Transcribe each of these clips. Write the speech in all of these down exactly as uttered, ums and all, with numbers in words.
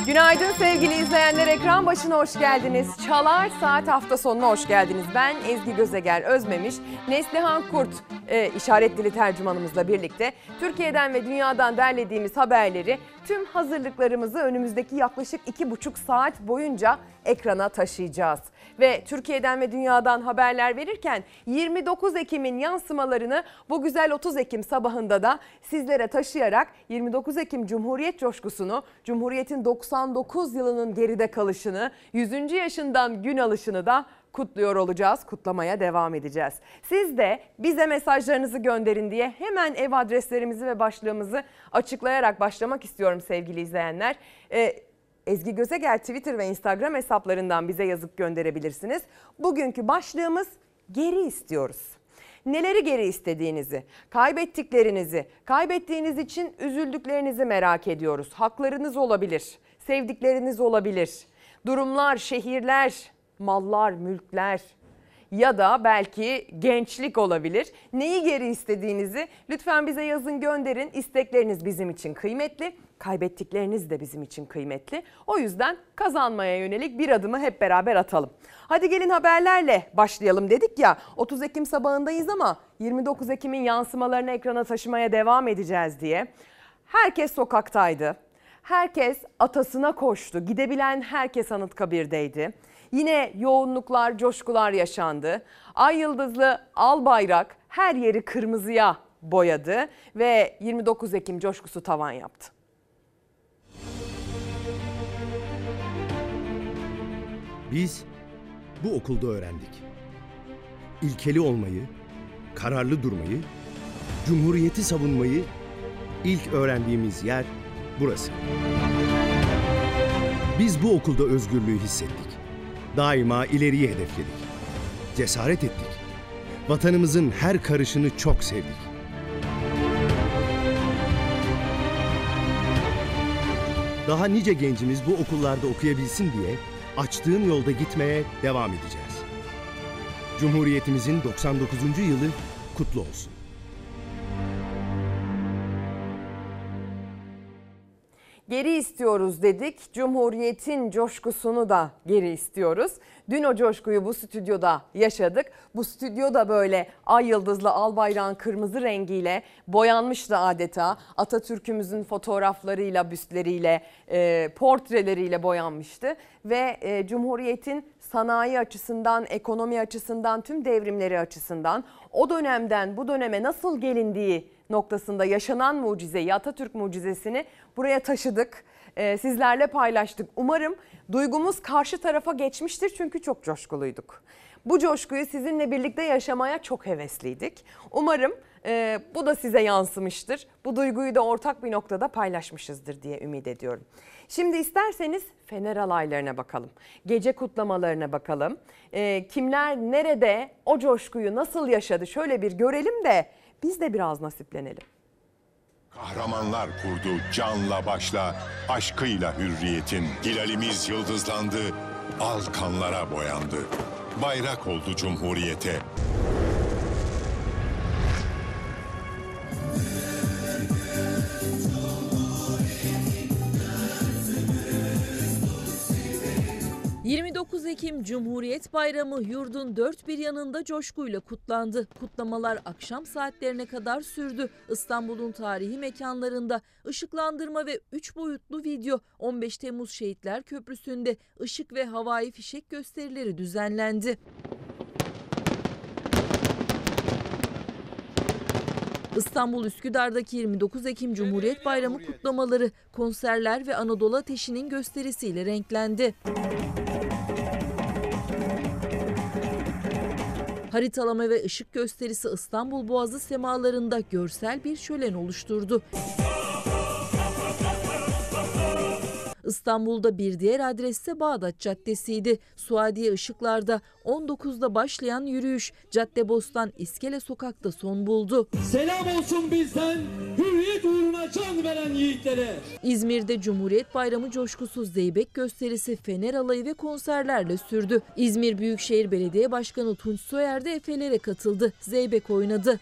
Günaydın sevgili izleyenler, ekran başına hoş geldiniz. Çalar Saat hafta sonuna hoş geldiniz. Ben Ezgi Gözeger Özmemiş, Neslihan Kurt e, işaret dili tercümanımızla birlikte Türkiye'den ve dünyadan derlediğimiz haberleri, tüm hazırlıklarımızı önümüzdeki yaklaşık iki buçuk saat boyunca ekrana taşıyacağız. Ve Türkiye'den ve dünyadan haberler verirken yirmi dokuz Ekim'in yansımalarını bu güzel otuz Ekim sabahında da sizlere taşıyarak yirmi dokuz Ekim Cumhuriyet coşkusunu, Cumhuriyet'in doksan dokuz yılının geride kalışını, yüzüncü yaşından gün alışını da kutluyor olacağız, kutlamaya devam edeceğiz. Siz de bize mesajlarınızı gönderin diye hemen ev adreslerimizi ve başlığımızı açıklayarak başlamak istiyorum sevgili izleyenler. Ee, Ezgi Gözeger Twitter ve Instagram hesaplarından bize yazıp gönderebilirsiniz. Bugünkü başlığımız geri istiyoruz. Neleri geri istediğinizi, kaybettiklerinizi, kaybettiğiniz için üzüldüklerinizi merak ediyoruz. Haklarınız olabilir, sevdikleriniz olabilir, durumlar, şehirler, mallar, mülkler ya da belki gençlik olabilir. Neyi geri istediğinizi lütfen bize yazın, gönderin. İstekleriniz bizim için kıymetli, kaybettikleriniz de bizim için kıymetli. O yüzden kazanmaya yönelik bir adımı hep beraber atalım. Hadi gelin haberlerle başlayalım dedik ya. otuz Ekim sabahındayız ama yirmi dokuz Ekim'in yansımalarını ekrana taşımaya devam edeceğiz diye. Herkes sokaktaydı. Herkes atasına koştu. Gidebilen herkes Anıtkabir'deydi. Yine yoğunluklar, coşkular yaşandı. Ay yıldızlı al bayrak her yeri kırmızıya boyadı ve yirmi dokuz Ekim coşkusu tavan yaptı. Biz bu okulda öğrendik. İlkeli olmayı, kararlı durmayı, Cumhuriyeti savunmayı ilk öğrendiğimiz yer burası. Biz bu okulda özgürlüğü hissettik. Daima ileriyi hedefledik. Cesaret ettik. Vatanımızın her karışını çok sevdik. Daha nice gencimiz bu okullarda okuyabilsin diye açtığım yolda gitmeye devam edeceğiz. Cumhuriyetimizin doksan dokuzuncu yılı kutlu olsun. Geri istiyoruz dedik. Cumhuriyetin coşkusunu da geri istiyoruz. Dün o coşkuyu bu stüdyoda yaşadık. Bu stüdyoda böyle ay yıldızlı al bayrağın kırmızı rengiyle boyanmıştı adeta. Atatürk'ümüzün fotoğraflarıyla, büstleriyle, e, portreleriyle boyanmıştı. Ve e, Cumhuriyetin sanayi açısından, ekonomi açısından, tüm devrimleri açısından o dönemden bu döneme nasıl gelindiği noktasında yaşanan mucizeyi, Atatürk mucizesini buraya taşıdık. Ee, sizlerle paylaştık. Umarım duygumuz karşı tarafa geçmiştir çünkü çok coşkuluyduk. Bu coşkuyu sizinle birlikte yaşamaya çok hevesliydik. Umarım e, bu da size yansımıştır. Bu duyguyu da ortak bir noktada paylaşmışızdır diye ümit ediyorum. Şimdi isterseniz Fener alaylarına bakalım. Gece kutlamalarına bakalım. E, kimler nerede o coşkuyu nasıl yaşadı şöyle bir görelim de biz de biraz nasiplenelim. Kahramanlar kurdu canla başla, aşkıyla hürriyetin. Hilalimiz yıldızlandı, al kanlara boyandı. Bayrak oldu Cumhuriyete. yirmi dokuz Ekim Cumhuriyet Bayramı yurdun dört bir yanında coşkuyla kutlandı. Kutlamalar akşam saatlerine kadar sürdü. İstanbul'un tarihi mekanlarında ışıklandırma ve üç boyutlu video, on beş Temmuz Şehitler Köprüsü'nde ışık ve havai fişek gösterileri düzenlendi. İstanbul Üsküdar'daki yirmi dokuz Ekim Cumhuriyet Bayramı kutlamaları, konserler ve Anadolu Ateşi'nin gösterisiyle renklendi. Haritalama ve ışık gösterisi İstanbul Boğazı semalarında görsel bir şölen oluşturdu. İstanbul'da bir diğer adres ise Bağdat Caddesi'ydi. Suadiye ışıklarda on dokuzda başlayan yürüyüş Caddebostan İskele Sokak'ta son buldu. Selam olsun bizden hürriyet uğruna can veren yiğitlere. İzmir'de Cumhuriyet Bayramı coşkusu Zeybek gösterisi, Fener alayı ve konserlerle sürdü. İzmir Büyükşehir Belediye Başkanı Tunç Soyer de Efeler'e katıldı. Zeybek oynadı.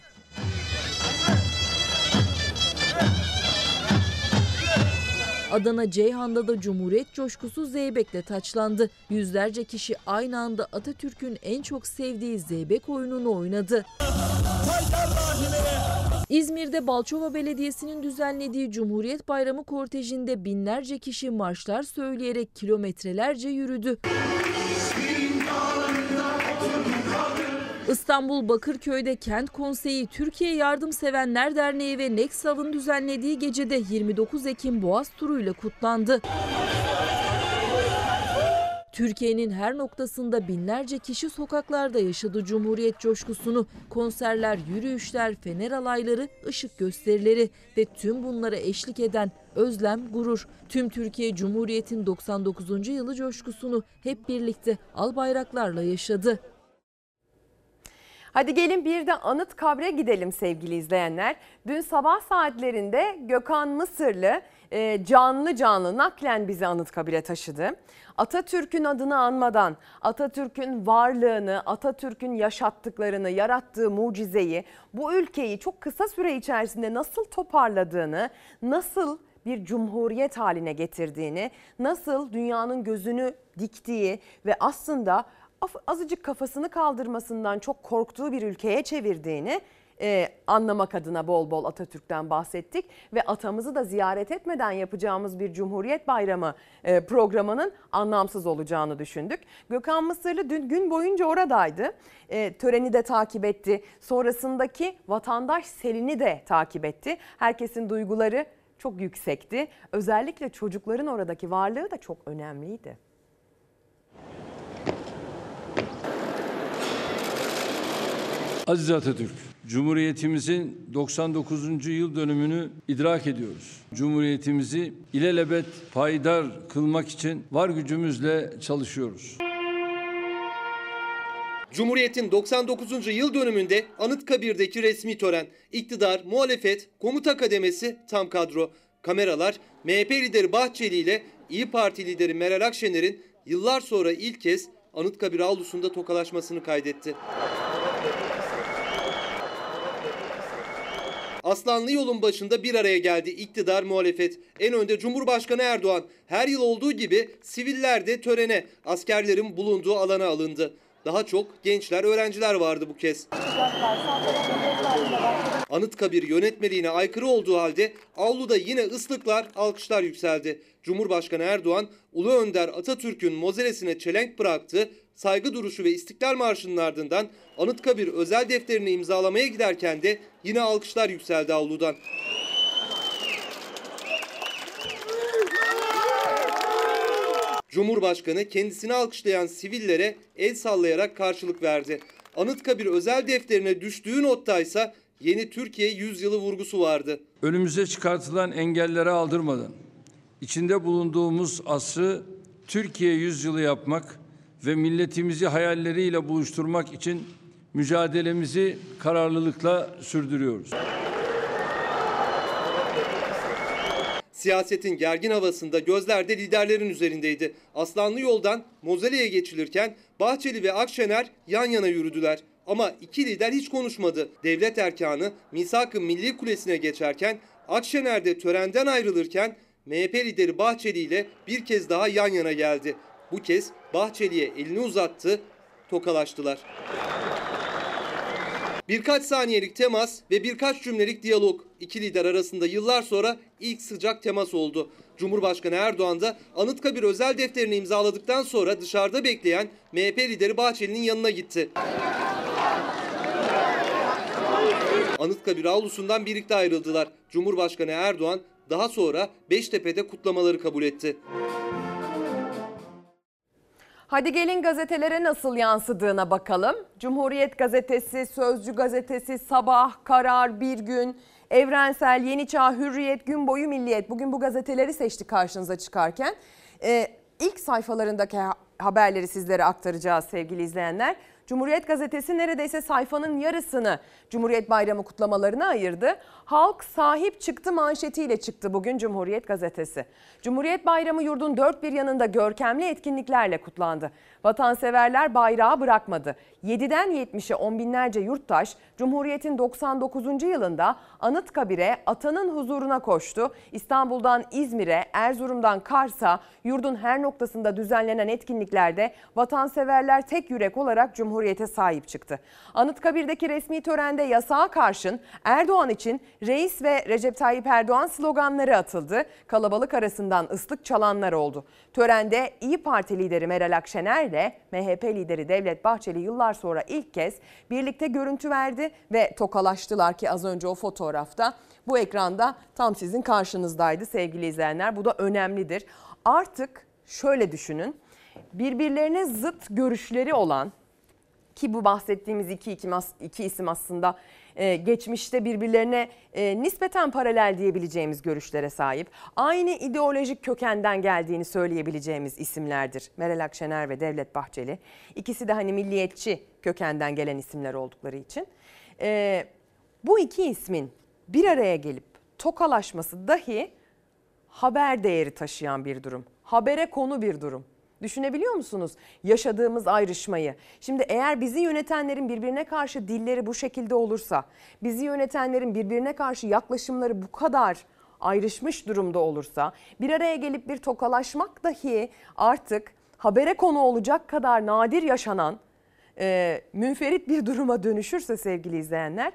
Adana Ceyhan'da da Cumhuriyet coşkusu zeybekle taçlandı. Yüzlerce kişi aynı anda Atatürk'ün en çok sevdiği zeybek oyununu oynadı. İzmir'de Balçova Belediyesi'nin düzenlediği Cumhuriyet Bayramı kortejinde binlerce kişi marşlar söyleyerek kilometrelerce yürüdü. İstanbul Bakırköy'de Kent Konseyi, Türkiye Yardımsevenler Derneği ve Neksav'ın düzenlediği gecede yirmi dokuz Ekim Boğaz turuyla kutlandı. Türkiye'nin her noktasında binlerce kişi sokaklarda yaşadı Cumhuriyet coşkusunu. Konserler, yürüyüşler, fener alayları, ışık gösterileri ve tüm bunlara eşlik eden özlem, gurur. Tüm Türkiye Cumhuriyet'in doksan dokuzuncu yılı coşkusunu hep birlikte al bayraklarla yaşadı. Hadi gelin bir de Anıtkabir'e gidelim sevgili izleyenler. Dün sabah saatlerinde Gökhan Mısırlı e, canlı canlı naklen bizi Anıtkabir'e taşıdı. Atatürk'ün adını anmadan, Atatürk'ün varlığını, Atatürk'ün yaşattıklarını, yarattığı mucizeyi, bu ülkeyi çok kısa süre içerisinde nasıl toparladığını, nasıl bir cumhuriyet haline getirdiğini, nasıl dünyanın gözünü diktiği ve aslında azıcık kafasını kaldırmasından çok korktuğu bir ülkeye çevirdiğini e, anlamak adına bol bol Atatürk'ten bahsettik. Ve atamızı da ziyaret etmeden yapacağımız bir Cumhuriyet Bayramı e, programının anlamsız olacağını düşündük. Gökhan Mısırlı dün gün boyunca oradaydı. E, töreni de takip etti. Sonrasındaki vatandaş selini de takip etti. Herkesin duyguları çok yüksekti. Özellikle çocukların oradaki varlığı da çok önemliydi. Aziz Atatürk, Cumhuriyetimizin doksan dokuzuncu yıl dönümünü idrak ediyoruz. Cumhuriyetimizi ilelebet payidar kılmak için var gücümüzle çalışıyoruz. Cumhuriyet'in doksan dokuzuncu yıl dönümünde Anıtkabir'deki resmi tören, iktidar, muhalefet, komuta kademesi tam kadro. Kameralar M H P lideri Bahçeli ile İYİ Parti lideri Meral Akşener'in yıllar sonra ilk kez Anıtkabir avlusunda tokalaşmasını kaydetti. Aslanlı yolun başında bir araya geldi iktidar, muhalefet. En önde Cumhurbaşkanı Erdoğan. Her yıl olduğu gibi siviller de törene, askerlerin bulunduğu alana alındı. Daha çok gençler, öğrenciler vardı bu kez. Anıtkabir yönetmeliğine aykırı olduğu halde avluda yine ıslıklar, alkışlar yükseldi. Cumhurbaşkanı Erdoğan, Ulu Önder Atatürk'ün mozelesine çelenk bıraktı. Saygı duruşu ve İstiklal Marşı'nın ardından Anıtkabir özel defterini imzalamaya giderken de yine alkışlar yükseldi avludan. Cumhurbaşkanı kendisini alkışlayan sivillere el sallayarak karşılık verdi. Anıtkabir özel defterine düştüğü nottaysa yeni Türkiye yüzyılı vurgusu vardı. Önümüze çıkartılan engellere aldırmadan içinde bulunduğumuz asrı Türkiye yüzyılı yapmak ve milletimizi hayalleriyle buluşturmak için mücadelemizi kararlılıkla sürdürüyoruz. Siyasetin gergin havasında gözler de liderlerin üzerindeydi. Aslanlı yoldan Mozelle'ye geçilirken Bahçeli ve Akşener yan yana yürüdüler. Ama iki lider hiç konuşmadı. Devlet erkanı Misak-ı Milli Kulesi'ne geçerken Akşener de törenden ayrılırken M H P lideri Bahçeli ile bir kez daha yan yana geldi. Bu kez Bahçeli'ye elini uzattı, tokalaştılar. Birkaç saniyelik temas ve birkaç cümlelik diyalog. İki lider arasında yıllar sonra ilk sıcak temas oldu. Cumhurbaşkanı Erdoğan da Anıtkabir özel defterini imzaladıktan sonra dışarıda bekleyen M H P lideri Bahçeli'nin yanına gitti. Anıtkabir avlusundan birlikte ayrıldılar. Cumhurbaşkanı Erdoğan daha sonra Beştepe'de kutlamaları kabul etti. Hadi gelin gazetelere nasıl yansıdığına bakalım. Cumhuriyet Gazetesi, Sözcü Gazetesi, Sabah, Karar, Bir Gün, Evrensel, Yeni Çağ, Hürriyet, Gün Boyu, Milliyet. Bugün bu gazeteleri seçti karşınıza çıkarken. Ee, ilk sayfalarındaki haberleri sizlere aktaracağız sevgili izleyenler. Cumhuriyet Gazetesi neredeyse sayfanın yarısını Cumhuriyet Bayramı kutlamalarına ayırdı. Halk sahip çıktı manşetiyle çıktı bugün Cumhuriyet Gazetesi. Cumhuriyet Bayramı yurdun dört bir yanında görkemli etkinliklerle kutlandı. Vatanseverler bayrağı bırakmadı. yediden yetmişe on binlerce yurttaş Cumhuriyet'in doksan dokuzuncu yılında Anıtkabir'e atanın huzuruna koştu. İstanbul'dan İzmir'e, Erzurum'dan Kars'a yurdun her noktasında düzenlenen etkinliklerde vatanseverler tek yürek olarak Cumhuriyet'e sahip çıktı. Anıtkabir'deki resmi törende yasağa karşın Erdoğan için Reis ve Recep Tayyip Erdoğan sloganları atıldı. Kalabalık arasından ıslık çalanlar oldu. Törende İYİ Parti lideri Meral Akşener ile M H P lideri Devlet Bahçeli yıllar sonra ilk kez birlikte görüntü verdi ve tokalaştılar ki az önce o fotoğrafta bu ekranda tam sizin karşınızdaydı sevgili izleyenler. Bu da önemlidir. Artık şöyle düşünün, birbirlerine zıt görüşleri olan, ki bu bahsettiğimiz iki, iki, iki isim aslında e, geçmişte birbirlerine e, nispeten paralel diyebileceğimiz görüşlere sahip. Aynı ideolojik kökenden geldiğini söyleyebileceğimiz isimlerdir Meral Akşener ve Devlet Bahçeli. İkisi de hani milliyetçi kökenden gelen isimler oldukları için. E, bu iki ismin bir araya gelip tokalaşması dahi haber değeri taşıyan bir durum. Habere konu bir durum. Düşünebiliyor musunuz yaşadığımız ayrışmayı? Şimdi eğer bizi yönetenlerin birbirine karşı dilleri bu şekilde olursa, bizi yönetenlerin birbirine karşı yaklaşımları bu kadar ayrışmış durumda olursa, bir araya gelip bir tokalaşmak dahi artık habere konu olacak kadar nadir yaşanan e, münferit bir duruma dönüşürse sevgili izleyenler,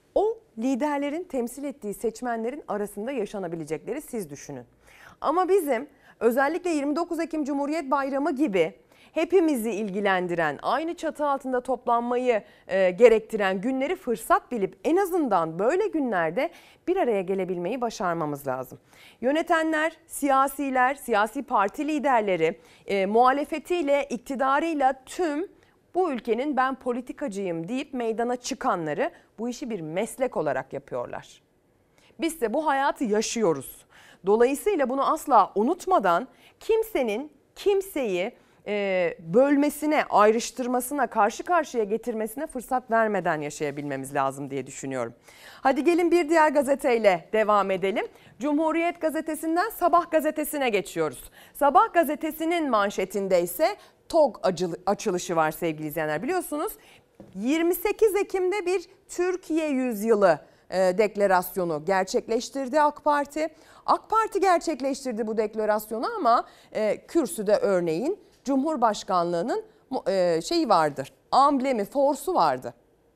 o liderlerin temsil ettiği seçmenlerin arasında yaşanabilecekleri siz düşünün. Ama bizim özellikle yirmi dokuz Ekim Cumhuriyet Bayramı gibi hepimizi ilgilendiren, aynı çatı altında toplanmayı e, gerektiren günleri fırsat bilip en azından böyle günlerde bir araya gelebilmeyi başarmamız lazım. Yönetenler, siyasiler, siyasi parti liderleri, e, muhalefetiyle, iktidarıyla tüm bu ülkenin ben politikacıyım deyip meydana çıkanları bu işi bir meslek olarak yapıyorlar. Biz de bu hayatı yaşıyoruz. Dolayısıyla bunu asla unutmadan kimsenin kimseyi e, bölmesine, ayrıştırmasına, karşı karşıya getirmesine fırsat vermeden yaşayabilmemiz lazım diye düşünüyorum. Hadi gelin bir diğer gazeteyle devam edelim. Cumhuriyet Gazetesi'nden Sabah Gazetesi'ne geçiyoruz. Sabah Gazetesi'nin manşetinde ise TOG açılışı var sevgili izleyenler. Biliyorsunuz yirmi sekiz Ekim'de bir Türkiye Yüzyılı deklarasyonu gerçekleştirdi AK Parti. AK Parti gerçekleştirdi bu deklarasyonu ama e, kürsüde örneğin Cumhurbaşkanlığının e, şeyi vardı, amblemi, forsu vardı.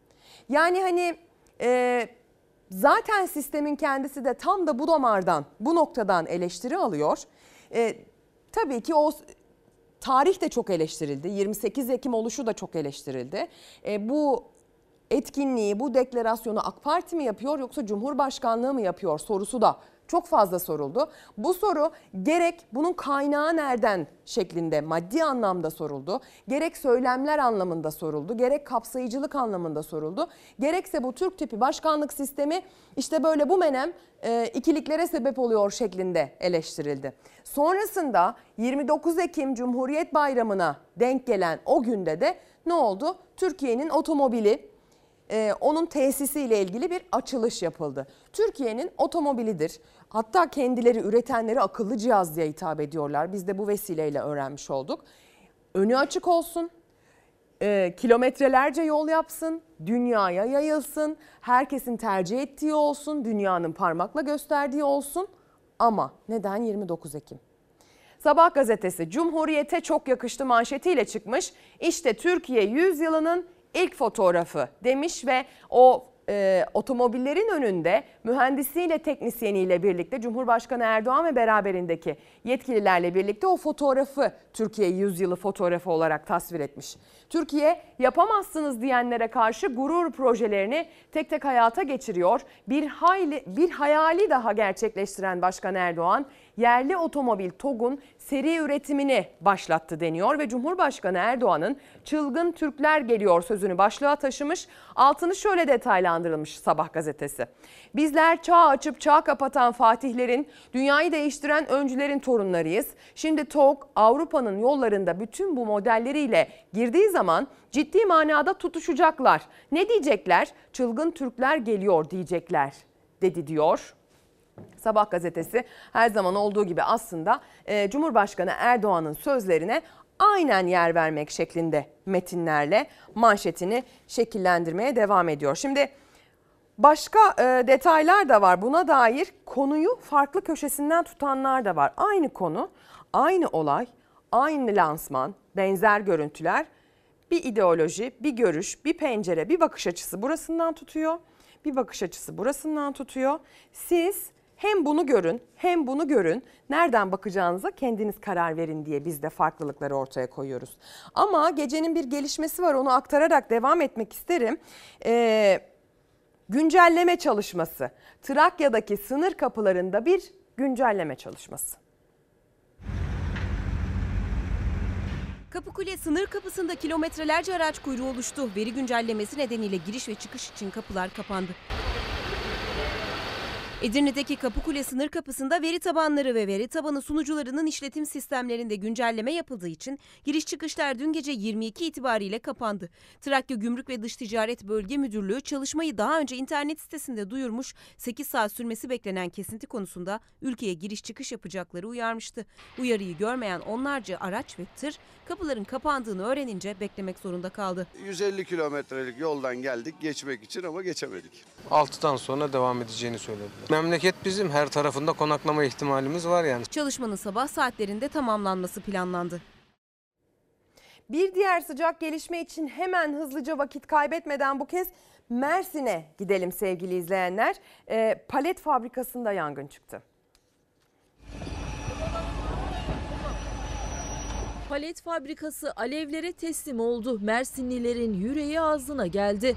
Yani hani e, zaten sistemin kendisi de tam da bu damardan, bu noktadan eleştiri alıyor. E, tabii ki o tarih de çok eleştirildi. yirmi sekiz Ekim oluşu da çok eleştirildi. E, bu etkinliği, bu deklarasyonu AK Parti mi yapıyor yoksa Cumhurbaşkanlığı mı yapıyor sorusu da çok fazla soruldu. Bu soru gerek bunun kaynağı nereden şeklinde maddi anlamda soruldu, gerek söylemler anlamında soruldu, gerek kapsayıcılık anlamında soruldu, gerekse bu Türk tipi başkanlık sistemi işte böyle bu menem e, ikiliklere sebep oluyor şeklinde eleştirildi. Sonrasında yirmi dokuz Ekim Cumhuriyet Bayramı'na denk gelen o günde de ne oldu? Türkiye'nin otomobili, Ee, onun tesisiyle ilgili bir açılış yapıldı. Türkiye'nin otomobilidir. Hatta kendileri üretenleri akıllı cihaz diye hitap ediyorlar. Biz de bu vesileyle öğrenmiş olduk. Önü açık olsun, e, kilometrelerce yol yapsın, dünyaya yayılsın, herkesin tercih ettiği olsun, dünyanın parmakla gösterdiği olsun. Ama neden yirmi dokuz Ekim? Sabah gazetesi Cumhuriyet'e çok yakıştı manşetiyle çıkmış. İşte Türkiye yüzyılının İlk fotoğrafı demiş ve o e, otomobillerin önünde mühendisiyle, teknisyeniyle birlikte Cumhurbaşkanı Erdoğan ve beraberindeki yetkililerle birlikte o fotoğrafı Türkiye yüzyılı fotoğrafı olarak tasvir etmiş. Türkiye yapamazsınız diyenlere karşı gurur projelerini tek tek hayata geçiriyor. Bir hayli, bir hayali daha gerçekleştiren Başkan Erdoğan yerli otomobil TOGG'un seri üretimini başlattı deniyor ve Cumhurbaşkanı Erdoğan'ın "Çılgın Türkler geliyor" sözünü başlığa taşımış. Altını şöyle detaylandırılmış Sabah gazetesi. "Bizler çağ açıp çağ kapatan fatihlerin, dünyayı değiştiren öncülerin torunlarıyız. Şimdi TOGG Avrupa'nın yollarında bütün bu modelleriyle girdiği zaman ciddi manada tutuşacaklar. Ne diyecekler? Çılgın Türkler geliyor diyecekler" dedi diyor. Sabah gazetesi her zaman olduğu gibi aslında e, Cumhurbaşkanı Erdoğan'ın sözlerine aynen yer vermek şeklinde metinlerle manşetini şekillendirmeye devam ediyor. Şimdi başka e, detaylar da var buna dair, konuyu farklı köşesinden tutanlar da var. Aynı konu, aynı olay, aynı lansman, benzer görüntüler, bir ideoloji, bir görüş, bir pencere, bir bakış açısı burasından tutuyor, bir bakış açısı burasından tutuyor. Siz hem bunu görün hem bunu görün, nereden bakacağınıza kendiniz karar verin diye biz de farklılıkları ortaya koyuyoruz. Ama gecenin bir gelişmesi var, onu aktararak devam etmek isterim. Ee, güncelleme çalışması, Trakya'daki sınır kapılarında bir güncelleme çalışması. Kapıkule sınır kapısında kilometrelerce araç kuyruğu oluştu. Veri güncellemesi nedeniyle giriş ve çıkış için kapılar kapandı. Edirne'deki Kapıkule sınır kapısında veri tabanları ve veri tabanı sunucularının işletim sistemlerinde güncelleme yapıldığı için giriş çıkışlar dün gece yirmi iki itibariyle kapandı. Trakya Gümrük ve Dış Ticaret Bölge Müdürlüğü çalışmayı daha önce internet sitesinde duyurmuş, sekiz saat sürmesi beklenen kesinti konusunda ülkeye giriş çıkış yapacakları uyarmıştı. Uyarıyı görmeyen onlarca araç ve tır kapıların kapandığını öğrenince beklemek zorunda kaldı. yüz elli kilometrelik yoldan geldik geçmek için ama geçemedik. altıdan sonra devam edeceğini söylediler. Memleket bizim, her tarafında konaklama ihtimalimiz var yani. Çalışmanın sabah saatlerinde tamamlanması planlandı. Bir diğer sıcak gelişme için hemen hızlıca vakit kaybetmeden bu kez Mersin'e gidelim sevgili izleyenler. E, palet fabrikasında yangın çıktı. Palet fabrikası alevlere teslim oldu. Mersinlilerin yüreği ağzına geldi.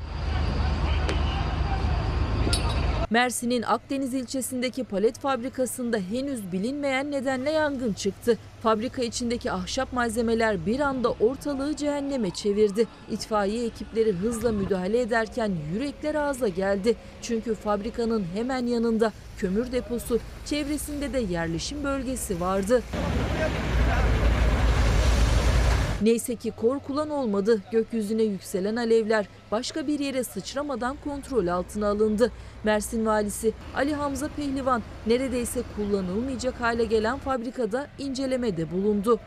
Mersin'in Akdeniz ilçesindeki palet fabrikasında henüz bilinmeyen nedenle yangın çıktı. Fabrika içindeki ahşap malzemeler bir anda ortalığı cehenneme çevirdi. İtfaiye ekipleri hızla müdahale ederken yürekler ağza geldi. Çünkü fabrikanın hemen yanında kömür deposu, çevresinde de yerleşim bölgesi vardı. Neyse ki korkulan olmadı. Gökyüzüne yükselen alevler başka bir yere sıçramadan kontrol altına alındı. Mersin valisi Ali Hamza Pehlivan neredeyse kullanılmayacak hale gelen fabrikada incelemede bulundu.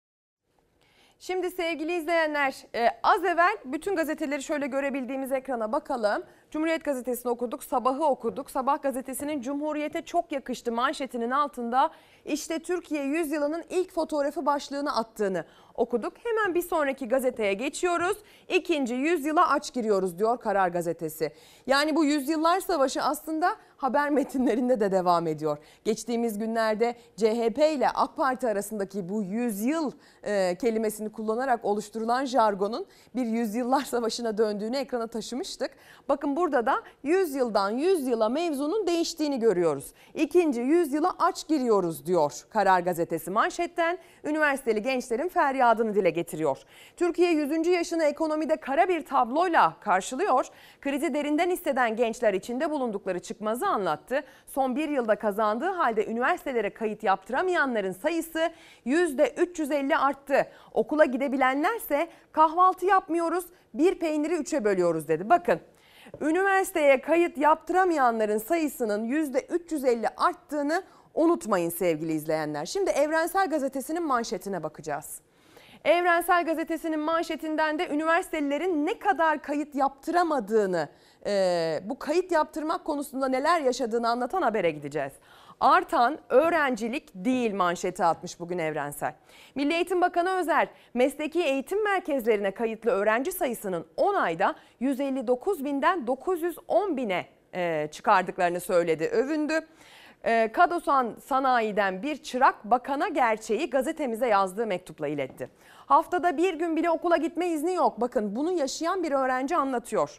Şimdi sevgili izleyenler, az evvel bütün gazeteleri şöyle görebildiğimiz ekrana bakalım. Cumhuriyet Gazetesi'ni okuduk, Sabah'ı okuduk. Sabah gazetesinin Cumhuriyet'e çok yakıştı manşetinin altında işte Türkiye yüzyılının ilk fotoğrafı başlığını attığını okuduk. Hemen bir sonraki gazeteye geçiyoruz. İkinci yüzyıla aç giriyoruz diyor Karar Gazetesi. Yani bu Yüzyıllar Savaşı aslında haber metinlerinde de devam ediyor. Geçtiğimiz günlerde C H P ile AK Parti arasındaki bu yüzyıl e, kelimesini kullanarak oluşturulan jargonun bir yüzyıllar savaşına döndüğünü ekrana taşımıştık. Bakın burada da yüzyıldan yüzyıla mevzunun değiştiğini görüyoruz. İkinci yüzyıla aç giriyoruz diyor Karar Gazetesi manşetten. Üniversiteli gençlerin feryadını dile getiriyor. Türkiye yüzüncü yaşını ekonomide kara bir tabloyla karşılıyor. Krizi derinden hisseden gençler içinde bulundukları çıkmazı anlattı. Son bir yılda kazandığı halde üniversitelere kayıt yaptıramayanların sayısı yüzde üç yüz elli arttı. Okula gidebilenlerse kahvaltı yapmıyoruz, bir peyniri üçe bölüyoruz dedi. Bakın, üniversiteye kayıt yaptıramayanların sayısının yüzde üç yüz elli arttığını unutmayın sevgili izleyenler. Şimdi Evrensel Gazetesi'nin manşetine bakacağız. Evrensel Gazetesi'nin manşetinden de üniversitelilerin ne kadar kayıt yaptıramadığını, e, bu kayıt yaptırmak konusunda neler yaşadığını anlatan habere gideceğiz. Artan öğrencilik değil manşeti atmış bugün Evrensel. Milli Eğitim Bakanı Özer, mesleki eğitim merkezlerine kayıtlı öğrenci sayısının on ayda yüz elli dokuz binden dokuz yüz on bine e, çıkardıklarını söyledi, övündü. E, Kadosan Sanayi'den bir çırak bakana gerçeği gazetemize yazdığı mektupla iletti. Haftada bir gün bile okula gitme izni yok. Bakın bunu yaşayan bir öğrenci anlatıyor.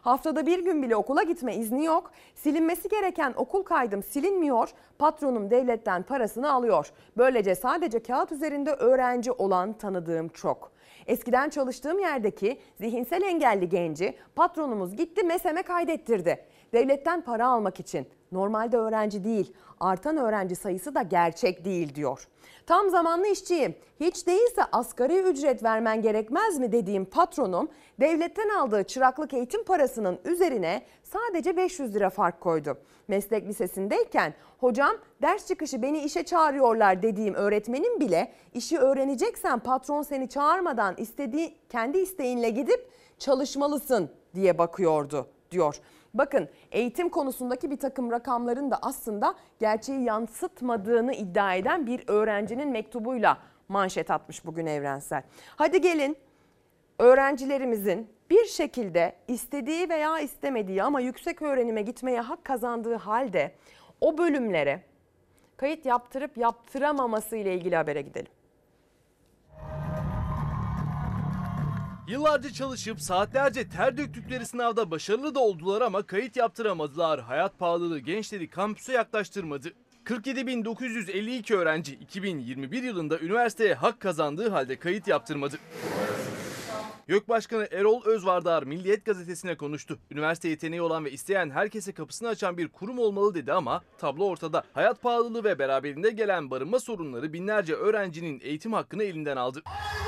Haftada bir gün bile okula gitme izni yok. Silinmesi gereken okul kaydım silinmiyor. Patronum devletten parasını alıyor. Böylece sadece kağıt üzerinde öğrenci olan tanıdığım çok. Eskiden çalıştığım yerdeki zihinsel engelli genci patronumuz gitti MESEM'e kaydettirdi. Devletten para almak için. Normalde öğrenci değil, artan öğrenci sayısı da gerçek değil diyor. Tam zamanlı işçiyim. Hiç değilse asgari ücret vermen gerekmez mi dediğim patronum devletten aldığı çıraklık eğitim parasının üzerine sadece beş yüz lira fark koydu. Meslek lisesindeyken hocam ders çıkışı beni işe çağırıyorlar dediğim öğretmenim bile işi öğreneceksen patron seni çağırmadan istediği kendi isteğinle gidip çalışmalısın diye bakıyordu diyor. Bakın eğitim konusundaki bir takım rakamların da aslında gerçeği yansıtmadığını iddia eden bir öğrencinin mektubuyla manşet atmış bugün Evrensel. Hadi gelin öğrencilerimizin bir şekilde istediği veya istemediği ama yüksek öğrenime gitmeye hak kazandığı halde o bölümlere kayıt yaptırıp yaptıramaması ile ilgili habere gidelim. Yıllarca çalışıp saatlerce ter döktükleri sınavda başarılı da oldular ama kayıt yaptıramadılar. Hayat pahalılığı gençleri kampüse yaklaştırmadı. kırk yedi bin dokuz yüz elli iki öğrenci iki bin yirmi bir yılında üniversiteye hak kazandığı halde kayıt yaptırmadı. YÖK Başkanı Erol Özvardar Milliyet Gazetesi'ne konuştu. Üniversite yeteneği olan ve isteyen herkese kapısını açan bir kurum olmalı dedi ama tablo ortada. Hayat pahalılığı ve beraberinde gelen barınma sorunları binlerce öğrencinin eğitim hakkını elinden aldı.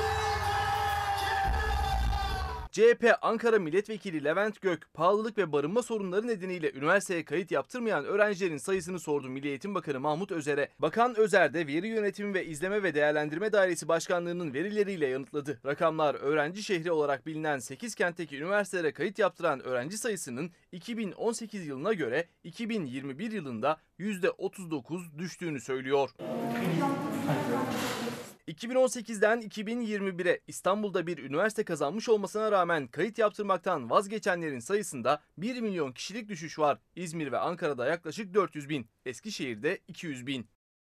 C H P Ankara Milletvekili Levent Gök, pahalılık ve barınma sorunları nedeniyle üniversiteye kayıt yaptırmayan öğrencilerin sayısını sordu Milli Eğitim Bakanı Mahmut Özer'e. Bakan Özer de Veri Yönetimi ve İzleme ve Değerlendirme Dairesi Başkanlığı'nın verileriyle yanıtladı. Rakamlar öğrenci şehri olarak bilinen sekiz kentteki üniversitelere kayıt yaptıran öğrenci sayısının iki bin on sekiz yılına göre iki bin yirmi bir yılında yüzde otuz dokuz düştüğünü söylüyor. iki bin on sekizden iki bin yirmi bire İstanbul'da bir üniversite kazanmış olmasına rağmen kayıt yaptırmaktan vazgeçenlerin sayısında bir milyon kişilik düşüş var. İzmir ve Ankara'da yaklaşık dört yüz bin, Eskişehir'de iki yüz bin.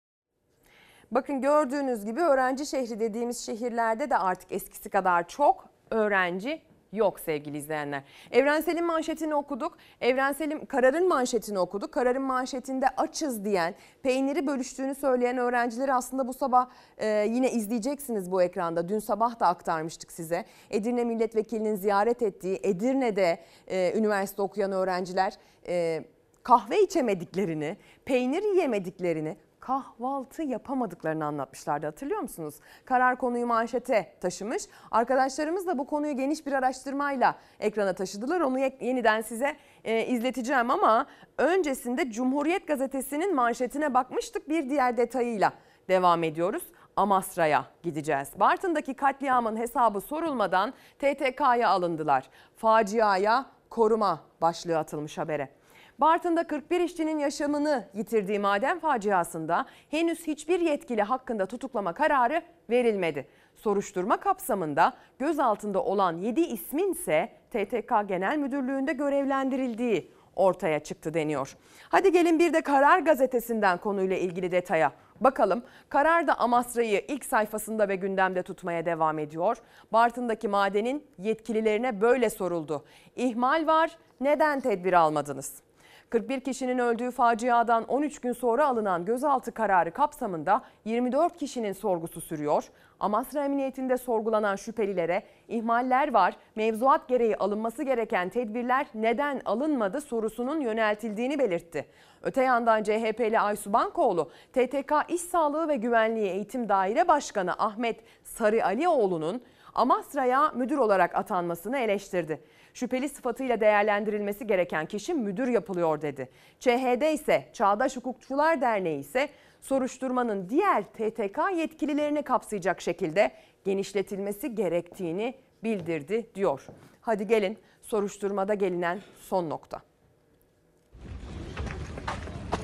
Bakın gördüğünüz gibi öğrenci şehri dediğimiz şehirlerde de artık eskisi kadar çok öğrenci yok sevgili izleyenler. Evrensel'in manşetini okuduk. Evrensel'in Karar'ın manşetini okuduk. Karar'ın manşetinde açız diyen, peyniri bölüştüğünü söyleyen öğrencileri aslında bu sabah e, yine izleyeceksiniz bu ekranda. Dün sabah da aktarmıştık size. Edirne Milletvekilinin ziyaret ettiği Edirne'de e, üniversite okuyan öğrenciler e, kahve içemediklerini, peynir yiyemediklerini, kahvaltı yapamadıklarını anlatmışlardı, hatırlıyor musunuz? Karar konuyu manşete taşımış. Arkadaşlarımız da bu konuyu geniş bir araştırmayla ekrana taşıdılar. Onu yeniden size e, izleteceğim ama öncesinde Cumhuriyet Gazetesi'nin manşetine bakmıştık. Bir diğer detayıyla devam ediyoruz. Amasra'ya gideceğiz. Bartın'daki katliamın hesabı sorulmadan T T K'ya alındılar. Faciaya koruma başlığı atılmış habere. Bartın'da kırk bir işçinin yaşamını yitirdiği maden faciasında henüz hiçbir yetkili hakkında tutuklama kararı verilmedi. Soruşturma kapsamında gözaltında olan yedi ismin ise T T K Genel Müdürlüğü'nde görevlendirildiği ortaya çıktı deniyor. Hadi gelin bir de Karar Gazetesi'nden konuyla ilgili detaya bakalım. Karar da Amasra'yı ilk sayfasında ve gündemde tutmaya devam ediyor. Bartın'daki madenin yetkililerine böyle soruldu. İhmal var, neden tedbir almadınız? kırk bir kişinin öldüğü faciadan on üç gün sonra alınan gözaltı kararı kapsamında yirmi dört kişinin sorgusu sürüyor. Amasra Emniyetinde sorgulanan şüphelilere ihmaller var, mevzuat gereği alınması gereken tedbirler neden alınmadı sorusunun yöneltildiğini belirtti. Öte yandan C H P'li Aysu Bankoğlu, T T K İş Sağlığı ve Güvenliği Eğitim Daire Başkanı Ahmet Sarıalioğlu'nun Amasra'ya müdür olarak atanmasını eleştirdi. Şüpheli sıfatıyla değerlendirilmesi gereken kişi müdür yapılıyor dedi. Ç H D ise Çağdaş Hukukçular Derneği ise soruşturmanın diğer T T K yetkililerini kapsayacak şekilde genişletilmesi gerektiğini bildirdi diyor. Hadi gelin soruşturmada gelinen son nokta.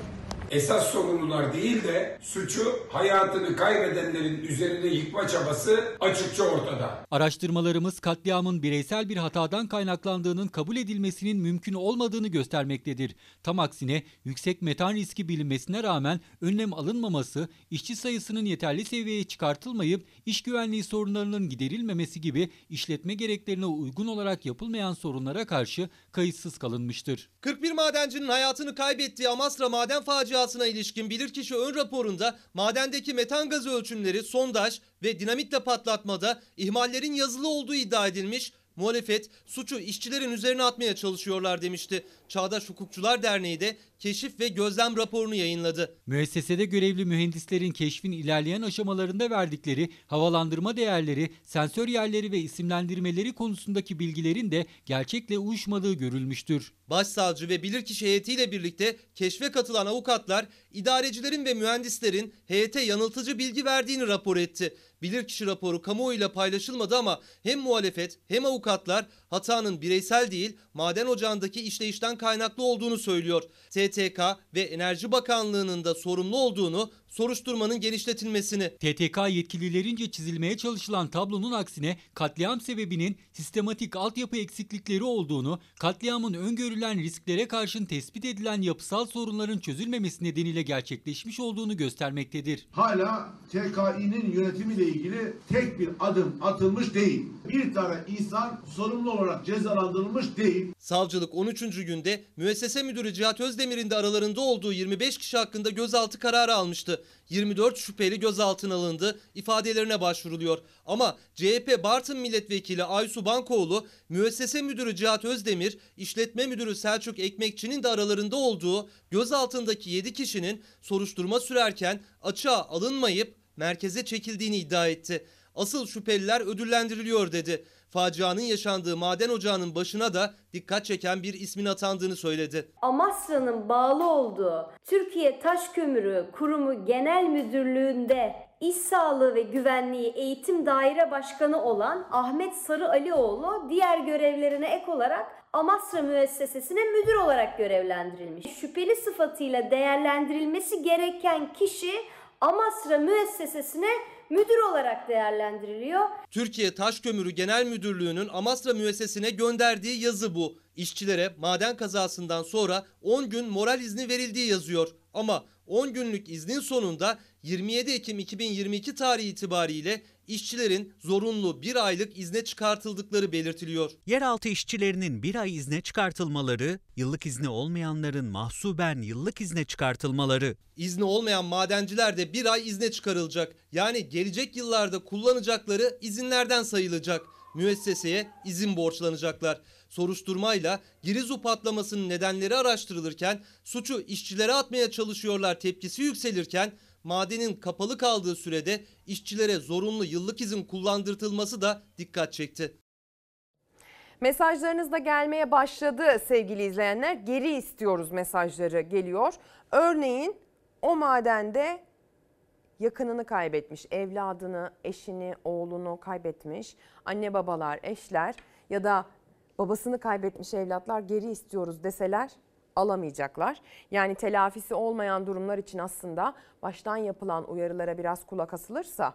esas sorumlular değil de suçu hayatını kaybedenlerin üzerine yıkma çabası açıkça ortada. Araştırmalarımız katliamın bireysel bir hatadan kaynaklandığının kabul edilmesinin mümkün olmadığını göstermektedir. Tam aksine yüksek metan riski bilinmesine rağmen önlem alınmaması, işçi sayısının yeterli seviyeye çıkartılmayıp iş güvenliği sorunlarının giderilmemesi gibi işletme gereklerine uygun olarak yapılmayan sorunlara karşı kayıtsız kalınmıştır. kırk bir madencinin hayatını kaybettiği Amasra maden faciasına ilişkin bilirkişi ön raporunda madendeki metan gazı ölçümleri, sondaj ve dinamitle patlatmada ihmallerin yazılı olduğu iddia edilmiş. Muhalefet suçu işçilerin üzerine atmaya çalışıyorlar demişti. Çağdaş Hukukçular Derneği de keşif ve gözlem raporunu yayınladı. Müessesede görevli mühendislerin keşfin ilerleyen aşamalarında verdikleri havalandırma değerleri, sensör yerleri ve isimlendirmeleri konusundaki bilgilerin de gerçekle uyuşmadığı görülmüştür. Başsavcı ve bilirkişi heyetiyle birlikte keşfe katılan avukatlar, idarecilerin ve mühendislerin heyete yanıltıcı bilgi verdiğini rapor etti. Bilirkişi raporu kamuoyuyla paylaşılmadı ama hem muhalefet hem avukatlar hatanın bireysel değil maden ocağındaki işleyişten kaynaklı olduğunu söylüyor. T T K ve Enerji Bakanlığı'nın da sorumlu olduğunu, soruşturmanın genişletilmesini. T T K yetkililerince çizilmeye çalışılan tablonun aksine katliam sebebinin sistematik altyapı eksiklikleri olduğunu, katliamın öngörülen risklere karşın tespit edilen yapısal sorunların çözülmemesi nedeniyle gerçekleşmiş olduğunu göstermektedir. Hala T K İ'nin yönetimiyle ilgili tek bir adım atılmış değil. Bir tane insan sorumlu olarak cezalandırılmış değil. Savcılık on üçüncü günde müessese müdürü Cihat Özdemir'in de aralarında olduğu yirmi beş kişi hakkında gözaltı kararı almıştı. yirmi dört şüpheli gözaltına alındı, ifadelerine başvuruluyor. Ama C H P Bartın Milletvekili Aysu Bankoğlu, müessese müdürü Cihat Özdemir, işletme müdürü Selçuk Ekmekçi'nin de aralarında olduğu gözaltındaki yedi kişinin soruşturma sürerken açığa alınmayıp merkeze çekildiğini iddia etti. Asıl şüpheliler ödüllendiriliyor dedi. Facianın yaşandığı maden ocağının başına da dikkat çeken bir ismin atandığını söyledi. Amasra'nın bağlı olduğu Türkiye Taş Kömürü Kurumu Genel Müdürlüğü'nde İş Sağlığı ve Güvenliği Eğitim Daire Başkanı olan Ahmet Sarıalioğlu diğer görevlerine ek olarak Amasra müessesesine müdür olarak görevlendirilmiş. Şüpheli sıfatıyla değerlendirilmesi gereken kişi Amasra müessesesine müdür olarak değerlendiriliyor. Türkiye Taş Kömürü Genel Müdürlüğü'nün Amasra müessesesine gönderdiği yazı bu. İşçilere maden kazasından sonra on gün moral izni verildiği yazıyor. Ama on günlük iznin sonunda yirmi yedi Ekim iki bin yirmi iki tarihi itibariyle işçilerin zorunlu bir aylık izne çıkartıldıkları belirtiliyor. Yeraltı işçilerinin bir ay izne çıkartılmaları, yıllık izni olmayanların mahsuben yıllık izne çıkartılmaları. İzni olmayan madenciler de bir ay izne çıkarılacak. Yani gelecek yıllarda kullanacakları izinlerden sayılacak. Müesseseye izin borçlanacaklar. Soruşturmayla Girizu patlamasının nedenleri araştırılırken suçu işçilere atmaya çalışıyorlar tepkisi yükselirken madenin kapalı kaldığı sürede işçilere zorunlu yıllık izin kullandırtılması da dikkat çekti. Mesajlarınız da gelmeye başladı sevgili izleyenler. Geri istiyoruz mesajları geliyor. Örneğin o madende yakınını kaybetmiş, evladını, eşini, oğlunu kaybetmiş, anne babalar, eşler ya da babasını kaybetmiş evlatlar geri istiyoruz deseler alamayacaklar. Yani telafisi olmayan durumlar için aslında baştan yapılan uyarılara biraz kulak asılırsa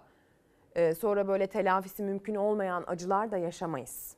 sonra böyle telafisi mümkün olmayan acılar da yaşamayız.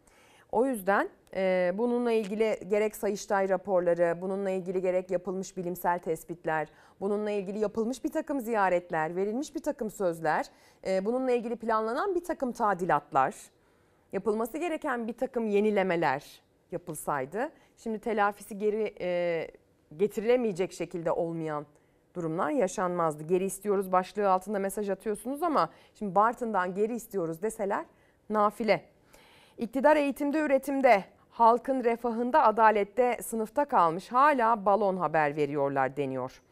O yüzden e, bununla ilgili gerek Sayıştay raporları, bununla ilgili gerek yapılmış bilimsel tespitler, bununla ilgili yapılmış bir takım ziyaretler, verilmiş bir takım sözler, e, bununla ilgili planlanan bir takım tadilatlar, yapılması gereken bir takım yenilemeler yapılsaydı, şimdi telafisi geri e, getirilemeyecek şekilde olmayan durumlar yaşanmazdı. Geri istiyoruz başlığı altında mesaj atıyorsunuz ama şimdi Bartın'dan geri istiyoruz deseler nafile. İktidar eğitimde, üretimde, halkın refahında, adalette sınıfta kalmış, hala balon haber veriyorlar deniyor.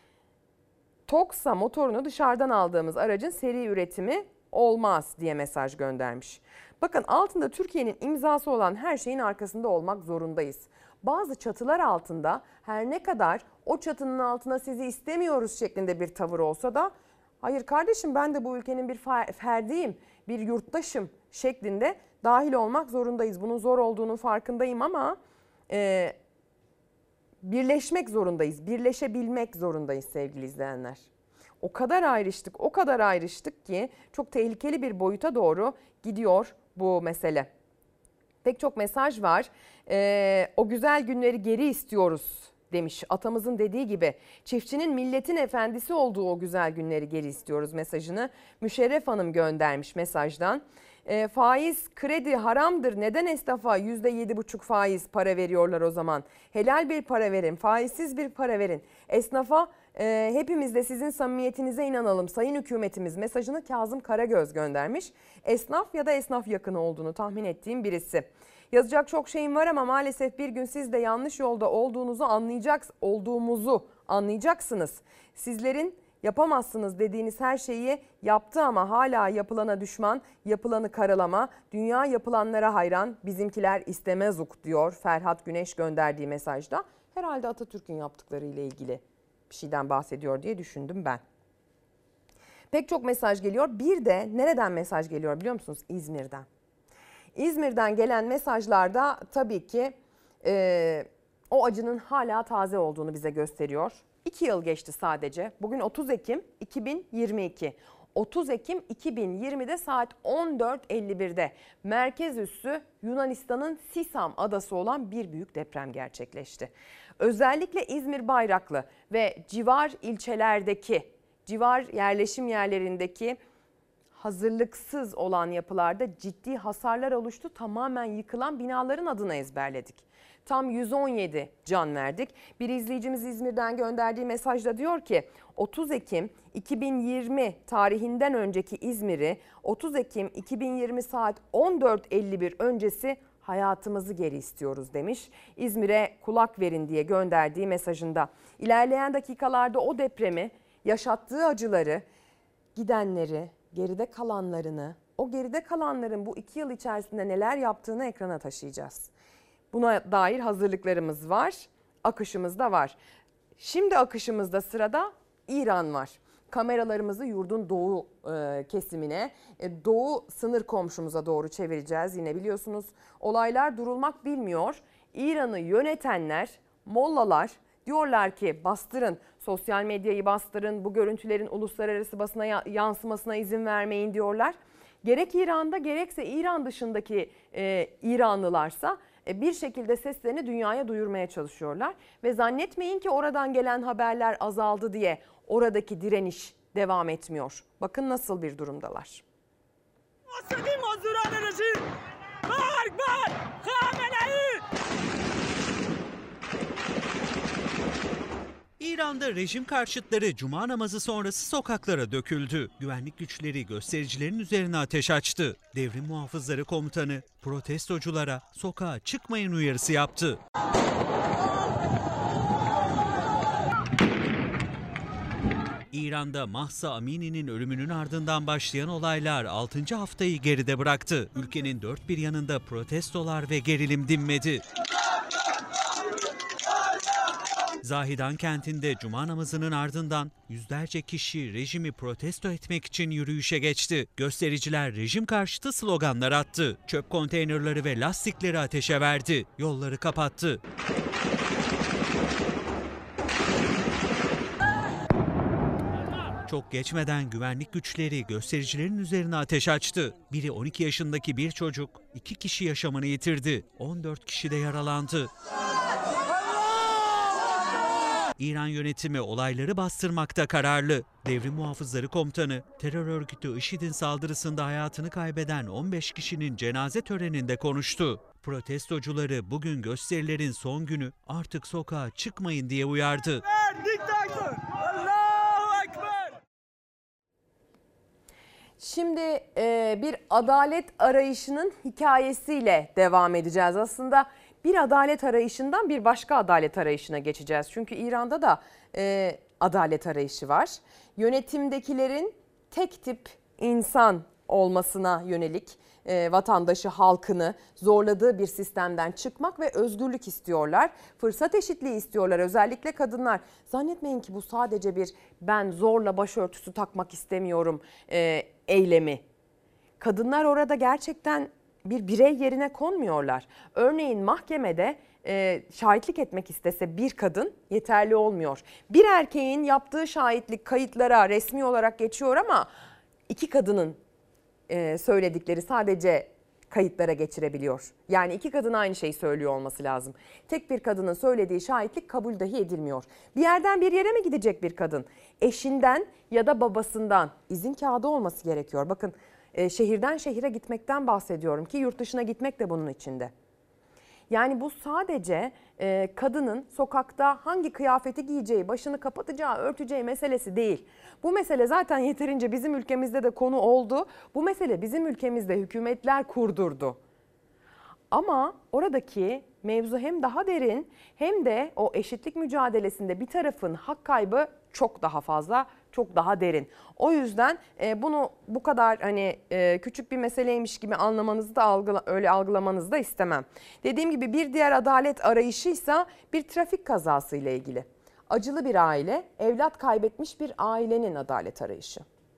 TOKSA motorunu dışarıdan aldığımız aracın seri üretimi olmaz diye mesaj göndermiş. Bakın altında Türkiye'nin imzası olan her şeyin arkasında olmak zorundayız. Bazı çatılar altında her ne kadar o çatının altına sizi istemiyoruz şeklinde bir tavır olsa da hayır kardeşim ben de bu ülkenin bir ferdiyim, bir yurttaşım şeklinde dahil olmak zorundayız. Bunun zor olduğunun farkındayım ama e, birleşmek zorundayız, birleşebilmek zorundayız sevgili izleyenler. O kadar ayrıştık, o kadar ayrıştık ki çok tehlikeli bir boyuta doğru gidiyor bu mesele. Pek çok mesaj var. Ee, o güzel günleri geri istiyoruz demiş. Atamızın dediği gibi çiftçinin milletin efendisi olduğu o güzel günleri geri istiyoruz mesajını Müşerref Hanım göndermiş mesajdan. E, faiz, kredi haramdır. Neden esnafa yüzde yedi buçuk faiz para veriyorlar o zaman? Helal bir para verin, faizsiz bir para verin. Esnafa e, hepimiz de sizin samimiyetinize inanalım sayın hükümetimiz mesajını Kazım Karagöz göndermiş. Esnaf ya da esnaf yakını olduğunu tahmin ettiğim birisi. Yazacak çok şeyim var ama maalesef bir gün siz de yanlış yolda olduğunuzu anlayacak, olduğumuzu anlayacaksınız. Sizlerin yapamazsınız dediğiniz her şeyi yaptı ama hala yapılana düşman, yapılanı karalama, dünya yapılanlara hayran, bizimkiler istemezuk diyor Ferhat Güneş gönderdiği mesajda. Herhalde Atatürk'ün yaptıkları ile ilgili bir şeyden bahsediyor diye düşündüm ben. Pek çok mesaj geliyor. Bir de nereden mesaj geliyor biliyor musunuz? İzmir'den. İzmir'den gelen mesajlarda tabii ki e, o acının hala taze olduğunu bize gösteriyor. İki yıl geçti sadece. Bugün otuz Ekim iki bin yirmi iki. otuz Ekim iki bin yirmide saat on dört elli birde merkez üssü Yunanistan'ın Sisam adası olan bir büyük deprem gerçekleşti. Özellikle İzmir Bayraklı ve civar ilçelerdeki, civar yerleşim yerlerindeki hazırlıksız olan yapılarda ciddi hasarlar oluştu. Tamamen yıkılan binaların adını ezberledik. Tam yüz on yedi can verdik. Bir izleyicimiz İzmir'den gönderdiği mesajda diyor ki otuz Ekim iki bin yirmi tarihinden önceki İzmir'i otuz Ekim iki bin yirmi saat on dört elli bir öncesi hayatımızı geri istiyoruz demiş. İzmir'e kulak verin diye gönderdiği mesajında. İlerleyen dakikalarda o depremi, yaşattığı acıları, gidenleri, geride kalanlarını, o geride kalanların bu iki yıl içerisinde neler yaptığını ekrana taşıyacağız. Buna dair hazırlıklarımız var, akışımız da var. Şimdi akışımızda sırada İran var. Kameralarımızı yurdun doğu e, kesimine, e, doğu sınır komşumuza doğru çevireceğiz. Yine biliyorsunuz olaylar durulmak bilmiyor. İran'ı yönetenler, mollalar diyorlar ki bastırın, sosyal medyayı bastırın, bu görüntülerin uluslararası basına yansımasına izin vermeyin diyorlar. Gerek İran'da gerekse İran dışındaki e, İranlılarsa bir şekilde seslerini dünyaya duyurmaya çalışıyorlar. Ve zannetmeyin ki oradan gelen haberler azaldı diye oradaki direniş devam etmiyor. Bakın nasıl bir durumdalar. İran'da rejim karşıtları cuma namazı sonrası sokaklara döküldü. Güvenlik güçleri göstericilerin üzerine ateş açtı. Devrim Muhafızları Komutanı protestoculara sokağa çıkmayın uyarısı yaptı. İran'da Mahsa Amini'nin ölümünün ardından başlayan olaylar altıncı haftayı geride bıraktı. Ülkenin dört bir yanında protestolar ve gerilim dinmedi. Zahidan kentinde cuma namazının ardından yüzlerce kişi rejimi protesto etmek için yürüyüşe geçti. Göstericiler rejim karşıtı sloganlar attı. Çöp konteynerleri ve lastikleri ateşe verdi. Yolları kapattı. Çok geçmeden güvenlik güçleri göstericilerin üzerine ateş açtı. Biri on iki yaşındaki bir çocuk, iki kişi yaşamını yitirdi. on dört kişi de yaralandı. İran yönetimi olayları bastırmakta kararlı. Devrim Muhafızları Komutanı, terör örgütü IŞİD'in saldırısında hayatını kaybeden on beş kişinin cenaze töreninde konuştu. Protestocuları bugün gösterilerin son günü, artık sokağa çıkmayın diye uyardı. Şimdi e, bir adalet arayışının hikayesiyle devam edeceğiz. Aslında bir adalet arayışından bir başka adalet arayışına geçeceğiz. Çünkü İran'da da e, adalet arayışı var. Yönetimdekilerin tek tip insan olmasına yönelik e, vatandaşı, halkını zorladığı bir sistemden çıkmak ve özgürlük istiyorlar. Fırsat eşitliği istiyorlar, özellikle kadınlar. Zannetmeyin ki bu sadece bir ben zorla başörtüsü takmak istemiyorum e, eylemi. Kadınlar orada gerçekten bir birey yerine konmuyorlar. Örneğin mahkemede e, şahitlik etmek istese bir kadın yeterli olmuyor. Bir erkeğin yaptığı şahitlik kayıtlara resmi olarak geçiyor ama iki kadının e, söyledikleri sadece kayıtlara geçirebiliyor. Yani iki kadın aynı şeyi söylüyor olması lazım. Tek bir kadının söylediği şahitlik kabul dahi edilmiyor. Bir yerden bir yere mi gidecek bir kadın? Eşinden ya da babasından izin kağıdı olması gerekiyor. Bakın e, şehirden şehire gitmekten bahsediyorum ki yurt dışına gitmek de bunun içinde. Yani bu sadece e, kadının sokakta hangi kıyafeti giyeceği, başını kapatacağı, örteceği meselesi değil. Bu mesele zaten yeterince bizim ülkemizde de konu oldu. Bu mesele bizim ülkemizde hükümetler kurdurdu. Ama oradaki mevzu hem daha derin hem de o eşitlik mücadelesinde bir tarafın hak kaybı çok daha fazla, çok daha derin. O yüzden e, bunu bu kadar hani e, küçük bir meseleymiş gibi anlamanızı da algıla, öyle algılamanızı da istemem. Dediğim gibi bir diğer adalet arayışıysa bir trafik kazası ile ilgili. Acılı bir aile, evlat kaybetmiş bir ailenin adalet arayışı.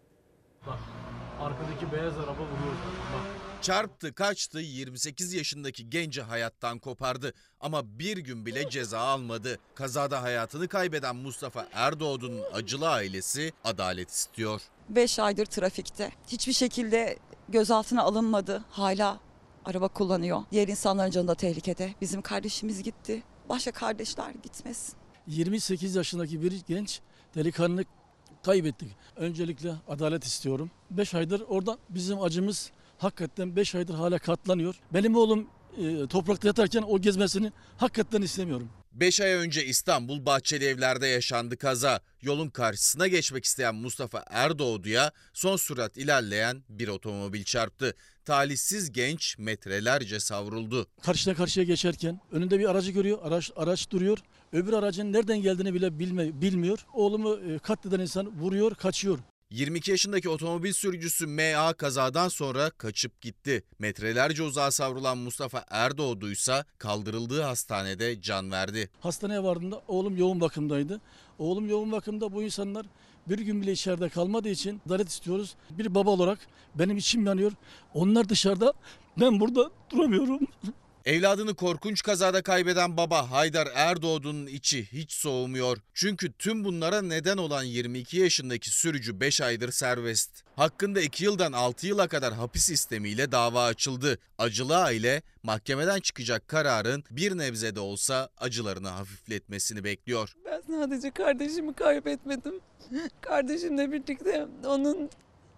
Bak, arkadaki beyaz araba vuruyor. Bak. Çarptı, kaçtı, yirmi sekiz yaşındaki genci hayattan kopardı ama bir gün bile ceza almadı. Kazada hayatını kaybeden Mustafa Erdoğdu'nun acılı ailesi adalet istiyor. beş aydır trafikte. Hiçbir şekilde gözaltına alınmadı. Hala araba kullanıyor. Diğer insanların canı da tehlikede. Bizim kardeşimiz gitti. Başka kardeşler gitmesin. yirmi sekiz yaşındaki bir genç delikanlı kaybettik. Öncelikle adalet istiyorum. beş aydır orada bizim acımız hakikaten beş aydır hala katlanıyor. Benim oğlum e, toprakta yatarken o gezmesini hakikaten istemiyorum. beş ay önce İstanbul Bahçelievler'de yaşandı kaza. Yolun karşısına geçmek isteyen Mustafa Erdoğdu'ya son sürat ilerleyen bir otomobil çarptı. Talihsiz genç metrelerce savruldu. Karşıya karşıya geçerken önünde bir aracı görüyor. Araç, araç duruyor. Öbür aracın nereden geldiğini bile bilme, bilmiyor. Oğlumu e, katleden insan vuruyor, kaçıyor. yirmi iki yaşındaki otomobil sürücüsü M A kazadan sonra kaçıp gitti. Metrelerce uzağa savrulan Mustafa Erdoğdu ise kaldırıldığı hastanede can verdi. Hastaneye vardığımda oğlum yoğun bakımdaydı. Oğlum yoğun bakımda, bu insanlar bir gün bile içeride kalmadığı için adalet istiyoruz. Bir baba olarak benim içim yanıyor. Onlar dışarıda, ben burada duramıyorum. Evladını korkunç kazada kaybeden baba Haydar Erdoğdu'nun içi hiç soğumuyor. Çünkü tüm bunlara neden olan yirmi iki yaşındaki sürücü beş aydır serbest. Hakkında iki yıldan altı yıla kadar hapis sistemiyle dava açıldı. Acılı aile mahkemeden çıkacak kararın bir nebze de olsa acılarını hafifletmesini bekliyor. Ben sadece kardeşimi kaybetmedim. Kardeşimle birlikte onun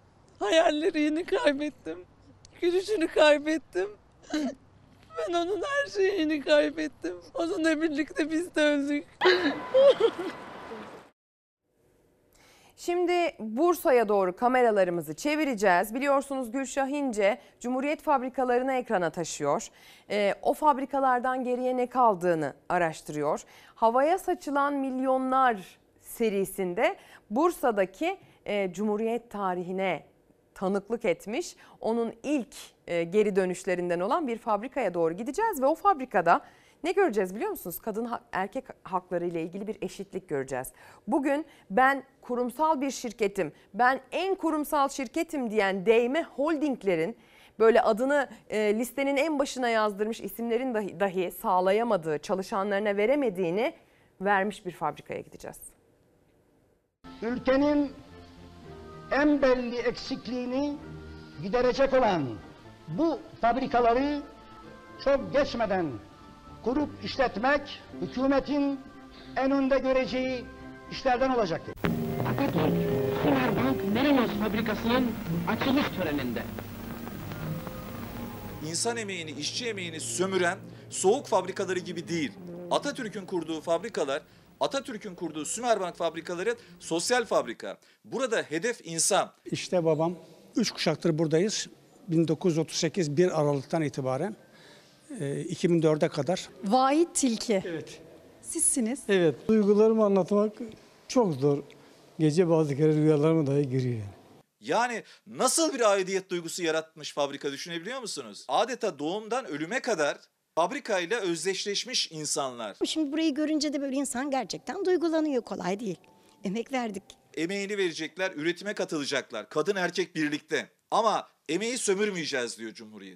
hayallerini kaybettim. Gülüşünü kaybettim. Ben onun her şeyini kaybettim. Onunla birlikte biz de öldük. Şimdi Bursa'ya doğru kameralarımızı çevireceğiz. Biliyorsunuz Gülşah İnce Cumhuriyet fabrikalarını ekrana taşıyor. Ee, o fabrikalardan geriye ne kaldığını araştırıyor. Havaya saçılan milyonlar serisinde Bursa'daki e, Cumhuriyet tarihine tanıklık etmiş. Onun ilk e, geri dönüşlerinden olan bir fabrikaya doğru gideceğiz ve o fabrikada ne göreceğiz biliyor musunuz? Kadın erkek hakları ile ilgili bir eşitlik göreceğiz. Bugün ben kurumsal bir şirketim, ben en kurumsal şirketim diyen değme holdinglerin böyle adını e, listenin en başına yazdırmış isimlerin dahi, dahi sağlayamadığı, çalışanlarına veremediğini vermiş bir fabrikaya gideceğiz. Ülkenin en belli eksikliğini giderecek olan bu fabrikaları çok geçmeden kurup işletmek hükümetin en önde göreceği işlerden olacaktır. Atatürk, Sümerbank Merinos fabrikasının açılış töreninde. İnsan emeğini, işçi emeğini sömüren soğuk fabrikaları gibi değil. Atatürk'ün kurduğu fabrikalar, Atatürk'ün kurduğu Sümerbank fabrikaları sosyal fabrika. Burada hedef insan. İşte babam, üç kuşaktır buradayız. bin dokuz yüz otuz sekiz bir Aralık'tan itibaren iki bin dörde kadar. Vahit Tilki. Evet. Sizsiniz. Evet. Duygularımı anlatmak çok zor. Gece bazı kere rüyalarıma dahi giriyor yani. Yani nasıl bir aidiyet duygusu yaratmış fabrika düşünebiliyor musunuz? Adeta doğumdan ölüme kadar fabrikayla özdeşleşmiş insanlar. Şimdi burayı görünce de böyle insan gerçekten duygulanıyor, kolay değil. Emek verdik. Emeğini verecekler, üretime katılacaklar. Kadın erkek birlikte. Ama emeği sömürmeyeceğiz diyor Cumhuriyet.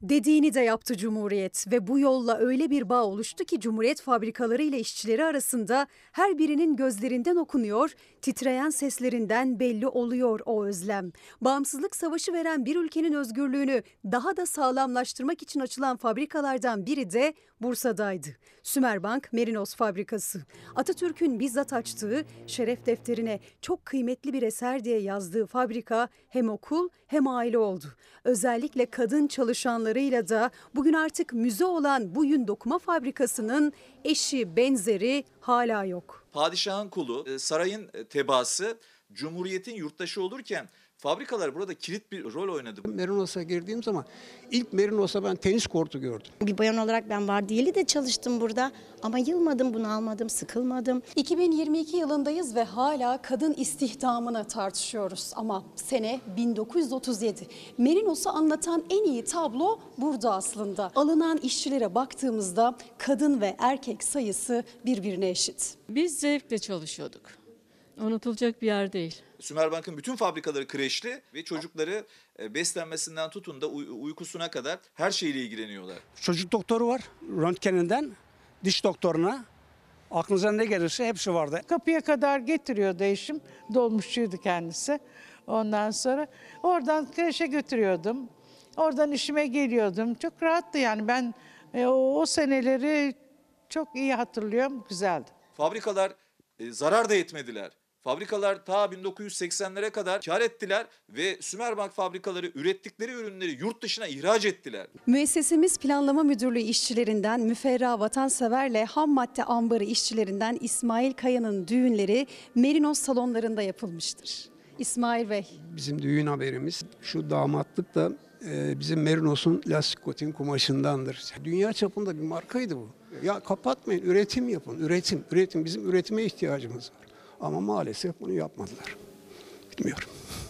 Dediğini de yaptı Cumhuriyet ve bu yolla öyle bir bağ oluştu ki Cumhuriyet fabrikaları ile işçileri arasında her birinin gözlerinden okunuyor, titreyen seslerinden belli oluyor o özlem. Bağımsızlık savaşı veren bir ülkenin özgürlüğünü daha da sağlamlaştırmak için açılan fabrikalardan biri de Bursa'daydı. Sümerbank Merinos fabrikası. Atatürk'ün bizzat açtığı, şeref defterine çok kıymetli bir eser diye yazdığı fabrika hem okul hem aile oldu. Özellikle kadın çalışanlarıyla da bugün artık müze olan bu yün dokuma fabrikasının eşi benzeri hala yok. Padişahın kulu, sarayın tebaası, Cumhuriyet'in yurttaşı olurken fabrikalar burada kilit bir rol oynadı. Merinos'a girdiğim zaman ilk Merinos'a ben tenis kortu gördüm. Bir bayan olarak ben vardiyeli de çalıştım burada ama yılmadım, bunalmadım, sıkılmadım. iki bin yirmi iki yılındayız ve hala kadın istihdamını tartışıyoruz ama sene bin dokuz yüz otuz yedi. Merinos'u anlatan en iyi tablo burada aslında. Alınan işçilere baktığımızda kadın ve erkek sayısı birbirine eşit. Biz zevkle çalışıyorduk. Unutulacak bir yer değil. Sümerbank'ın bütün fabrikaları kreşli ve çocukları beslenmesinden tutun da uykusuna kadar her şeyle ilgileniyorlar. Çocuk doktoru var, röntgeninden diş doktoruna. Aklınıza ne gelirse hepsi vardı. Kapıya kadar getiriyordu eşim, dolmuşçuydu kendisi. Ondan sonra oradan kreşe götürüyordum. Oradan işime geliyordum. Çok rahattı yani ben e, o, o seneleri çok iyi hatırlıyorum, güzeldi. Fabrikalar e, zarar da etmediler. Fabrikalar ta bin dokuz yüz seksenlere kadar kar ettiler ve Sümerbank fabrikaları ürettikleri ürünleri yurt dışına ihraç ettiler. Müessesemiz Planlama Müdürlüğü işçilerinden Müferra Vatansever'le ham madde ambarı işçilerinden İsmail Kaya'nın düğünleri Merinos salonlarında yapılmıştır. İsmail Bey. Bizim düğün haberimiz şu damatlık da e, bizim Merinos'un lastik kotin kumaşındandır. Dünya çapında bir markaydı bu. Ya kapatmayın, üretim yapın, üretim, üretim. Bizim üretime ihtiyacımız var. Ama maalesef bunu yapmadılar. Bilmiyorum.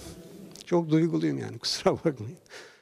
Çok duyguluyum yani, kusura bakmayın.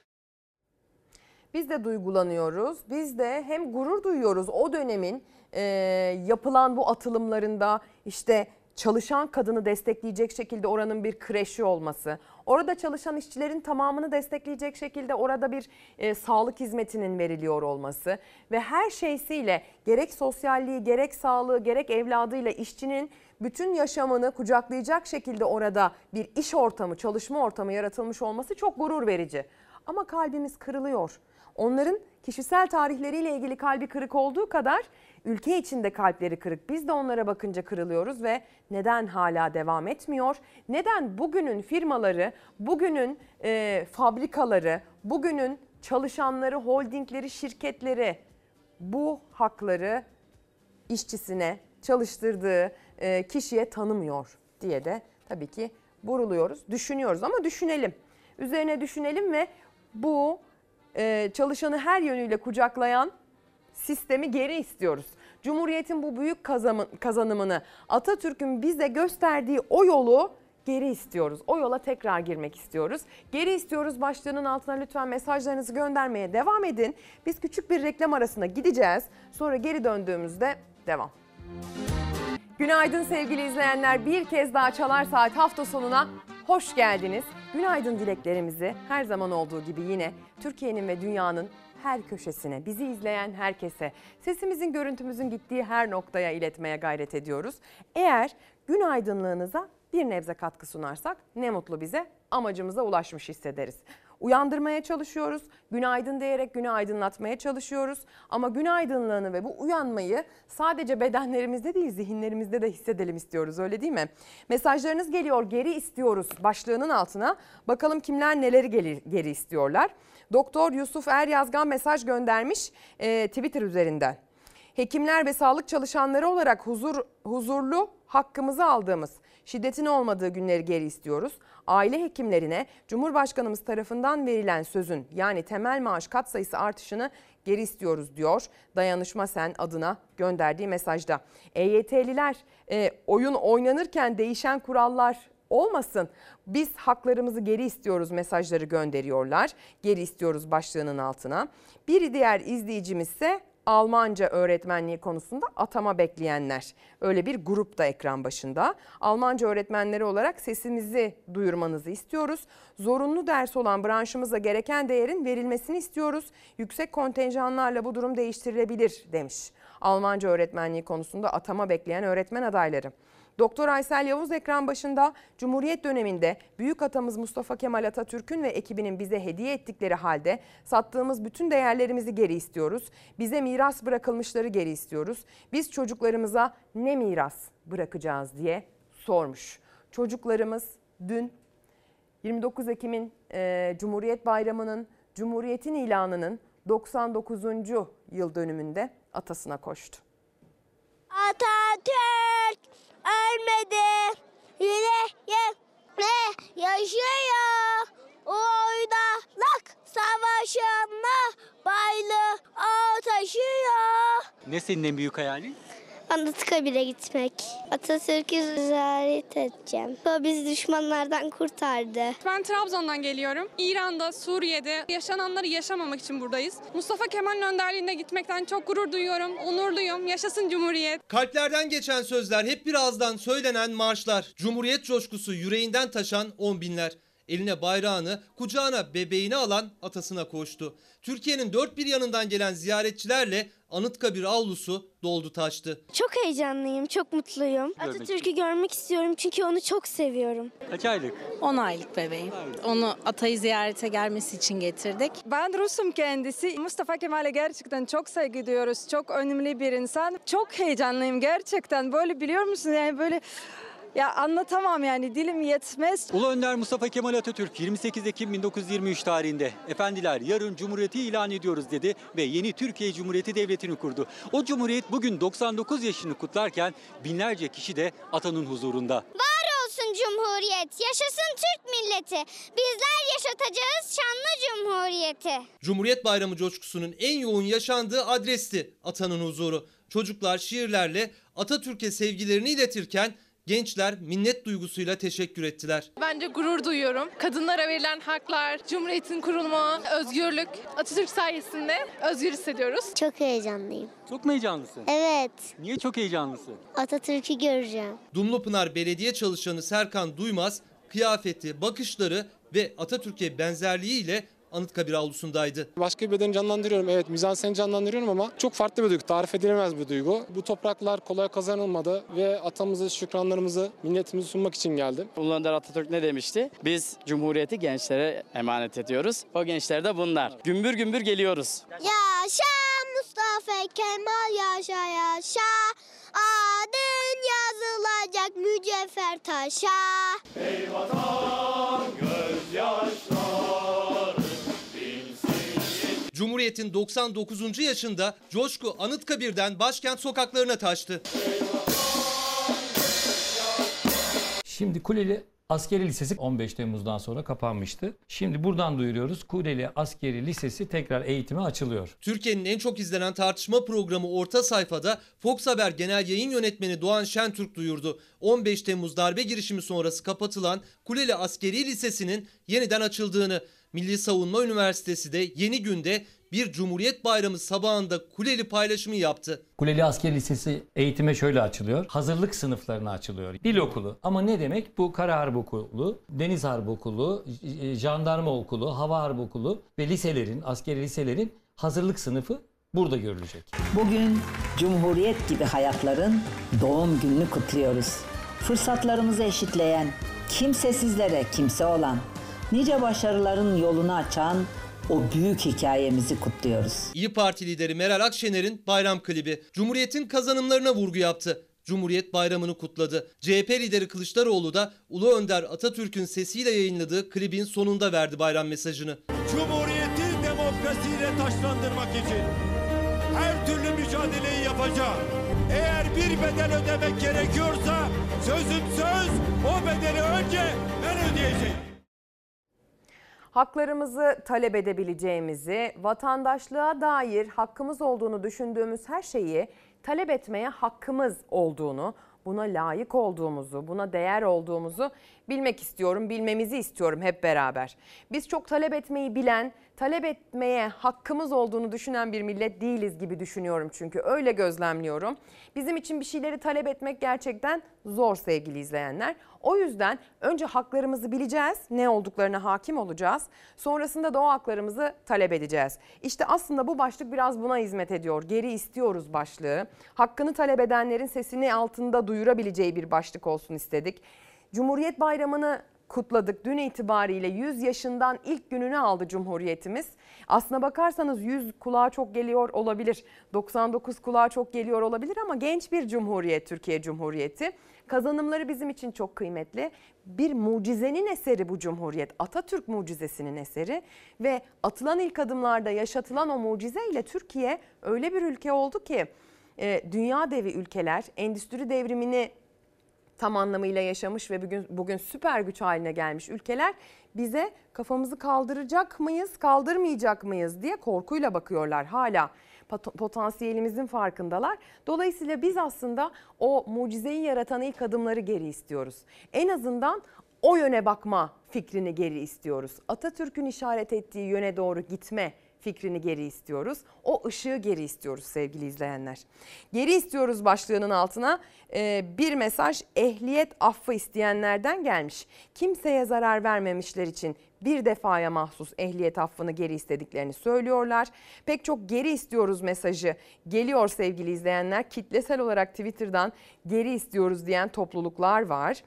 Biz de duygulanıyoruz. Biz de hem gurur duyuyoruz o dönemin e, yapılan bu atılımlarında, işte çalışan kadını destekleyecek şekilde oranın bir kreşi olması, orada çalışan işçilerin tamamını destekleyecek şekilde orada bir e, sağlık hizmetinin veriliyor olması ve her şeysiyle gerek sosyalliği, gerek sağlığı, gerek evladıyla işçinin bütün yaşamını kucaklayacak şekilde orada bir iş ortamı, çalışma ortamı yaratılmış olması çok gurur verici. Ama kalbimiz kırılıyor. Onların kişisel tarihleriyle ilgili kalbi kırık olduğu kadar ülke içinde kalpleri kırık. Biz de onlara bakınca kırılıyoruz ve neden hala devam etmiyor? Neden bugünün firmaları, bugünün e, fabrikaları, bugünün çalışanları, holdingleri, şirketleri bu hakları işçisine, çalıştırdığı e, kişiye tanımıyor diye de tabii ki buruluyoruz, düşünüyoruz ama düşünelim. Üzerine düşünelim ve bu e, çalışanı her yönüyle kucaklayan sistemi geri istiyoruz. Cumhuriyetin bu büyük kazanımını, Atatürk'ün bize gösterdiği o yolu geri istiyoruz. O yola tekrar girmek istiyoruz. Geri istiyoruz başlığının altına lütfen mesajlarınızı göndermeye devam edin. Biz küçük bir reklam arasına gideceğiz. Sonra geri döndüğümüzde devam. Günaydın sevgili izleyenler. Bir kez daha Çalar Saat hafta sonuna hoş geldiniz. Günaydın dileklerimizi her zaman olduğu gibi yine Türkiye'nin ve dünyanın her köşesine, bizi izleyen herkese, sesimizin, görüntümüzün gittiği her noktaya iletmeye gayret ediyoruz. Eğer gün aydınlığınıza bir nebze katkı sunarsak ne mutlu bize, amacımıza ulaşmış hissederiz. Uyandırmaya çalışıyoruz, günaydın diyerek günü aydınlatmaya çalışıyoruz. Ama gün aydınlığını ve bu uyanmayı sadece bedenlerimizde değil zihinlerimizde de hissedelim istiyoruz, öyle değil mi? Mesajlarınız geliyor, geri istiyoruz başlığının altına. Bakalım kimler neleri geri, geri istiyorlar. Doktor Yusuf Eryazgan mesaj göndermiş e, Twitter üzerinden. Hekimler ve sağlık çalışanları olarak huzur huzurlu hakkımızı aldığımız, şiddetin olmadığı günleri geri istiyoruz. Aile hekimlerine Cumhurbaşkanımız tarafından verilen sözün yani temel maaş katsayısı artışını geri istiyoruz diyor. Dayanışma Sen adına gönderdiği mesajda. E Y T'liler e, oyun oynanırken değişen kurallar olmasın. Biz haklarımızı geri istiyoruz mesajları gönderiyorlar. Geri istiyoruz başlığının altına. Bir diğer izleyicimiz ise Almanca öğretmenliği konusunda atama bekleyenler. Öyle bir grup da ekran başında. Almanca öğretmenleri olarak sesimizi duyurmanızı istiyoruz. Zorunlu ders olan branşımıza gereken değerin verilmesini istiyoruz. Yüksek kontenjanlarla bu durum değiştirilebilir demiş. Almanca öğretmenliği konusunda atama bekleyen öğretmen adayları. Doktor Aysel Yavuz ekran başında Cumhuriyet döneminde büyük atamız Mustafa Kemal Atatürk'ün ve ekibinin bize hediye ettikleri halde sattığımız bütün değerlerimizi geri istiyoruz. Bize miras bırakılmışları geri istiyoruz. Biz çocuklarımıza ne miras bırakacağız diye sormuş. Çocuklarımız dün yirmi dokuz Ekim'in e, Cumhuriyet Bayramı'nın, Cumhuriyet'in ilanının doksan dokuzuncu yıl dönümünde atasına koştu. Atatürk ölmedi, yüreğimde yaşıyor. Uydalak savaşında baylı o taşıyor. Ne senin en büyük hayalin? Anıtkabir'e gitmek. Atatürk'ü ziyaret edeceğim. O bizi düşmanlardan kurtardı. Ben Trabzon'dan geliyorum. İran'da, Suriye'de yaşananları yaşamamak için buradayız. Mustafa Kemal'in önderliğinde gitmekten çok gurur duyuyorum, onurluyum. Yaşasın Cumhuriyet. Kalplerden geçen sözler, hep bir ağızdan söylenen marşlar. Cumhuriyet coşkusu yüreğinden taşan on binler. Eline bayrağını, kucağına bebeğini alan atasına koştu. Türkiye'nin dört bir yanından gelen ziyaretçilerle Anıtkabir avlusu doldu taştı. Çok heyecanlıyım, çok mutluyum. Atatürk'ü görmek istiyorum çünkü onu çok seviyorum. Kaç aylık? on aylık bebeğim. Onu atayı ziyarete gelmesi için getirdik. Ben Rus'um kendisi. Mustafa Kemal'e gerçekten çok saygı duyuyoruz. Çok önemli bir insan. Çok heyecanlıyım gerçekten. Böyle biliyor musun yani böyle... Ya anlatamam yani, dilim yetmez. Ulu Önder Mustafa Kemal Atatürk yirmi sekiz Ekim bin dokuz yüz yirmi üç tarihinde efendiler yarın Cumhuriyeti ilan ediyoruz dedi ve yeni Türkiye Cumhuriyeti Devleti'ni kurdu. O Cumhuriyet bugün doksan dokuz yaşını kutlarken binlerce kişi de atanın huzurunda. Var olsun Cumhuriyet, yaşasın Türk milleti. Bizler yaşatacağız şanlı Cumhuriyeti. Cumhuriyet Bayramı coşkusunun en yoğun yaşandığı adresti atanın huzuru. Çocuklar şiirlerle Atatürk'e sevgilerini iletirken gençler minnet duygusuyla teşekkür ettiler. Bence gurur duyuyorum. Kadınlara verilen haklar, Cumhuriyet'in kurulma, özgürlük. Atatürk sayesinde özgür hissediyoruz. Çok heyecanlıyım. Çok mu heyecanlısın? Evet. Niye çok heyecanlısın? Atatürk'ü göreceğim. Dumlupınar Belediye çalışanı Serkan Duymaz, kıyafeti, bakışları ve Atatürk'e benzerliğiyle Anıtkabir avlusundaydı. Başka bir bedeni canlandırıyorum. Evet, mizanseni canlandırıyorum ama çok farklı bir duygu. Tarif edilemez bir duygu. Bu topraklar kolay kazanılmadı ve atamızı, şükranlarımızı, minnetimizi sunmak için geldim. Ulu Önder Atatürk ne demişti? Biz Cumhuriyeti gençlere emanet ediyoruz. O gençler de bunlar. Gümbür gümbür geliyoruz. Yaşa Mustafa Kemal, yaşa yaşa. Adın yazılacak mücevher taşa. Ey vatan gözyaşlar. Cumhuriyet'in doksan dokuzuncu yaşında coşku Anıtkabir'den başkent sokaklarına taştı. Şimdi Kuleli Askeri Lisesi on beş Temmuz'dan sonra kapanmıştı. Şimdi buradan duyuruyoruz. Kuleli Askeri Lisesi tekrar eğitime açılıyor. Türkiye'nin en çok izlenen tartışma programı Orta Sayfa'da Fox Haber Genel Yayın Yönetmeni Doğan Şentürk duyurdu. on beş Temmuz darbe girişimi sonrası kapatılan Kuleli Askeri Lisesi'nin yeniden açıldığını. Milli Savunma Üniversitesi de yeni günde bir Cumhuriyet Bayramı sabahında Kuleli paylaşımı yaptı. Kuleli Askeri Lisesi eğitime şöyle açılıyor. Hazırlık sınıflarına açılıyor. Dil okulu. Ama ne demek? Bu Kara Harp Okulu, Deniz Harp Okulu, Jandarma Okulu, Hava Harp Okulu ve liselerin, askeri liselerin hazırlık sınıfı burada görülecek. Bugün Cumhuriyet gibi hayatların doğum gününü kutluyoruz. Fırsatlarımızı eşitleyen, kimsesizlere kimse olan, nice başarıların yolunu açan o büyük hikayemizi kutluyoruz. İYİ Parti lideri Meral Akşener'in bayram klibi Cumhuriyet'in kazanımlarına vurgu yaptı. Cumhuriyet Bayramı'nı kutladı. C H P lideri Kılıçdaroğlu da Ulu Önder Atatürk'ün sesiyle yayınladığı klibin sonunda verdi bayram mesajını. Cumhuriyeti demokrasiyle taşlandırmak için her türlü mücadeleyi yapacağım. Eğer bir bedel ödemek gerekiyorsa sözüm söz, o bedeli önce ben ödeyeceğim. Haklarımızı talep edebileceğimizi, vatandaşlığa dair hakkımız olduğunu düşündüğümüz her şeyi talep etmeye hakkımız olduğunu, buna layık olduğumuzu, buna değer olduğumuzu Bilmek istiyorum, bilmemizi istiyorum hep beraber. Biz çok talep etmeyi bilen, talep etmeye hakkımız olduğunu düşünen bir millet değiliz gibi düşünüyorum çünkü öyle gözlemliyorum. Bizim için bir şeyleri talep etmek gerçekten zor sevgili izleyenler. O yüzden önce haklarımızı bileceğiz, ne olduklarına hakim olacağız. Sonrasında da o haklarımızı talep edeceğiz. İşte aslında bu başlık biraz buna hizmet ediyor. Geri istiyoruz başlığı. Hakkını talep edenlerin sesini altında duyurabileceği bir başlık olsun istedik. Cumhuriyet Bayramı'nı kutladık. Dün itibariyle yüz yaşından ilk gününü aldı Cumhuriyetimiz. Aslına bakarsanız yüz kulağa çok geliyor olabilir. doksan dokuz kulağa çok geliyor olabilir ama genç bir cumhuriyet Türkiye Cumhuriyeti. Kazanımları bizim için çok kıymetli. Bir mucizenin eseri bu Cumhuriyet. Atatürk mucizesinin eseri ve atılan ilk adımlarda yaşatılan o mucizeyle Türkiye öyle bir ülke oldu ki dünya devi ülkeler endüstri devrimini tam anlamıyla yaşamış ve bugün bugün süper güç haline gelmiş ülkeler bize kafamızı kaldıracak mıyız, kaldırmayacak mıyız diye korkuyla bakıyorlar hala. Potansiyelimizin farkındalar. Dolayısıyla biz aslında o mucizeyi yaratan ilk adımları geri istiyoruz. En azından o yöne bakma fikrini geri istiyoruz. Atatürk'ün işaret ettiği yöne doğru gitme fikrini geri istiyoruz. O ışığı geri istiyoruz sevgili izleyenler. Geri istiyoruz başlığının altına bir mesaj ehliyet affı isteyenlerden gelmiş. Kimseye zarar vermemişler için bir defaya mahsus ehliyet affını geri istediklerini söylüyorlar. Pek çok geri istiyoruz mesajı geliyor sevgili izleyenler. Kitlesel olarak Twitter'dan geri istiyoruz diyen topluluklar var.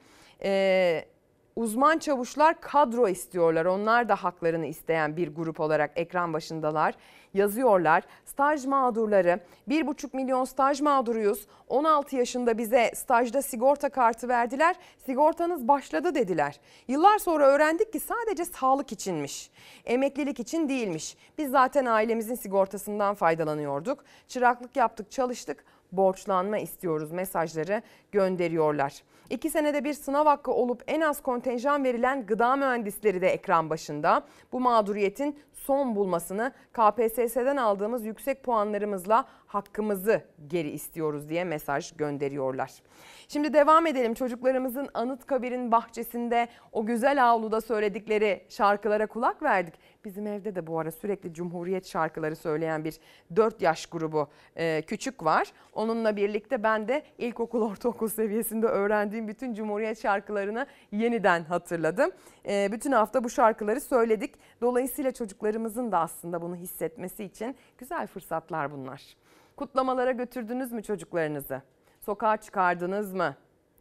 Ee, Uzman çavuşlar kadro istiyorlar. Onlar da haklarını isteyen bir grup olarak ekran başındalar. Yazıyorlar. Staj mağdurları, bir buçuk milyon staj mağduruyuz. on altı yaşında bize stajda sigorta kartı verdiler. Sigortanız başladı dediler. Yıllar sonra öğrendik ki sadece sağlık içinmiş. Emeklilik için değilmiş. Biz zaten ailemizin sigortasından faydalanıyorduk. Çıraklık yaptık, çalıştık. Borçlanma istiyoruz mesajları gönderiyorlar. İki senede bir sınav hakkı olup en az kontenjan verilen gıda mühendisleri de ekran başında. Bu mağduriyetin son bulmasını K P S S'den aldığımız yüksek puanlarımızla hakkımızı geri istiyoruz diye mesaj gönderiyorlar. Şimdi devam edelim. Çocuklarımızın Anıtkabir'in bahçesinde o güzel avluda söyledikleri şarkılara kulak verdik. Bizim evde de bu ara sürekli Cumhuriyet şarkıları söyleyen bir dört yaş grubu e, küçük var. Onunla birlikte ben de ilkokul, ortaokul seviyesinde öğrendiğim bütün Cumhuriyet şarkılarını yeniden hatırladım. E, bütün hafta bu şarkıları söyledik. Dolayısıyla çocuklarımızın da aslında bunu hissetmesi için güzel fırsatlar bunlar. Kutlamalara götürdünüz mü çocuklarınızı? Sokağa çıkardınız mı?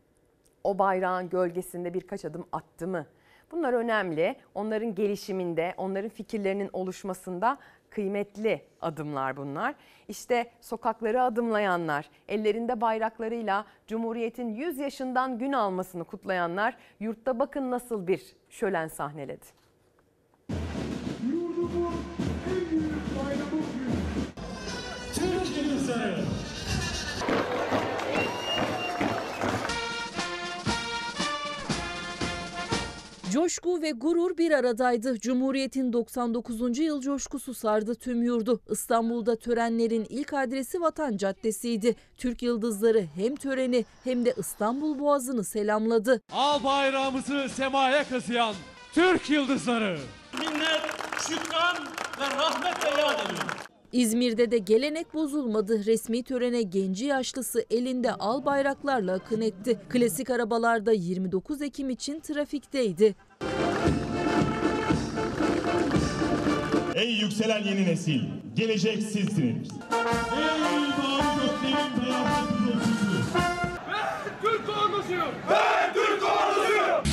O bayrağın gölgesinde birkaç adım attı mı? Bunlar önemli. Onların gelişiminde, onların fikirlerinin oluşmasında kıymetli adımlar bunlar. İşte sokakları adımlayanlar, ellerinde bayraklarıyla Cumhuriyet'in yüz yaşından gün almasını kutlayanlar yurtta bakın nasıl bir şölen sahneledi. Yurdumun en büyük bayramı bugün. Türk insanı. Coşku ve gurur bir aradaydı. Cumhuriyet'in doksan dokuzuncu yıl coşkusu sardı tüm yurdu. İstanbul'da törenlerin ilk adresi Vatan Caddesi'ydi. Türk yıldızları hem töreni hem de İstanbul Boğazı'nı selamladı. Al bayrağımızı semaya kazıyan Türk yıldızları. Minnet, şükran ve rahmetle yad ediyor. İzmir'de de gelenek bozulmadı. Resmi törene genci yaşlısı elinde al bayraklarla akın etti. Klasik arabalarda yirmi dokuz Ekim için trafikteydi. Ey yükselen yeni nesil, gelecek sizsiniz. Ey mavi göklerin beyaz pürüzsüzü. Ben Türk ordusuyum. Ben Türk ordusuyum.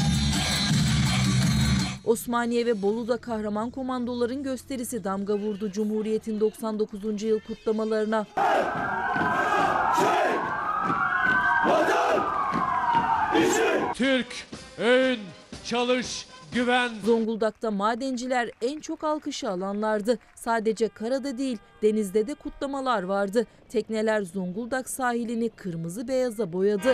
Osmaniye ve Bolu'da kahraman komandoların gösterisi damga vurdu Cumhuriyet'in doksan dokuzuncu yıl kutlamalarına. Şey, vatan, işi. Türk, ön, çalış, güven. Zonguldak'ta madenciler en çok alkışı alanlardı. Sadece karada değil, denizde de kutlamalar vardı. Tekneler Zonguldak sahilini kırmızı beyaza boyadı.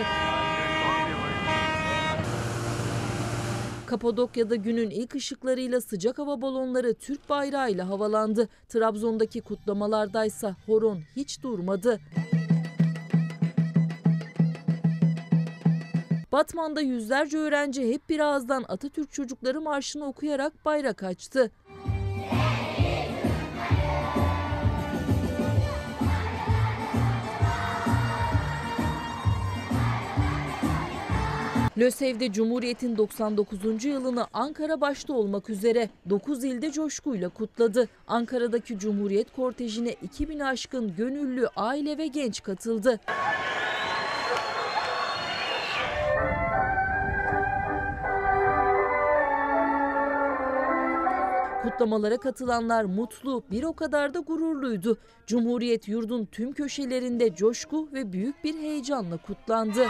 Kapadokya'da günün ilk ışıklarıyla sıcak hava balonları Türk bayrağıyla havalandı. Trabzon'daki kutlamalardaysa horon hiç durmadı. Batman'da yüzlerce öğrenci hep bir ağızdan Atatürk Çocukları Marşı'nı okuyarak bayrak açtı. LÖSEV'de Cumhuriyet'in doksan dokuzuncu yılını Ankara başta olmak üzere dokuz ilde coşkuyla kutladı. Ankara'daki Cumhuriyet kortejine iki bin aşkın gönüllü, aile ve genç katıldı. Kutlamalara katılanlar mutlu, bir o kadar da gururluydu. Cumhuriyet yurdun tüm köşelerinde coşku ve büyük bir heyecanla kutlandı.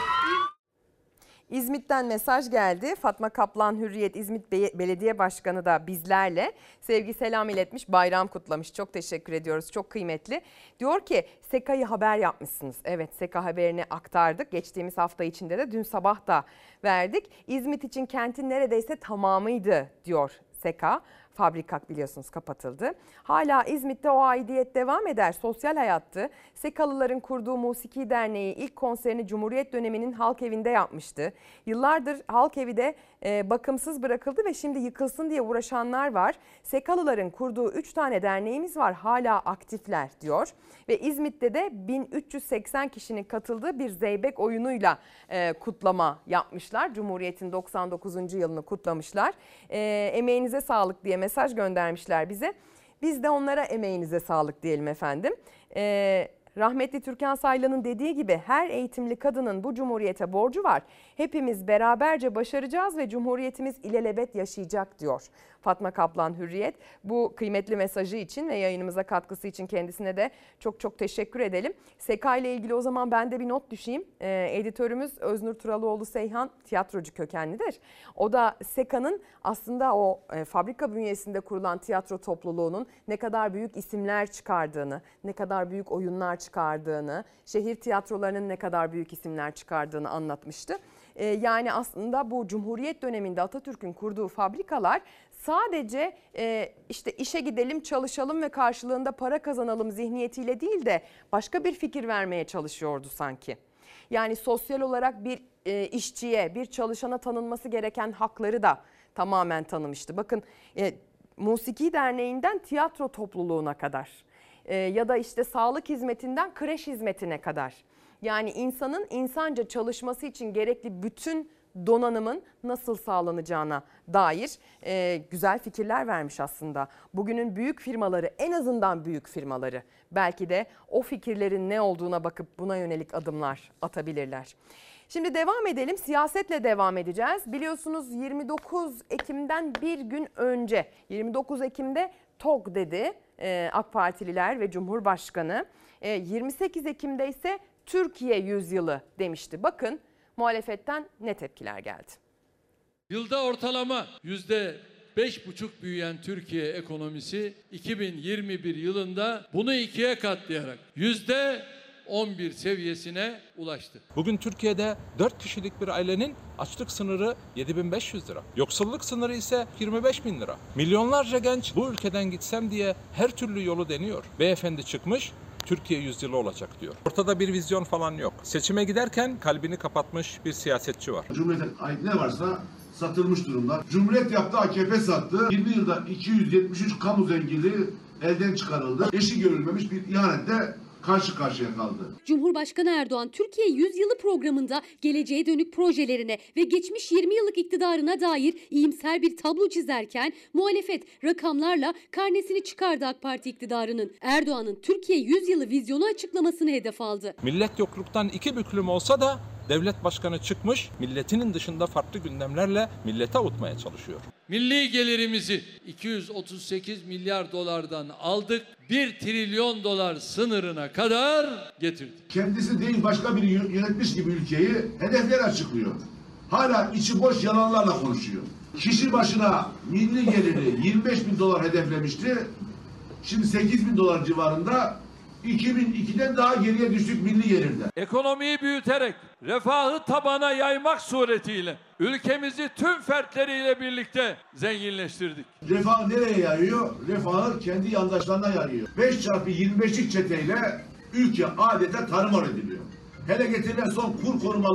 İzmit'ten mesaj geldi. Fatma Kaplan Hürriyet İzmit Belediye Başkanı da bizlerle sevgi selam iletmiş, bayram kutlamış. Çok teşekkür ediyoruz. Çok kıymetli. Diyor ki SEKA'yı haber yapmışsınız. Evet, SEKA haberini aktardık. Geçtiğimiz hafta içinde de dün sabah da verdik. İzmit için kentin neredeyse tamamıydı diyor SEKA. Fabrika biliyorsunuz kapatıldı. Hala İzmit'te o aidiyet devam eder. Sosyal hayattı. Sekalıların kurduğu Musiki Derneği ilk konserini Cumhuriyet döneminin Halk Evi'nde yapmıştı. Yıllardır Halk Evi de e, bakımsız bırakıldı ve şimdi yıkılsın diye uğraşanlar var. Sekalıların kurduğu üç tane derneğimiz var. Hala aktifler diyor. Ve İzmit'te de bin üç yüz seksen kişinin katıldığı bir zeybek oyunuyla e, kutlama yapmışlar. Cumhuriyet'in doksan dokuzuncu yılını kutlamışlar. E, emeğinize sağlık diye mesaj göndermişler bize. Biz de onlara emeğinize sağlık diyelim efendim. Ee, rahmetli Türkan Saylan'ın dediği gibi her eğitimli kadının bu cumhuriyete borcu var. Hepimiz beraberce başaracağız ve cumhuriyetimiz ilelebet yaşayacak diyor Fatma Kaplan Hürriyet. Bu kıymetli mesajı için ve yayınımıza katkısı için kendisine de çok çok teşekkür edelim. SEKA ile ilgili o zaman ben de bir not düşeyim. Ee, editörümüz Öznur Turalıoğlu Seyhan tiyatrocu kökenlidir. O da SEKA'nın aslında o e, fabrika bünyesinde kurulan tiyatro topluluğunun ne kadar büyük isimler çıkardığını, ne kadar büyük oyunlar çıkardığını, şehir tiyatrolarının ne kadar büyük isimler çıkardığını anlatmıştı. Ee, yani aslında bu Cumhuriyet döneminde Atatürk'ün kurduğu fabrikalar sadece e, işte işe gidelim, çalışalım ve karşılığında para kazanalım zihniyetiyle değil de başka bir fikir vermeye çalışıyordu sanki. Yani sosyal olarak bir e, işçiye, bir çalışana tanınması gereken hakları da tamamen tanımıştı. Bakın e, Musiki Derneği'nden tiyatro topluluğuna kadar e, ya da işte sağlık hizmetinden kreş hizmetine kadar. Yani insanın insanca çalışması için gerekli bütün donanımın nasıl sağlanacağına dair e, güzel fikirler vermiş aslında. Bugünün büyük firmaları, en azından büyük firmaları belki de o fikirlerin ne olduğuna bakıp buna yönelik adımlar atabilirler. Şimdi devam edelim, siyasetle devam edeceğiz. Biliyorsunuz yirmi dokuz Ekim'den bir gün önce, yirmi dokuz Ekim'de TOG dedi e, AK Partililer ve Cumhurbaşkanı. E, yirmi sekiz Ekim'de ise Türkiye yüzyılı demişti. Bakın muhalefetten ne tepkiler geldi. Yılda ortalama yüzde beş buçuk büyüyen Türkiye ekonomisi iki bin yirmi bir yılında bunu ikiye katlayarak yüzde on bir seviyesine ulaştı. Bugün Türkiye'de dört kişilik bir ailenin açlık sınırı yedi bin beş yüz lira. Yoksulluk sınırı ise yirmi beş bin lira. Milyonlarca genç bu ülkeden gitsem diye her türlü yolu deniyor. Beyefendi çıkmış, Türkiye yüzyılı olacak diyor. Ortada bir vizyon falan yok. Seçime giderken kalbini kapatmış bir siyasetçi var. Cumhuriyet'e ait ne varsa satılmış durumda. Cumhuriyet yaptı, A K P sattı. yirmi yılda iki yüz yetmiş üç kamu zenginliği elden çıkarıldı. Eşi görülmemiş bir ihanetle karşı karşıya kaldı. Cumhurbaşkanı Erdoğan Türkiye Yüzyılı programında geleceğe dönük projelerine ve geçmiş yirmi yıllık iktidarına dair iyimser bir tablo çizerken muhalefet rakamlarla karnesini çıkardı AK Parti iktidarının. Erdoğan'ın Türkiye Yüzyılı vizyonu açıklamasını hedef aldı. Millet yokluktan iki büklüm olsa da devlet başkanı çıkmış, milletinin dışında farklı gündemlerle millete avutmaya çalışıyor. Milli gelirimizi iki yüz otuz sekiz milyar dolardan aldık, bir trilyon dolar sınırına kadar getirdik. Kendisi değil başka biri yönetmiş gibi ülkeyi hedefler açıklıyor. Hala içi boş yalanlarla konuşuyor. Kişi başına milli geliri yirmi beş bin dolar hedeflemişti. Şimdi sekiz bin dolar civarında. iki bin ikiden daha geriye düştük milli gelirde. Ekonomiyi büyüterek, refahı tabana yaymak suretiyle ülkemizi tüm fertleriyle birlikte zenginleştirdik. Refah nereye yayıyor? Refahı kendi yandaşlarına yayıyor. beş çarpı yirmi beşlik çeteyle ülke adeta tarumar ediliyor. Hele getirilen son kur korumalı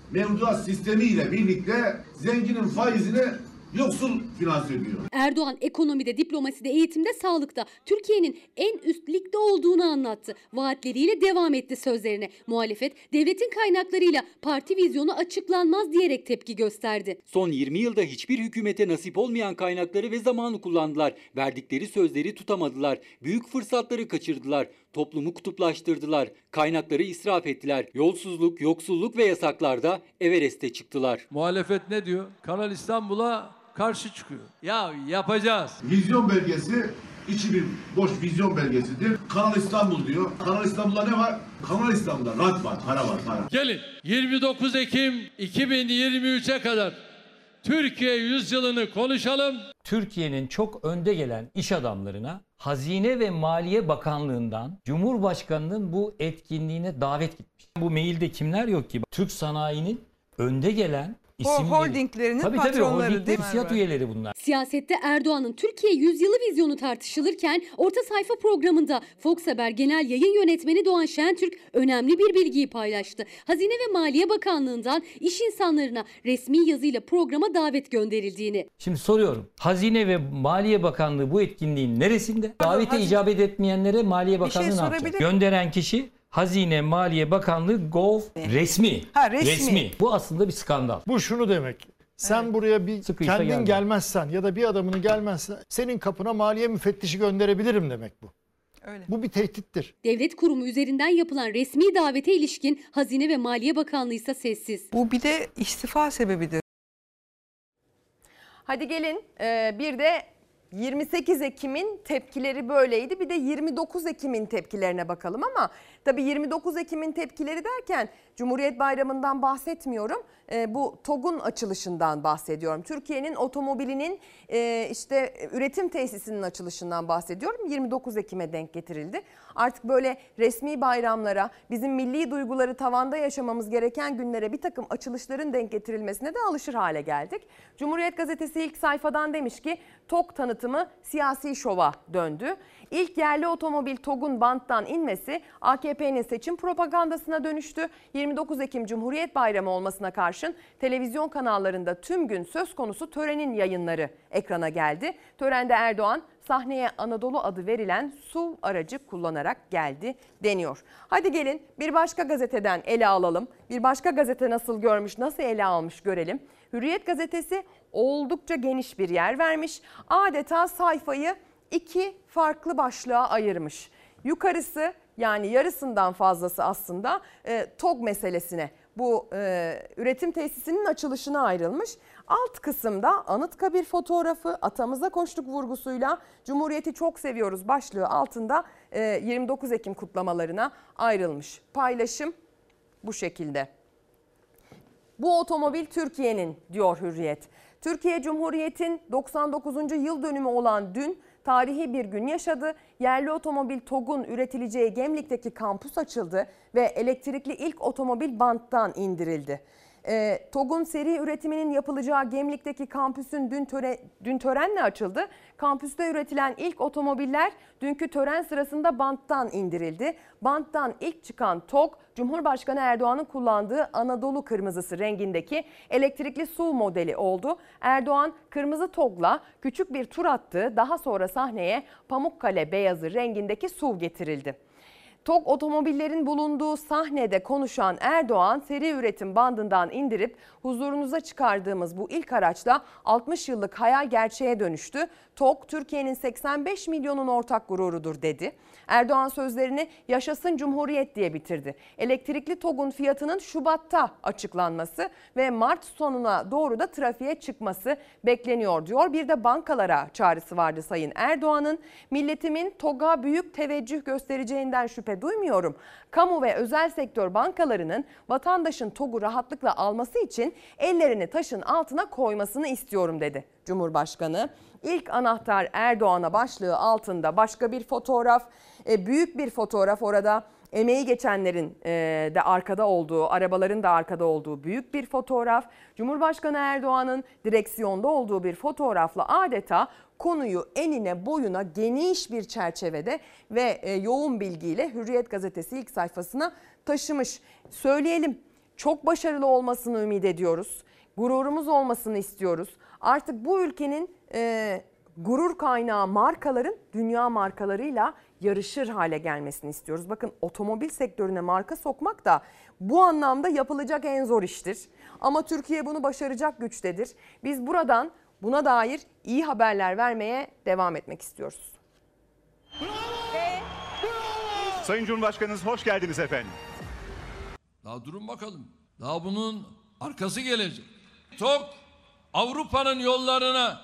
mevduat sistemiyle birlikte zenginin faizini yoksul finanse ediyor. Erdoğan ekonomide, diplomaside, eğitimde, sağlıkta Türkiye'nin en üst ligde olduğunu anlattı. Vaatleriyle devam etti sözlerine. Muhalefet devletin kaynaklarıyla parti vizyonu açıklanmaz diyerek tepki gösterdi. Son yirmi yılda hiçbir hükümete nasip olmayan kaynakları ve zamanı kullandılar. Verdikleri sözleri tutamadılar. Büyük fırsatları kaçırdılar. Toplumu kutuplaştırdılar. Kaynakları israf ettiler. Yolsuzluk, yoksulluk ve yasaklarda Everest'e çıktılar. Muhalefet ne diyor? Kanal İstanbul'a karşı çıkıyor. Ya yapacağız. Vizyon belgesi içi bir boş vizyon belgesidir. Kanal İstanbul diyor. Kanal İstanbul'da ne var? Kanal İstanbul'da rant var, para var, para. Gelin yirmi dokuz Ekim iki bin yirmi üçe kadar Türkiye yüzyılını konuşalım. Türkiye'nin çok önde gelen iş adamlarına Hazine ve Maliye Bakanlığı'ndan Cumhurbaşkanı'nın bu etkinliğine davet gitmiş. Bu mailde kimler yok ki? Türk sanayinin önde gelen isimleri. Holdinglerinin tabii, patronları. Tabii holdingler, siyah üyeleri bunlar. Siyasette Erdoğan'ın Türkiye yüzyılı vizyonu tartışılırken orta sayfa programında Fox Haber Genel Yayın Yönetmeni Doğan Şentürk önemli bir bilgiyi paylaştı. Hazine ve Maliye Bakanlığı'ndan iş insanlarına resmi yazıyla programa davet gönderildiğini. Şimdi soruyorum. Hazine ve Maliye Bakanlığı bu etkinliğin neresinde? Davete icabet etmeyenlere Maliye Bakanlığı şey ne yapacak? sorabilir- Gönderen kişi Hazine Maliye Bakanlığı Gov resmi. Ha, resmi. Bu aslında bir skandal. Bu şunu demek. Sen buraya bir Sıkıysa kendin gelme. gelmezsen ya da bir adamını gelmezsen senin kapına maliye müfettişi gönderebilirim demek bu. Öyle. Bu bir tehdittir. Devlet kurumu üzerinden yapılan resmi davete ilişkin Hazine ve Maliye Bakanlığı ise sessiz. Bu bir de istifa sebebidir. Hadi gelin e, bir de yirmi sekiz Ekim'in tepkileri böyleydi. Bir de yirmi dokuz Ekim'in tepkilerine bakalım ama tabii yirmi dokuz Ekim'in tepkileri derken Cumhuriyet Bayramı'ndan bahsetmiyorum. E, bu TOG'un açılışından bahsediyorum. Türkiye'nin otomobilinin e, işte üretim tesisinin açılışından bahsediyorum. yirmi dokuz Ekim'e denk getirildi. Artık böyle resmi bayramlara, bizim milli duyguları tavanda yaşamamız gereken günlere bir takım açılışların denk getirilmesine de alışır hale geldik. Cumhuriyet Gazetesi ilk sayfadan demiş ki TOG tanıtımı siyasi şova döndü. İlk yerli otomobil TOG'un banttan inmesi A K P'nin seçim propagandasına dönüştü. yirmi dokuz Ekim Cumhuriyet Bayramı olmasına karşın televizyon kanallarında tüm gün söz konusu törenin yayınları ekrana geldi. Törende Erdoğan sahneye Anadolu adı verilen S U V aracı kullanarak geldi deniyor. Hadi gelin bir başka gazeteden ele alalım. Bir başka gazete nasıl görmüş, nasıl ele almış görelim. Hürriyet gazetesi oldukça geniş bir yer vermiş. Adeta sayfayı iki farklı başlığa ayırmış. Yukarısı, yani yarısından fazlası aslında e, TOG meselesine, bu e, üretim tesisinin açılışına ayrılmış. Alt kısımda Anıtkabir fotoğrafı, atamıza koştuk vurgusuyla Cumhuriyeti çok seviyoruz başlığı altında e, yirmi dokuz Ekim kutlamalarına ayrılmış. Paylaşım bu şekilde. Bu otomobil Türkiye'nin diyor Hürriyet. Türkiye Cumhuriyet'in doksan dokuzuncu yıl dönümü olan dün tarihi bir gün yaşadı. Yerli otomobil TOG'un üretileceği Gemlik'teki kampüs açıldı ve elektrikli ilk otomobil banttan indirildi. E, TOG'un seri üretiminin yapılacağı Gemlik'teki kampüsün dün, töre, dün törenle açıldı. Kampüste üretilen ilk otomobiller dünkü tören sırasında banttan indirildi. Banttan ilk çıkan TOG, Cumhurbaşkanı Erdoğan'ın kullandığı Anadolu kırmızısı rengindeki elektrikli S U V modeli oldu. Erdoğan kırmızı TOG'la küçük bir tur attı. Daha sonra sahneye Pamukkale beyazı rengindeki S U V getirildi. TOG otomobillerin bulunduğu sahnede konuşan Erdoğan, seri üretim bandından indirip huzurunuza çıkardığımız bu ilk araçla altmış yıllık hayal gerçeğe dönüştü. TOG Türkiye'nin seksen beş milyonun ortak gururudur dedi. Erdoğan sözlerini yaşasın Cumhuriyet diye bitirdi. Elektrikli TOG'un fiyatının Şubat'ta açıklanması ve Mart sonuna doğru da trafiğe çıkması bekleniyor diyor. Bir de bankalara çağrısı vardı Sayın Erdoğan'ın. Milletimin TOG'a büyük teveccüh göstereceğinden şüphe duymuyorum. Kamu ve özel sektör bankalarının vatandaşın TOG'u rahatlıkla alması için ellerini taşın altına koymasını istiyorum dedi Cumhurbaşkanı. İlk anahtar Erdoğan'a başlığı altında başka bir fotoğraf, e, büyük bir fotoğraf orada. Emeği geçenlerin e, de arkada olduğu, arabaların da arkada olduğu büyük bir fotoğraf. Cumhurbaşkanı Erdoğan'ın direksiyonda olduğu bir fotoğrafla adeta konuyu enine boyuna geniş bir çerçevede ve e, yoğun bilgiyle Hürriyet gazetesi ilk sayfasına taşımış. Söyleyelim, Çok başarılı olmasını ümit ediyoruz. Gururumuz olmasını istiyoruz. Artık bu ülkenin e, gurur kaynağı markaların dünya markalarıyla yarışır hale gelmesini istiyoruz. Bakın otomobil sektörüne marka sokmak da bu anlamda yapılacak en zor iştir. Ama Türkiye bunu başaracak güçtedir. Biz buradan buna dair iyi haberler vermeye devam etmek istiyoruz. Sayın Cumhurbaşkanınız hoş geldiniz efendim. Daha durun bakalım. Daha bunun arkası gelecek. TOG Avrupa'nın yollarına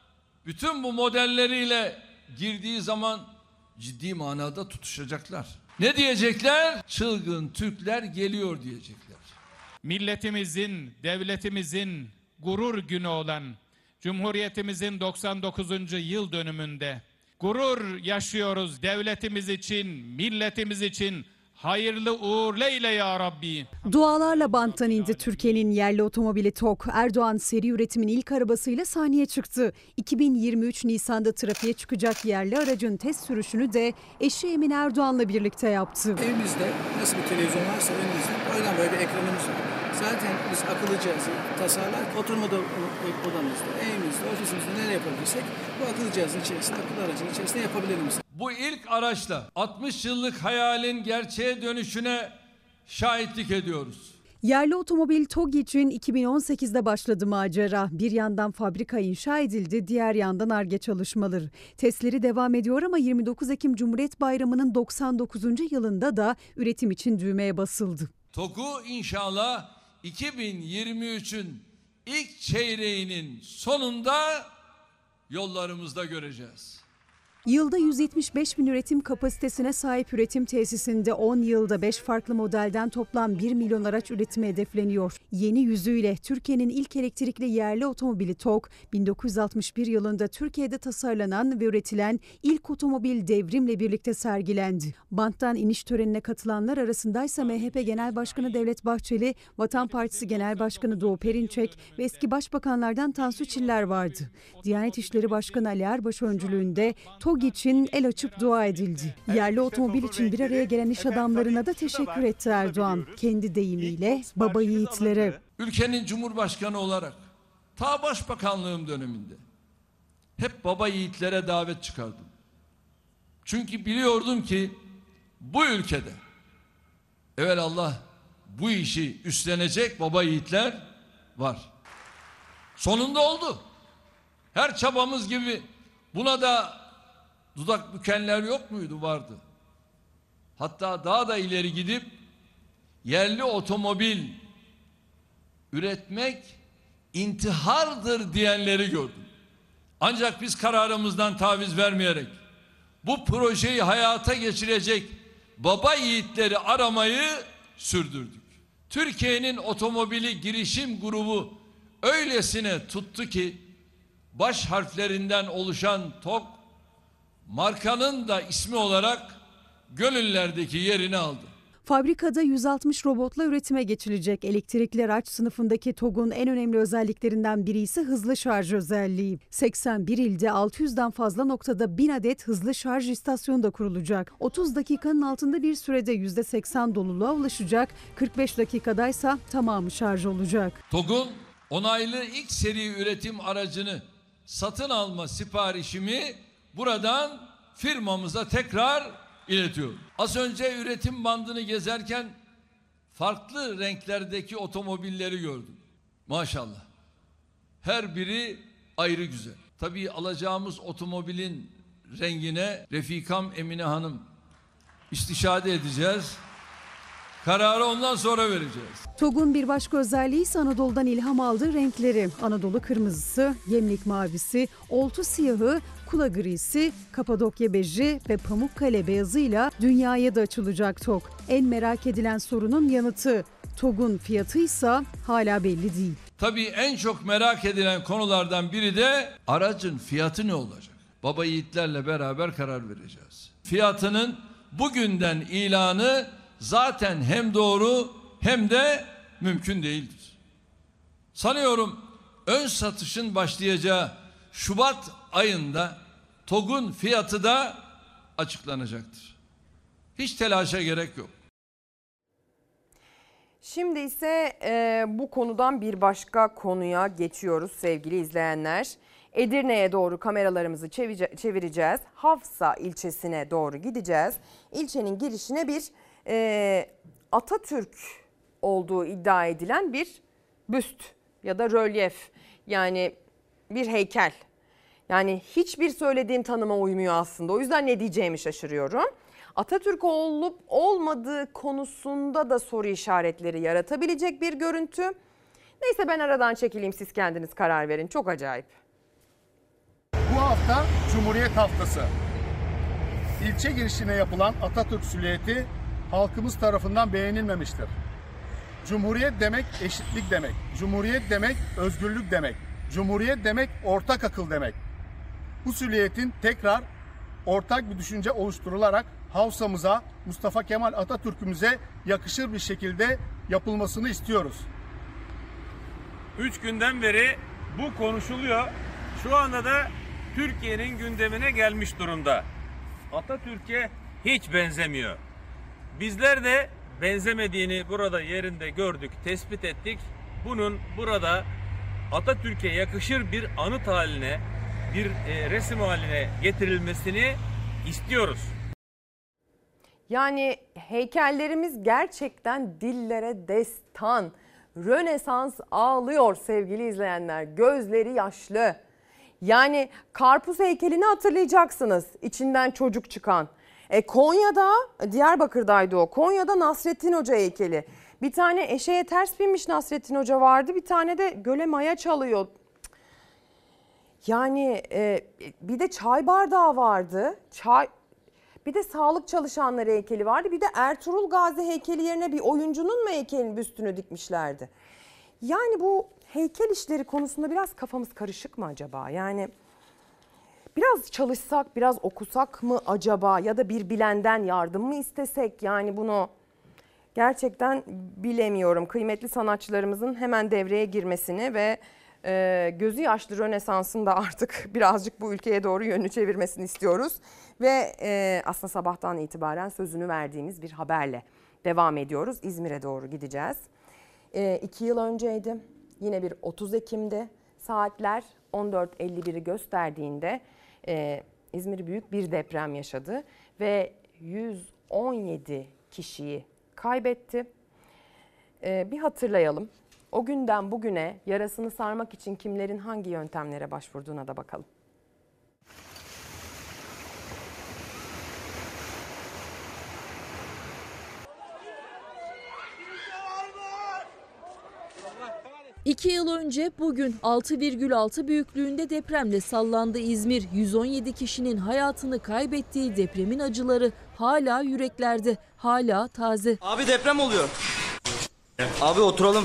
bütün bu modelleriyle girdiği zaman ciddi manada tutuşacaklar. Ne diyecekler? Çılgın Türkler geliyor diyecekler. Milletimizin, devletimizin gurur günü olan Cumhuriyetimizin doksan dokuzuncu yıl dönümünde gurur yaşıyoruz devletimiz için, milletimiz için. Hayırlı uğurlu eyle ya Rabbi. Dualarla banttan indi Türkiye'nin yerli otomobili TOG. Erdoğan seri üretimin ilk arabasıyla sahneye çıktı. iki bin yirmi üç Nisan'da trafiğe çıkacak yerli aracın test sürüşünü de eşi Emin Erdoğan'la birlikte yaptı. Evimizde nasıl bir televizyon varsa önümüzde öyle böyle bir ekranımız var. Zaten biz akıllı cihazı tasarlar, oturma odamızda, evimizde, ofisimizde nereye yapabilirsek bu akıllı cihazın içerisinde, akıllı aracın içerisinde yapabiliriz. Bu ilk araçla altmış yıllık hayalin gerçeğe dönüşüne şahitlik ediyoruz. Yerli otomobil TOG için iki bin on sekizde başladı macera. Bir yandan fabrika inşa edildi, diğer yandan Ar-Ge çalışmaları. Testleri devam ediyor ama yirmi dokuz Ekim Cumhuriyet Bayramı'nın doksan dokuzuncu yılında da üretim için düğmeye basıldı. TOG'u inşallah iki bin yirmi üçün ilk çeyreğinin sonunda yollarımızda göreceğiz. Yılda yüz yetmiş beş bin üretim kapasitesine sahip üretim tesisinde on yılda beş farklı modelden toplam bir milyon araç üretimi hedefleniyor. Yeni yüzüyle Türkiye'nin ilk elektrikli yerli otomobili TOG, bin dokuz yüz altmış bir yılında Türkiye'de tasarlanan ve üretilen ilk otomobil Devrim'le birlikte sergilendi. Banttan iniş törenine katılanlar arasındaysa M H P Genel Başkanı Devlet Bahçeli, Vatan Partisi Genel Başkanı Doğu Perinçek ve eski başbakanlardan Tansu Çiller vardı. Diyanet İşleri Başkanı Ali Erbaş öncülüğünde TOG için el açıp dua edildi. Yerli otomobil için bir araya gelen iş adamlarına da teşekkür etti Erdoğan. Kendi deyimiyle baba yiğitlere. Ülkenin Cumhurbaşkanı olarak ta başbakanlığım döneminde hep baba yiğitlere davet çıkardım. Çünkü biliyordum ki bu ülkede evelallah bu işi üstlenecek baba yiğitler var. Sonunda oldu. Her çabamız gibi buna da dudak bükenler yok muydu? Vardı. Hatta daha da ileri gidip yerli otomobil üretmek intihardır diyenleri gördüm. Ancak biz kararımızdan taviz vermeyerek bu projeyi hayata geçirecek baba yiğitleri aramayı sürdürdük. Türkiye'nin otomobili girişim grubu öylesine tuttu ki baş harflerinden oluşan TOG markanın da ismi olarak gönüllerdeki yerini aldı. Fabrikada yüz altmış robotla üretime geçilecek. Elektrikli araç sınıfındaki TOG'un en önemli özelliklerinden biri ise hızlı şarj özelliği. seksen bir ilde altı yüzden fazla noktada bin adet hızlı şarj istasyonu da kurulacak. otuz dakikanın altında bir sürede yüzde seksen doluluğa ulaşacak. kırk beş dakikadaysa tamamı şarj olacak. TOG'un onaylı ilk seri üretim aracını satın alma siparişimi buradan firmamıza tekrar iletiyorum. Az önce üretim bandını gezerken farklı renklerdeki otomobilleri gördüm. Maşallah. Her biri ayrı güzel. Tabii alacağımız otomobilin rengine Refikam Emine Hanım istişare edeceğiz. Kararı ondan sonra vereceğiz. TOG'un bir başka özelliği ise Anadolu'dan ilham aldığı renkleri. Anadolu kırmızısı, Gemlik mavisi, Oltu siyahı, Kula grisi, Kapadokya beji ve Pamukkale beyazıyla dünyaya da açılacak TOG. En merak edilen sorunun yanıtı. TOG'un fiyatı ise hala belli değil. Tabii en çok merak edilen konulardan biri de aracın fiyatı ne olacak? Baba yiğitlerle beraber karar vereceğiz. Fiyatının bugünden ilanı zaten hem doğru hem de mümkün değildir. Sanıyorum ön satışın başlayacağı Şubat ayında TOG'un fiyatı da açıklanacaktır. Hiç telaşa gerek yok. Şimdi ise e, bu konudan bir başka konuya geçiyoruz sevgili izleyenler. Edirne'ye doğru kameralarımızı çevireceğiz. Hafsa ilçesine doğru gideceğiz. İlçenin girişine bir e, Atatürk olduğu iddia edilen bir büst ya da rölyef, yani bir heykel. Yani hiçbir söylediğim tanıma uymuyor aslında. O yüzden ne diyeceğimi şaşırıyorum. Atatürk olup olmadığı konusunda da soru işaretleri yaratabilecek bir görüntü. Neyse ben aradan çekileyim, siz kendiniz karar verin. Çok acayip. Bu hafta Cumhuriyet Haftası. İlçe girişine yapılan Atatürk silüeti halkımız tarafından beğenilmemiştir. Cumhuriyet demek eşitlik demek. Cumhuriyet demek özgürlük demek. Cumhuriyet demek ortak akıl demek. Bu silüetin tekrar ortak bir düşünce oluşturularak Hafsamıza, Mustafa Kemal Atatürk'ümüze yakışır bir şekilde yapılmasını istiyoruz. Üç günden beri bu konuşuluyor. Şu anda da Türkiye'nin gündemine gelmiş durumda. Atatürk'e hiç benzemiyor. Bizler de benzemediğini burada yerinde gördük, tespit ettik. Bunun burada Atatürk'e yakışır bir anıt haline, bir e, resim haline getirilmesini istiyoruz. Yani heykellerimiz gerçekten dillere destan. Rönesans ağlıyor sevgili izleyenler. Gözleri yaşlı. Yani karpuz heykelini hatırlayacaksınız. İçinden çocuk çıkan. E Konya'da, Diyarbakır'daydı o. Konya'da Nasrettin Hoca heykeli. Bir tane eşeğe ters binmiş Nasrettin Hoca vardı. Bir tane de göle maya çalıyor. Yani e, bir de çay bardağı vardı. Çay... Bir de sağlık çalışanları heykeli vardı. Bir de Ertuğrul Gazi heykeli yerine bir oyuncunun mu heykelin büstünü dikmişlerdi? Yani bu heykel işleri konusunda biraz kafamız karışık mı acaba? Yani biraz çalışsak, biraz okusak mı acaba? Ya da bir bilenden yardım mı istesek? Yani bunu gerçekten bilemiyorum. Kıymetli sanatçılarımızın hemen devreye girmesini ve e, gözü yaşlı Rönesans'ın da artık birazcık bu ülkeye doğru yönünü çevirmesini istiyoruz. Ve e, aslında sabahtan itibaren sözünü verdiğimiz bir haberle devam ediyoruz. İzmir'e doğru gideceğiz. E, iki yıl önceydi. Yine bir otuz Ekim'de saatler on dört elli biri gösterdiğinde e, İzmir büyük bir deprem yaşadı. Ve yüz on yedi kişiyi kaybetti. E, bir hatırlayalım. O günden bugüne yarasını sarmak için kimlerin hangi yöntemlere başvurduğuna da bakalım. İki yıl önce bugün altı virgül altı büyüklüğünde depremle sallandı İzmir. yüz on yedi kişinin hayatını kaybettiği depremin acıları hala yüreklerde, hala taze. Abi deprem oluyor. Abi oturalım.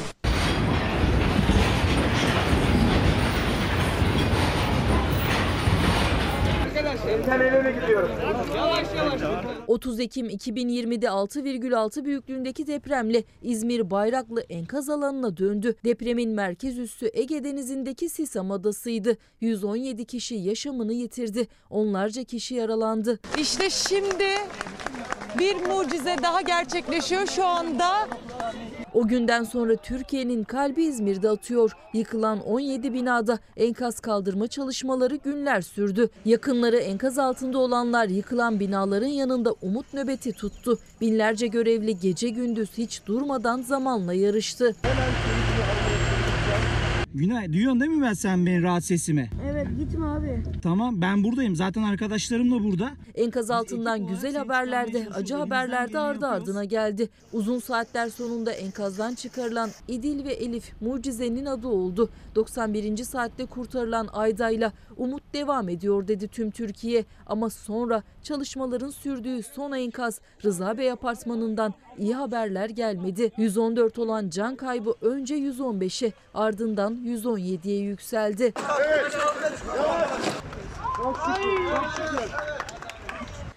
otuz Ekim iki bin yirmide altı virgül altı büyüklüğündeki depremle İzmir Bayraklı enkaz alanına döndü. Depremin merkez üssü Ege Denizi'ndeki Sisam Adası'ydı. yüz on yedi kişi yaşamını yitirdi. Onlarca kişi yaralandı. İşte şimdi bir mucize daha gerçekleşiyor şu anda. O günden sonra Türkiye'nin kalbi İzmir'de atıyor. Yıkılan on yedi binada enkaz kaldırma çalışmaları günler sürdü. Yakınları enkaz altında olanlar yıkılan binaların yanında umut nöbeti tuttu. Binlerce görevli gece gündüz hiç durmadan zamanla yarıştı. Günay, duyuyorsun değil mi ben sen benim rahat sesimi? Evet, gitme abi. Tamam, ben buradayım. Zaten arkadaşlarım da burada. Enkaz altından güzel haberler de acı haberler de ardı ardına geldi. Uzun saatler sonunda enkazdan çıkarılan İdil ve Elif mucizenin adı oldu. doksan birinci saatte kurtarılan Ayda'yla umut devam ediyor dedi tüm Türkiye. Ama sonra çalışmaların sürdüğü son enkaz Rıza Bey apartmanından iyi haberler gelmedi. yüz on dört olan can kaybı önce yüz on beşe ardından yüz on yediye yükseldi.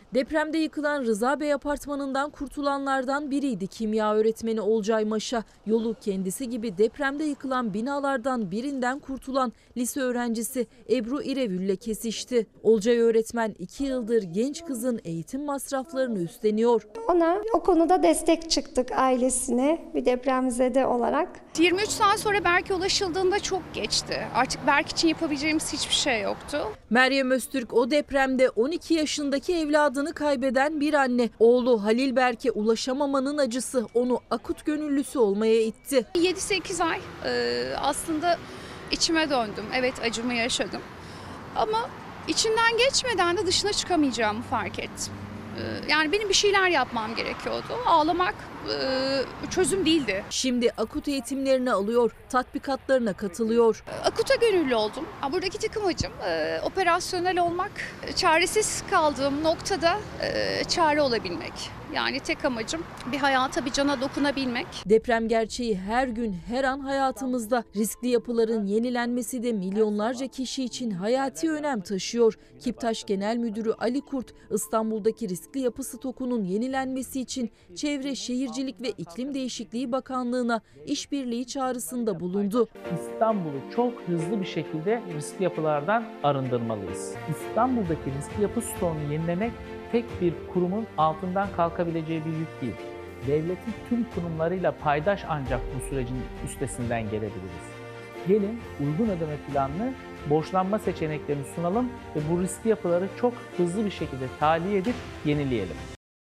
Depremde yıkılan Rıza Bey apartmanından kurtulanlardan biriydi kimya öğretmeni Olcay Maşa. Yolu kendisi gibi depremde yıkılan binalardan birinden kurtulan lise öğrencisi Ebru İrevül'le kesişti. Olcay öğretmen iki yıldır genç kızın eğitim masraflarını üstleniyor. Ona o konuda destek çıktık ailesine bir depremzede olarak. yirmi üç saat sonra Berk'e ulaşıldığında çok geçti. Artık Berk için yapabileceğimiz hiçbir şey yoktu. Meryem Öztürk o depremde on iki yaşındaki evladını kaybeden bir anne. Oğlu Halil Berk'e ulaşamamanın acısı onu akut gönüllüsü olmaya itti. yedi sekiz ay e, aslında içime döndüm. Evet, acımı yaşadım. Ama içinden geçmeden de dışına çıkamayacağımı fark ettim. Yani benim bir şeyler yapmam gerekiyordu. Ağlamak e, çözüm değildi. Şimdi akut eğitimlerini alıyor, tatbikatlarına katılıyor. Akuta gönüllü oldum. Buradaki tek amacım e, operasyonel olmak. Çaresiz kaldığım noktada e, çare olabilmek. Yani tek amacım bir hayata, bir cana dokunabilmek. Deprem gerçeği her gün, her an hayatımızda. Riskli yapıların yenilenmesi de milyonlarca kişi için hayati önem taşıyor. Kiptaş Genel Müdürü Ali Kurt, İstanbul'daki riskli yapı stokunun yenilenmesi için Çevre, Şehircilik ve İklim Değişikliği Bakanlığı'na işbirliği çağrısında bulundu. İstanbul'u çok hızlı bir şekilde riskli yapılardan arındırmalıyız. İstanbul'daki riskli yapı stoğunu yenilemek tek bir kurumun altından kalkabileceği bir yük değil. Devletin tüm kurumlarıyla paydaş ancak bu sürecin üstesinden gelebiliriz. Gelin uygun ödeme planını, borçlanma seçeneklerini sunalım ve bu riskli yapıları çok hızlı bir şekilde tahliye edip yenileyelim.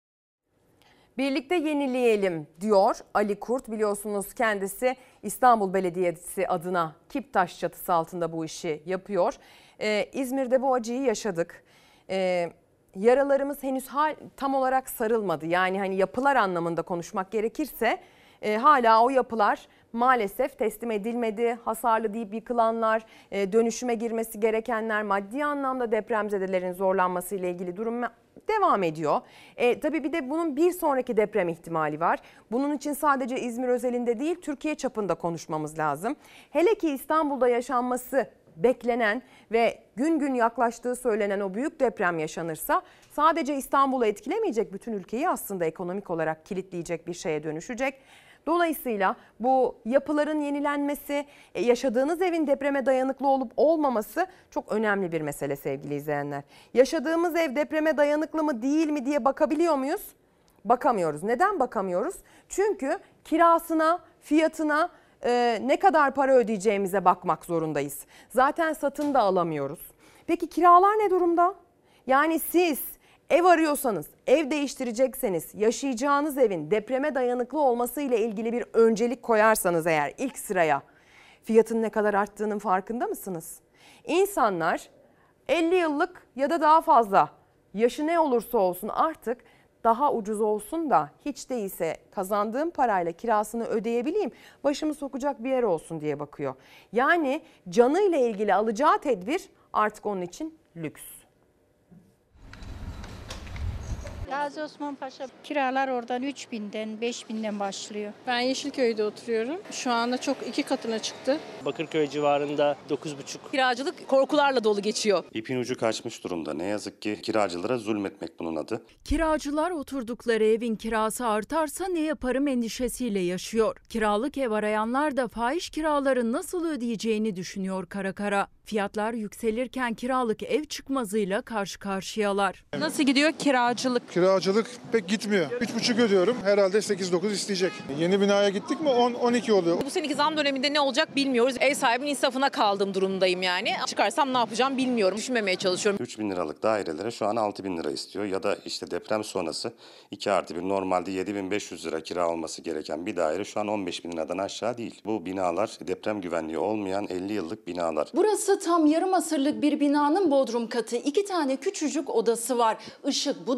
Birlikte yenileyelim diyor Ali Kurt. Biliyorsunuz kendisi İstanbul Belediyesi adına Kiptaş çatısı altında bu işi yapıyor. Ee, İzmir'de bu acıyı yaşadık. Ee, Yaralarımız henüz hal, tam olarak sarılmadı. Yani hani yapılar anlamında konuşmak gerekirse e, hala o yapılar maalesef teslim edilmedi. Hasarlı deyip yıkılanlar, e, dönüşüme girmesi gerekenler, maddi anlamda depremzedelerin zorlanması ile ilgili durum devam ediyor. E, tabii bir de bunun bir sonraki deprem ihtimali var. Bunun için sadece İzmir özelinde değil, Türkiye çapında konuşmamız lazım. Hele ki İstanbul'da yaşanması beklenen ve gün gün yaklaştığı söylenen o büyük deprem yaşanırsa sadece İstanbul'u etkilemeyecek, bütün ülkeyi aslında ekonomik olarak kilitleyecek bir şeye dönüşecek. Dolayısıyla bu yapıların yenilenmesi, yaşadığınız evin depreme dayanıklı olup olmaması çok önemli bir mesele sevgili izleyenler. Yaşadığımız ev depreme dayanıklı mı değil mi diye bakabiliyor muyuz? Bakamıyoruz. Neden bakamıyoruz? Çünkü kirasına, fiyatına, Ee, ne kadar para ödeyeceğimize bakmak zorundayız. Zaten satın da alamıyoruz. Peki kiralar ne durumda? Yani siz ev arıyorsanız, ev değiştirecekseniz, yaşayacağınız evin depreme dayanıklı olması ile ilgili bir öncelik koyarsanız eğer ilk sıraya, fiyatın ne kadar arttığının farkında mısınız? İnsanlar elli yıllık ya da daha fazla, yaşı ne olursa olsun artık daha ucuz olsun da hiç değilse kazandığım parayla kirasını ödeyebileyim, başımı sokacak bir yer olsun diye bakıyor. Yani canıyla ilgili alacağı tedbir artık onun için lüks. Gazi Osman Paşa kiralar oradan üç binden beş binden başlıyor. Ben Yeşilköy'de oturuyorum. Şu anda çok iki katına çıktı. Bakırköy civarında dokuz buçuk. Kiracılık korkularla dolu geçiyor. İpin ucu kaçmış durumda. Ne yazık ki kiracılara zulmetmek bunun adı. Kiracılar oturdukları evin kirası artarsa ne yaparım endişesiyle yaşıyor. Kiralık ev arayanlar da fahiş kiraları nasıl ödeyeceğini düşünüyor kara kara. Fiyatlar yükselirken kiralık ev çıkmazıyla karşı karşıyalar. Nasıl gidiyor kiracılık? Kiracılık pek gitmiyor. üç buçuk ödüyorum. Herhalde sekiz dokuz isteyecek. Yeni binaya gittik mi on on iki oluyor. Bu seneki zam döneminde ne olacak bilmiyoruz. Ev sahibinin insafına kaldığım durumdayım yani. Çıkarsam ne yapacağım bilmiyorum. Düşünmemeye çalışıyorum. üç bin liralık dairelere şu an altı bin lira istiyor. Ya da işte deprem sonrası iki artı bir normalde yedi bin beş yüz lira kira olması gereken bir daire şu an on beş bin liradan aşağı değil. Bu binalar deprem güvenliği olmayan elli yıllık binalar. Burası tam yarım asırlık bir binanın bodrum katı. İki tane küçücük odası var. Işık bu daireyi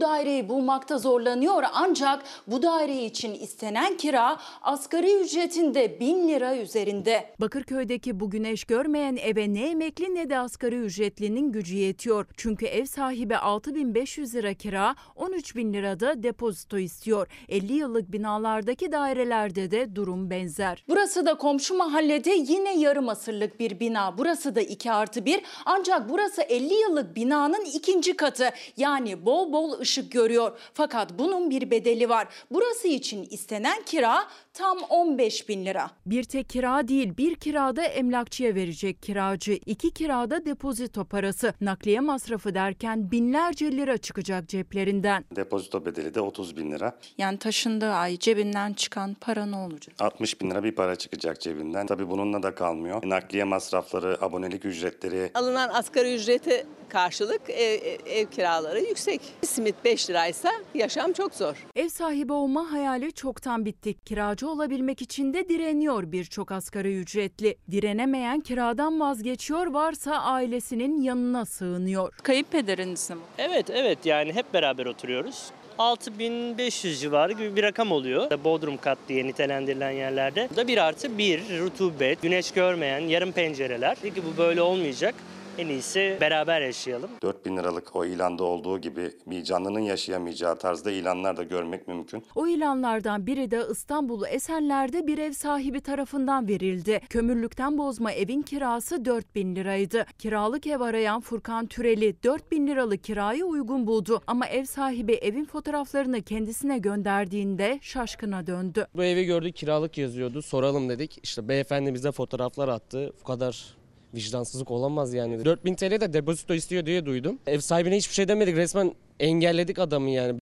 daire bulmakta zorlanıyor ancak bu daire için istenen kira asgari ücretinde bin lira üzerinde. Bakırköy'deki bu güneş görmeyen eve ne emekli ne de asgari ücretlinin gücü yetiyor. Çünkü ev sahibi altı bin beş yüz lira kira, on üç bin lirada depozito istiyor. elli yıllık binalardaki dairelerde de durum benzer. Burası da komşu mahallede yine yarım asırlık bir bina. Burası da iki artı bir ancak burası elli yıllık binanın ikinci katı. Yani bol bol ışık görüyor. Fakat bunun bir bedeli var. Burası için istenen kira tam on beş bin lira. Bir tek kira değil, bir kirada emlakçıya verecek kiracı, iki kirada depozito parası, nakliye masrafı derken binlerce lira çıkacak ceplerinden. Depozito bedeli de otuz bin lira. Yani taşındığı ay cebinden çıkan para ne olacak? altmış bin lira bir para çıkacak cebinden. Tabii bununla da kalmıyor. Nakliye masrafları, abonelik ücretleri. Alınan asgari ücrete karşılık ev, ev, ev kiraları yüksek. Simit beş liraysa yaşam çok zor. Ev sahibi olma hayali çoktan bitti. Kiracı olabilmek için de direniyor birçok asgari ücretli. Direnemeyen kiradan vazgeçiyor, varsa ailesinin yanına sığınıyor. Kayınpederiniz mi? Evet evet yani hep beraber oturuyoruz. altı bin beş yüz civarı gibi bir rakam oluyor. Bodrum kat diye nitelendirilen yerlerde. Bu da bir artı bir, rutubet, güneş görmeyen yarım pencereler. Peki bu böyle olmayacak. En iyisi beraber yaşayalım. dört bin liralık o ilanda olduğu gibi bir canlının yaşayamayacağı tarzda ilanlar da görmek mümkün. O ilanlardan biri de İstanbul Esenler'de bir ev sahibi tarafından verildi. Kömürlükten bozma evin kirası dört bin liraydı. Kiralık ev arayan Furkan Türeli dört bin liralık kirayı uygun buldu. Ama ev sahibi evin fotoğraflarını kendisine gönderdiğinde şaşkına döndü. Bu evi gördük, kiralık yazıyordu, soralım dedik. İşte beyefendi bize fotoğraflar attı. Bu kadar vicdansızlık olamaz yani. dört bin T L de depozito istiyor diye duydum. Ev sahibine hiçbir şey demedik. Resmen engelledik adamı yani.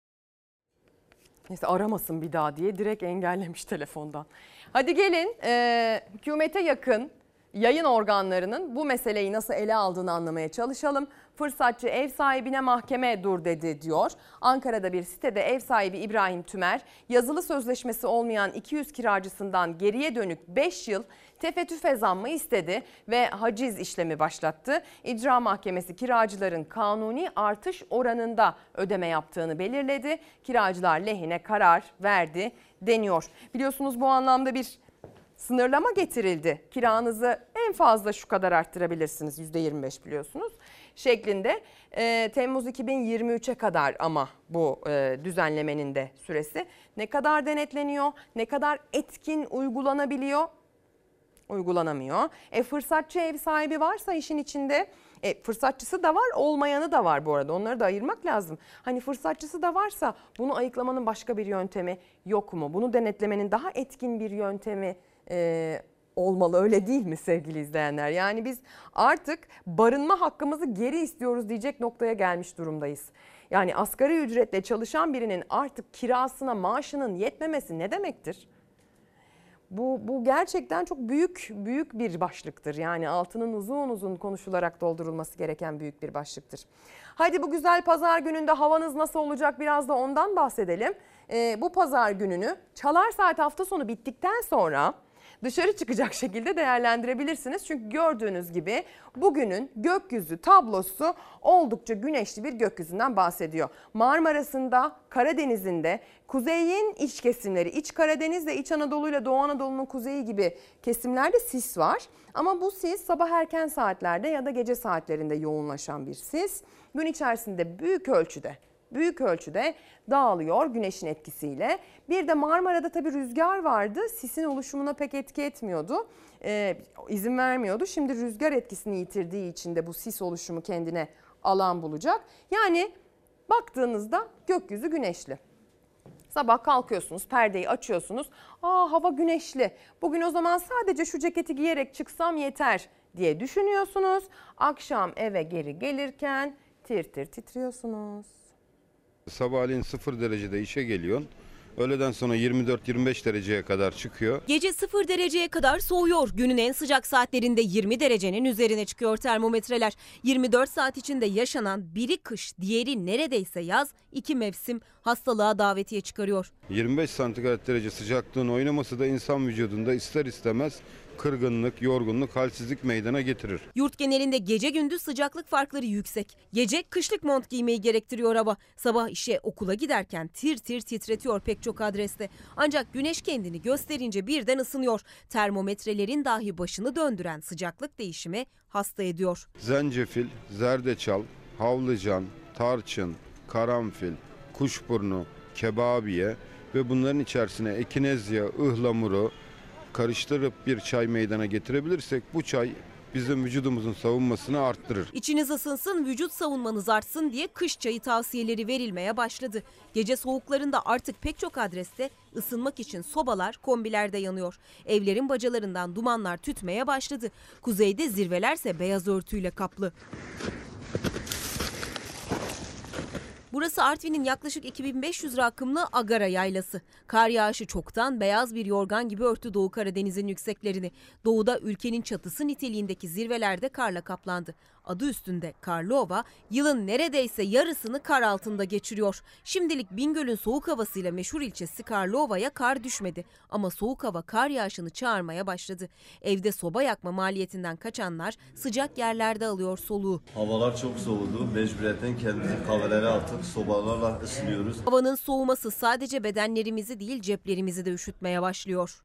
Neyse aramasın bir daha diye direkt engellemiş telefondan. Hadi gelin e, hükümete yakın yayın organlarının bu meseleyi nasıl ele aldığını anlamaya çalışalım. Fırsatçı ev sahibine mahkeme dur dedi diyor. Ankara'da bir sitede ev sahibi İbrahim Tümer yazılı sözleşmesi olmayan iki yüz kiracısından geriye dönük beş yıl tefettüfe zammı istedi ve haciz işlemi başlattı. İcra Mahkemesi kiracıların kanuni artış oranında ödeme yaptığını belirledi. Kiracılar lehine karar verdi deniyor. Biliyorsunuz bu anlamda bir sınırlama getirildi. Kiranızı en fazla şu kadar arttırabilirsiniz, yüzde yirmi beş biliyorsunuz şeklinde. E, Temmuz iki bin yirmi üçe kadar ama bu e, düzenlemenin de süresi. Ne kadar denetleniyor, ne kadar etkin uygulanabiliyor? Uygulanamıyor. E, fırsatçı ev sahibi varsa işin içinde, e, fırsatçısı da var, olmayanı da var bu arada. Onları da ayırmak lazım. Hani fırsatçısı da varsa bunu ayıklamanın başka bir yöntemi yok mu? Bunu denetlemenin daha etkin bir yöntemi e, olmalı, öyle değil mi sevgili izleyenler? Yani biz artık barınma hakkımızı geri istiyoruz diyecek noktaya gelmiş durumdayız. Yani asgari ücretle çalışan birinin artık kirasına, maaşının yetmemesi ne demektir? Bu, bu gerçekten çok büyük büyük bir başlıktır. Yani altının uzun uzun konuşularak doldurulması gereken büyük bir başlıktır. Hadi bu güzel pazar gününde havanız nasıl olacak, biraz da ondan bahsedelim. Ee, bu pazar gününü Çalar Saat hafta sonu bittikten sonra dışarı çıkacak şekilde değerlendirebilirsiniz. Çünkü gördüğünüz gibi bugünün gökyüzü tablosu oldukça güneşli bir gökyüzünden bahsediyor. Marmara'sında, Karadeniz'inde, kuzeyin iç kesimleri, İç Karadeniz ve İç Anadolu ile Doğu Anadolu'nun kuzeyi gibi kesimlerde sis var. Ama bu sis sabah erken saatlerde ya da gece saatlerinde yoğunlaşan bir sis. Gün içerisinde büyük ölçüde büyük ölçüde dağılıyor güneşin etkisiyle. Bir de Marmara'da tabii rüzgar vardı. Sisin oluşumuna pek etki etmiyordu. Ee, izin vermiyordu. Şimdi rüzgar etkisini yitirdiği için de bu sis oluşumu kendine alan bulacak. Yani baktığınızda gökyüzü güneşli. Sabah kalkıyorsunuz, perdeyi açıyorsunuz. Aa, hava güneşli. Bugün o zaman sadece şu ceketi giyerek çıksam yeter diye düşünüyorsunuz. Akşam eve geri gelirken tir tir titriyorsunuz. Sabahleyin sıfır derecede işe geliyorsun. Öğleden sonra yirmi dört yirmi beş dereceye kadar çıkıyor. Gece sıfır dereceye kadar soğuyor. Günün en sıcak saatlerinde yirmi derecenin üzerine çıkıyor termometreler. yirmi dört saat içinde yaşanan biri kış, diğeri neredeyse yaz, iki mevsim hastalığa davetiye çıkarıyor. yirmi beş santigrat derece sıcaklığın oynaması da insan vücudunda ister istemez kırgınlık, yorgunluk, halsizlik meydana getirir. Yurt genelinde gece gündüz sıcaklık farkları yüksek. Gece kışlık mont giymeyi gerektiriyor hava. Sabah işe okula giderken tir tir titretiyor pek çok adreste. Ancak güneş kendini gösterince birden ısınıyor. Termometrelerin dahi başını döndüren sıcaklık değişimi hasta ediyor. Zencefil, zerdeçal, havlıcan, tarçın, karanfil, kuşburnu, kebabiye ve bunların içerisine ekinezya, ıhlamuru karıştırıp bir çay meydana getirebilirsek bu çay bizim vücudumuzun savunmasını arttırır. İçiniz ısınsın, vücut savunmanız artsın diye kış çayı tavsiyeleri verilmeye başladı. Gece soğuklarında artık pek çok adreste ısınmak için sobalar, kombilerde yanıyor. Evlerin bacalarından dumanlar tütmeye başladı. Kuzeyde zirvelerse beyaz örtüyle kaplı. Burası Artvin'in yaklaşık iki bin beş yüz rakımlı Agara Yaylası. Kar yağışı çoktan beyaz bir yorgan gibi örttü Doğu Karadeniz'in yükseklerini. Doğuda ülkenin çatısı niteliğindeki zirvelerde karla kaplandı. Adı üstünde Karlıova, yılın neredeyse yarısını kar altında geçiriyor. Şimdilik Bingöl'ün soğuk havasıyla meşhur ilçesi Karlıova'ya kar düşmedi. Ama soğuk hava kar yağışını çağırmaya başladı. Evde soba yakma maliyetinden kaçanlar sıcak yerlerde alıyor soluğu. Havalar çok soğudu. Mecburiyetten kendimizi kahvelere attık. Sobalarla ısınıyoruz. Havanın soğuması sadece bedenlerimizi değil ceplerimizi de üşütmeye başlıyor.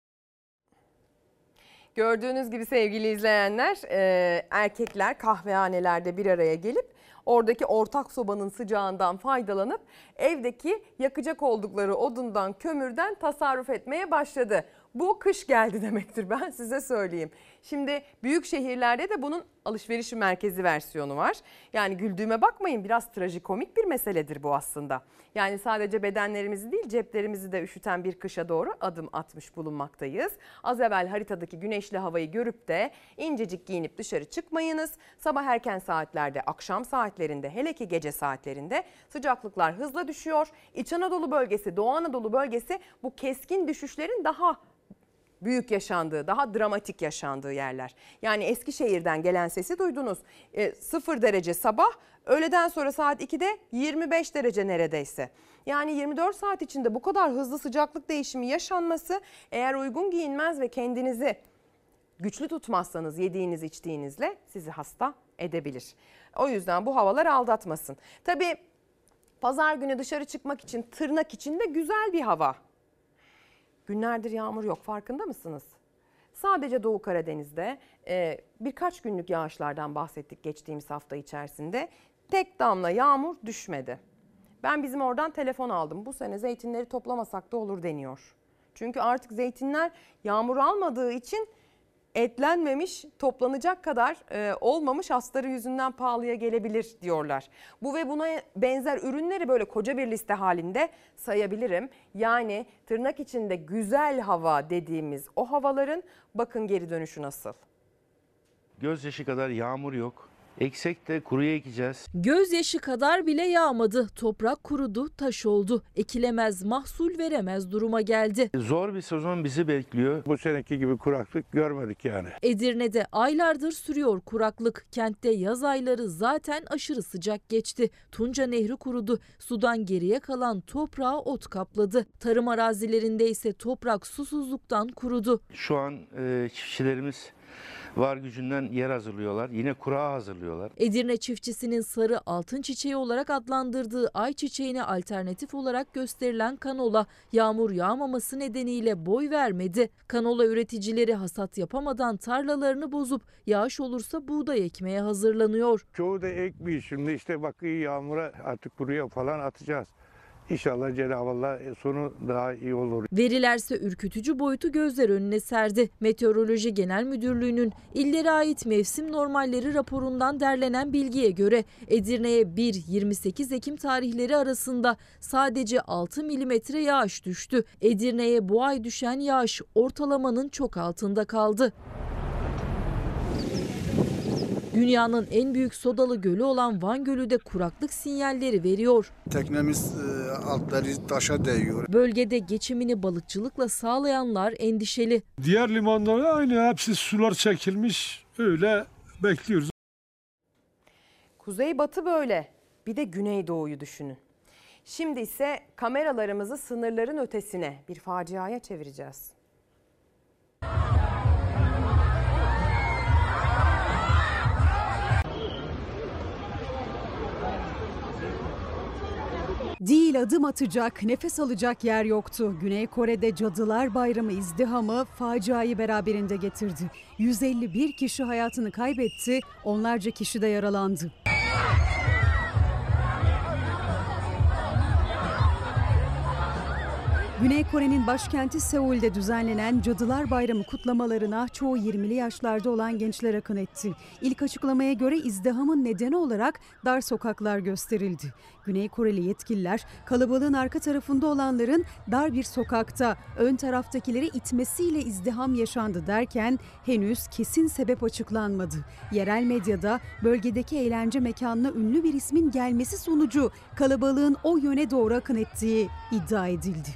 Gördüğünüz gibi sevgili izleyenler, e, erkekler kahvehanelerde bir araya gelip oradaki ortak sobanın sıcağından faydalanıp evdeki yakacak oldukları odundan, kömürden tasarruf etmeye başladı. Bu kış geldi demektir, ben size söyleyeyim. Şimdi büyük şehirlerde de bunun alışveriş merkezi versiyonu var. Yani güldüğüme bakmayın, biraz trajikomik bir meseledir bu aslında. Yani sadece bedenlerimizi değil ceplerimizi de üşüten bir kışa doğru adım atmış bulunmaktayız. Az evvel haritadaki güneşli havayı görüp de incecik giyinip dışarı çıkmayınız. Sabah erken saatlerde, akşam saatlerinde, hele ki gece saatlerinde sıcaklıklar hızla düşüyor. İç Anadolu bölgesi, Doğu Anadolu bölgesi bu keskin düşüşlerin daha büyük yaşandığı, daha dramatik yaşandığı yerler. Yani Eskişehir'den gelen sesi duydunuz. E, sıfır derece sabah, öğleden sonra saat ikide yirmi beş derece neredeyse. Yani yirmi dört saat içinde bu kadar hızlı sıcaklık değişimi yaşanması, eğer uygun giyinmez ve kendinizi güçlü tutmazsanız yediğiniz içtiğinizle sizi hasta edebilir. O yüzden bu havalar aldatmasın. Tabii pazar günü dışarı çıkmak için tırnak içinde güzel bir hava. Günlerdir yağmur yok, farkında mısınız? Sadece Doğu Karadeniz'de e, birkaç günlük yağışlardan bahsettik geçtiğimiz hafta içerisinde. Tek damla yağmur düşmedi. Ben bizim oradan telefon aldım. Bu sene zeytinleri toplamasak da olur deniyor. Çünkü artık zeytinler yağmur almadığı için etlenmemiş, toplanacak kadar e, olmamış, hastarı yüzünden pahalıya gelebilir diyorlar. Bu ve buna benzer ürünleri böyle koca bir liste halinde sayabilirim. Yani tırnak içinde güzel hava dediğimiz o havaların bakın geri dönüşü nasıl? Gözyaşı kadar yağmur yok. Eksek de kuruya ekeceğiz. Gözyaşı kadar bile yağmadı. Toprak kurudu, taş oldu. Ekilemez, mahsul veremez duruma geldi. Zor bir sezon bizi bekliyor. Bu seneki gibi kuraklık görmedik yani. Edirne'de aylardır sürüyor kuraklık. Kentte yaz ayları zaten aşırı sıcak geçti. Tunca Nehri kurudu. Sudan geriye kalan toprağı ot kapladı. Tarım arazilerinde ise toprak susuzluktan kurudu. Şu an e, çiftçilerimiz var gücünden yer hazırlıyorlar. Yine kurağı hazırlıyorlar. Edirne çiftçisinin sarı altın çiçeği olarak adlandırdığı ayçiçeğine alternatif olarak gösterilen kanola yağmur yağmaması nedeniyle boy vermedi. Kanola üreticileri hasat yapamadan tarlalarını bozup yağış olursa buğday ekmeye hazırlanıyor. Çoğu da ekmiyor şimdi, işte bak yağmura artık kuruya falan atacağız. İnşallah Cenab-ı Allah sonu daha iyi olur. Verilerse ürkütücü boyutu gözler önüne serdi. Meteoroloji Genel Müdürlüğü'nün illere ait mevsim normalleri raporundan derlenen bilgiye göre Edirne'ye bir yirmi sekiz Ekim tarihleri arasında sadece altı milimetre yağış düştü. Edirne'ye bu ay düşen yağış ortalamanın çok altında kaldı. Dünyanın en büyük sodalı gölü olan Van Gölü de kuraklık sinyalleri veriyor. Teknemiz e, altları taşa değiyor. Bölgede geçimini balıkçılıkla sağlayanlar endişeli. Diğer limanlara aynı, hepsi sular çekilmiş, öyle bekliyoruz. Kuzeybatı böyle, bir de Güneydoğu'yu düşünün. Şimdi ise kameralarımızı sınırların ötesine bir faciaya çevireceğiz. Değil adım atacak, nefes alacak yer yoktu. Güney Kore'de Cadılar Bayramı izdihamı faciayı beraberinde getirdi. yüz elli bir kişi hayatını kaybetti, onlarca kişi de yaralandı. Güney Kore'nin başkenti Seul'de düzenlenen Cadılar Bayramı kutlamalarına çoğu yirmili yaşlarda olan gençler akın etti. İlk açıklamaya göre izdihamın nedeni olarak dar sokaklar gösterildi. Güney Koreli yetkililer kalabalığın arka tarafında olanların dar bir sokakta ön taraftakileri itmesiyle izdiham yaşandı derken henüz kesin sebep açıklanmadı. Yerel medyada bölgedeki eğlence mekanına ünlü bir ismin gelmesi sonucu kalabalığın o yöne doğru akın ettiği iddia edildi.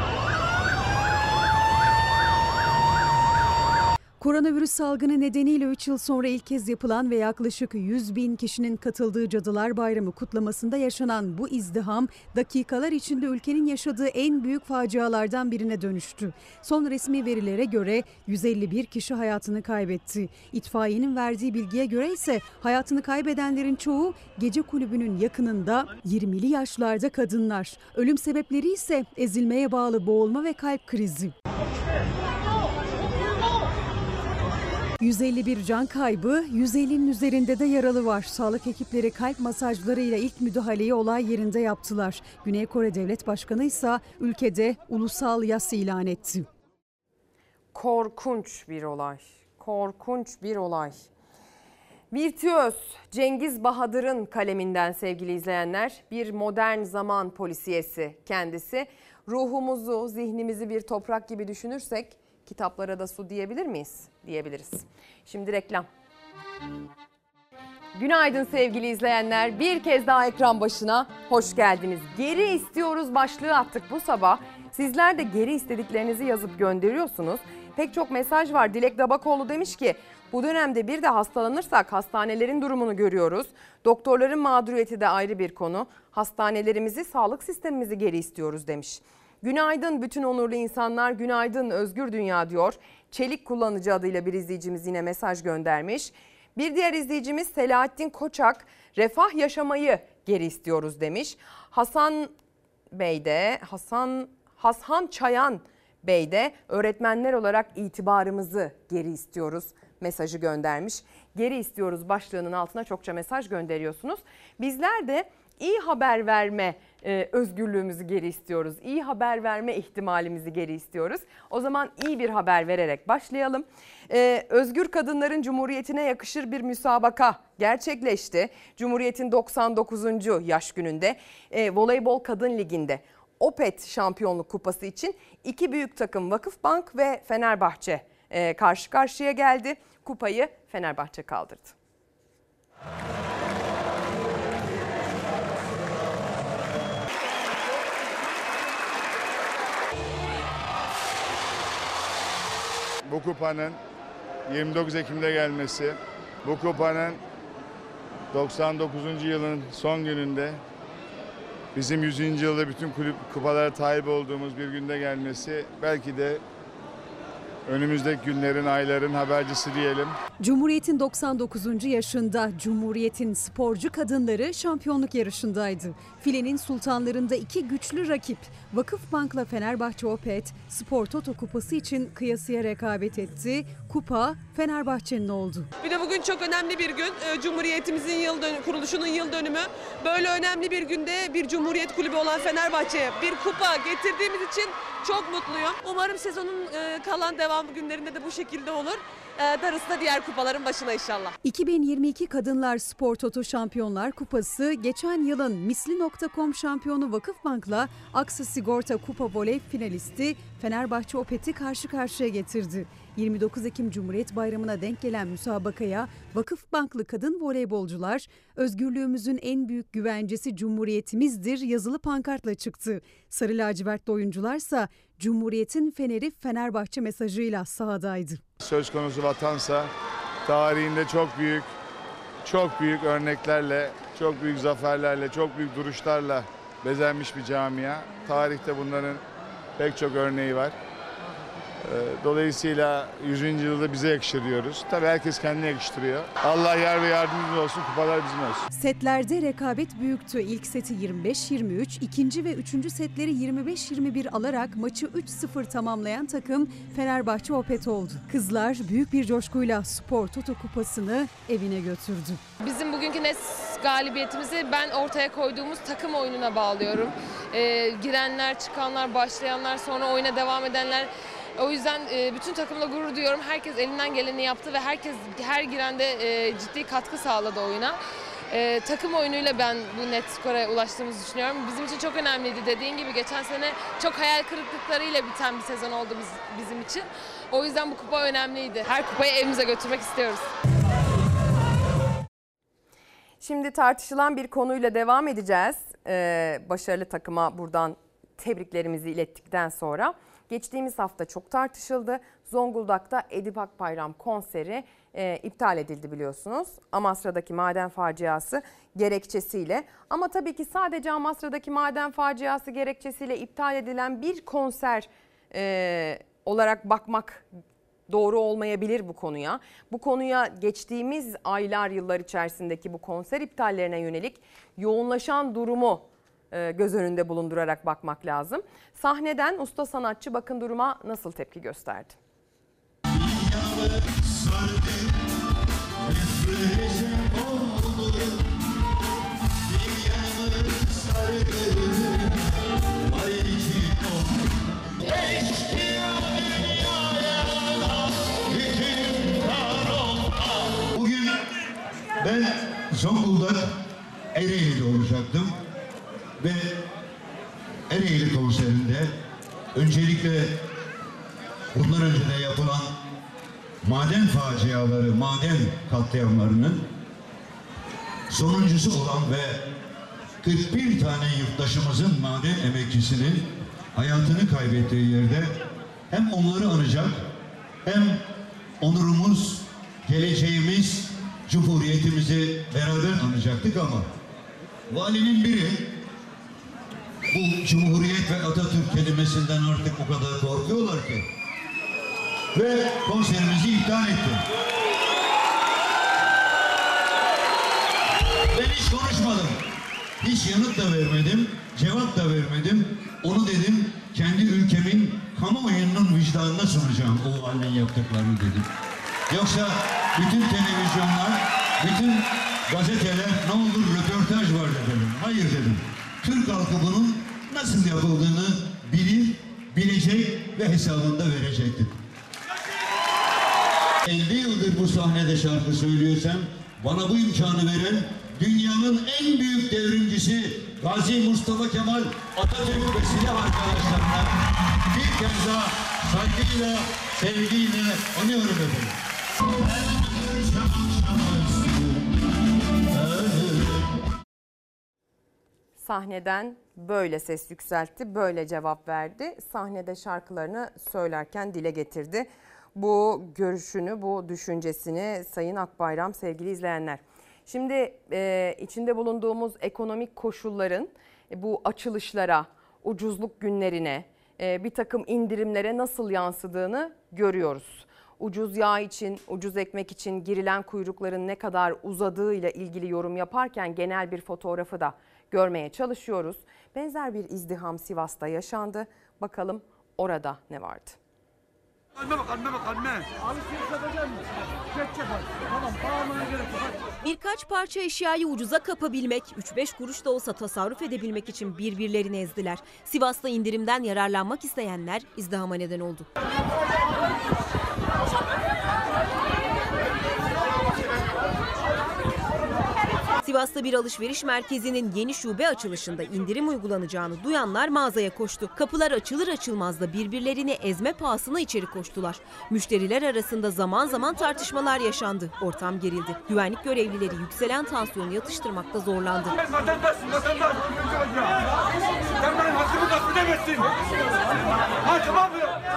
Koronavirüs salgını nedeniyle üç yıl sonra ilk kez yapılan ve yaklaşık yüz bin kişinin katıldığı Cadılar Bayramı kutlamasında yaşanan bu izdiham dakikalar içinde ülkenin yaşadığı en büyük facialardan birine dönüştü. Son resmi verilere göre yüz elli bir kişi hayatını kaybetti. İtfaiyenin verdiği bilgiye göre ise hayatını kaybedenlerin çoğu gece kulübünün yakınında yirmili yaşlarda kadınlar. Ölüm sebepleri ise ezilmeye bağlı boğulma ve kalp krizi. yüz elli bir can kaybı, yüz ellinin üzerinde de yaralı var. Sağlık ekipleri kalp masajlarıyla ilk müdahaleyi olay yerinde yaptılar. Güney Kore Devlet Başkanı ise ülkede ulusal yas ilan etti. Korkunç bir olay. Korkunç bir olay. Virtüöz Cengiz Bahadır'ın kaleminden sevgili izleyenler, bir modern zaman polisiyesi kendisi. Ruhumuzu, zihnimizi bir toprak gibi düşünürsek kitaplara da su diyebilir miyiz? Diyebiliriz. Şimdi reklam. Günaydın sevgili izleyenler. Bir kez daha ekran başına hoş geldiniz. Geri istiyoruz başlığı attık bu sabah. Sizler de geri istediklerinizi yazıp gönderiyorsunuz. Pek çok mesaj var. Dilek Dabakoğlu demiş ki bu dönemde bir de hastalanırsak hastanelerin durumunu görüyoruz. Doktorların mağduriyeti de ayrı bir konu. Hastanelerimizi, sağlık sistemimizi geri istiyoruz demiş. Günaydın bütün onurlu insanlar, günaydın özgür dünya diyor. Çelik kullanıcı adıyla bir izleyicimiz yine mesaj göndermiş. Bir diğer izleyicimiz Selahattin Koçak, refah yaşamayı geri istiyoruz demiş. Hasan Bey de, Hasan Hasan Çayan Bey de öğretmenler olarak itibarımızı geri istiyoruz mesajı göndermiş. Geri istiyoruz başlığının altına çokça mesaj gönderiyorsunuz. Bizler de iyi haber verme e, özgürlüğümüzü geri istiyoruz. İyi haber verme ihtimalimizi geri istiyoruz. O zaman iyi bir haber vererek başlayalım. E, Özgür Kadınların Cumhuriyetine yakışır bir müsabaka gerçekleşti. Cumhuriyet'in doksan dokuzuncu yaş gününde e, Voleybol Kadın Ligi'nde Opet Şampiyonluk Kupası için iki büyük takım Vakıfbank ve Fenerbahçe e, karşı karşıya geldi. Kupayı Fenerbahçe kaldırdı. Bu kupanın yirmi dokuz Ekim'de gelmesi, bu kupanın doksan dokuzuncu yılın son gününde bizim yüzüncü yılda bütün kulüp kupalara sahip olduğumuz bir günde gelmesi belki de önümüzdeki günlerin, ayların habercisi diyelim. Cumhuriyet'in doksan dokuzuncu yaşında Cumhuriyet'in sporcu kadınları şampiyonluk yarışındaydı. Filenin sultanlarında iki güçlü rakip Vakıfbank'la Fenerbahçe Opet Spor Toto Kupası için kıyasıya rekabet etti. Kupa Fenerbahçe'nin oldu. Bir de bugün çok önemli bir gün. Cumhuriyetimizin yıl dönümü, kuruluşunun yıl dönümü. Böyle önemli bir günde bir Cumhuriyet Kulübü olan Fenerbahçe'ye bir kupa getirdiğimiz için çok mutluyum. Umarım sezonun kalan devam günlerinde de bu şekilde olur. Darısı da diğer kupaların başına inşallah. iki bin yirmi iki Kadınlar Spor Toto Şampiyonlar Kupası geçen yılın misli nokta com şampiyonu Vakıfbank'la Aksa Sigorta Kupa Voley finalisti Fenerbahçe Opet'i karşı karşıya getirdi. yirmi dokuz Ekim Cumhuriyet Bayramı'na denk gelen müsabakaya Vakıfbanklı kadın voleybolcular özgürlüğümüzün en büyük güvencesi Cumhuriyetimizdir yazılı pankartla çıktı. Sarı lacivertli oyuncularsa Cumhuriyet'in feneri Fenerbahçe mesajıyla sahadaydı. Söz konusu vatansa tarihinde çok büyük, çok büyük örneklerle, çok büyük zaferlerle, çok büyük duruşlarla bezenmiş bir camia. Tarihte bunların pek çok örneği var. Dolayısıyla yüzüncü yılda bize yakışır diyoruz. Tabii herkes kendine yakıştırıyor. Allah yar ve yardımcımız olsun, kupalar bizim olsun. Setlerde rekabet büyüktü. İlk seti yirmi beş yirmi üç, ikinci ve üçüncü setleri yirmi beş yirmi bir alarak maçı üç sıfır tamamlayan takım Fenerbahçe Opet oldu. Kızlar büyük bir coşkuyla Spor Toto kupasını evine götürdü. Bizim bugünkü N E S galibiyetimizi ben ortaya koyduğumuz takım oyununa bağlıyorum. Ee, girenler, çıkanlar, başlayanlar, sonra oyuna devam edenler. O yüzden bütün takımla gurur duyuyorum. Herkes elinden geleni yaptı ve herkes her girende ciddi katkı sağladı oyuna. Ee, takım oyunuyla ben bu net skora ulaştığımızı düşünüyorum. Bizim için çok önemliydi. Dediğin gibi geçen sene çok hayal kırıklıklarıyla biten bir sezon oldu bizim için. O yüzden bu kupa önemliydi. Her kupayı evimize götürmek istiyoruz. Şimdi tartışılan bir konuyla devam edeceğiz. Ee, başarılı takıma buradan tebriklerimizi ilettikten sonra. Geçtiğimiz hafta çok tartışıldı. Zonguldak'ta Edip Akbayram konseri e, iptal edildi biliyorsunuz. Amasra'daki maden faciası gerekçesiyle. Ama tabii ki sadece Amasra'daki maden faciası gerekçesiyle iptal edilen bir konser e, olarak bakmak doğru olmayabilir bu konuya. Bu konuya geçtiğimiz aylar, yıllar içerisindeki bu konser iptallerine yönelik yoğunlaşan durumu göz önünde bulundurarak bakmak lazım. Sahneden usta sanatçı bakın duruma nasıl tepki gösterdi. Bugün ben Zonguldak Ereğli'de olacaktım. Ve Ereğli konserinde öncelikle bundan önce de yapılan maden faciaları, maden katliamlarının sonuncusu olan ve kırk bir tane yurttaşımızın, maden emekçisinin hayatını kaybettiği yerde hem onları anacak hem onurumuz, geleceğimiz, cumhuriyetimizi beraber anacaktık ama valinin biri bu Cumhuriyet ve Atatürk kelimesinden artık o kadar korkuyorlar ki ve konserimizi iptal etti. Ben hiç konuşmadım. Hiç yanıt da vermedim, cevap da vermedim. Onu dedim, kendi ülkemin kamuoyunun vicdanına sunacağım o halinin yaptıklarını dedim. Yoksa bütün televizyonlar, bütün gazeteler ne olur röportaj var dedim. Hayır dedim. Türk halkı bunun nasıl yapıldığını bilir, bilecek ve hesabında verecektir. elli yıldır bu sahnede şarkı söylüyorsam bana bu imkanı veren dünyanın en büyük devrimcisi Gazi Mustafa Kemal Atatürk ve silah arkadaşlarına bir kez daha saygıyla, sevgiyle anıyorum efendim. Sahneden böyle ses yükseltti, böyle cevap verdi. Sahnede şarkılarını söylerken dile getirdi. Bu görüşünü, bu düşüncesini Sayın Akbayram sevgili izleyenler. Şimdi e, içinde bulunduğumuz ekonomik koşulların e, bu açılışlara, ucuzluk günlerine, e, bir takım indirimlere nasıl yansıdığını görüyoruz. Ucuz yağ için, ucuz ekmek için girilen kuyrukların ne kadar uzadığıyla ilgili yorum yaparken genel bir fotoğrafı da görmeye çalışıyoruz. Benzer bir izdiham Sivas'ta yaşandı. Bakalım orada ne vardı? Anne bak, anne bak, anne. Alışveriş yapacak mısın? Geç yapar. Tamam, bağırmana gerek yok. Birkaç parça eşyayı ucuza kapabilmek, üç beş kuruş da olsa tasarruf edebilmek için birbirlerini ezdiler. Sivas'ta indirimden yararlanmak isteyenler izdihama neden oldu. Sivas'ta bir alışveriş merkezinin yeni şube açılışında indirim uygulanacağını duyanlar mağazaya koştu. Kapılar açılır açılmaz da birbirlerini ezme pahasına içeri koştular. Müşteriler arasında zaman zaman tartışmalar yaşandı. Ortam gerildi. Güvenlik görevlileri yükselen tansiyonu yatıştırmakta zorlandı. Vatandaşsın, vatandaş. Sen benim hakkımı gasp edemezsin. Ha tamam mı?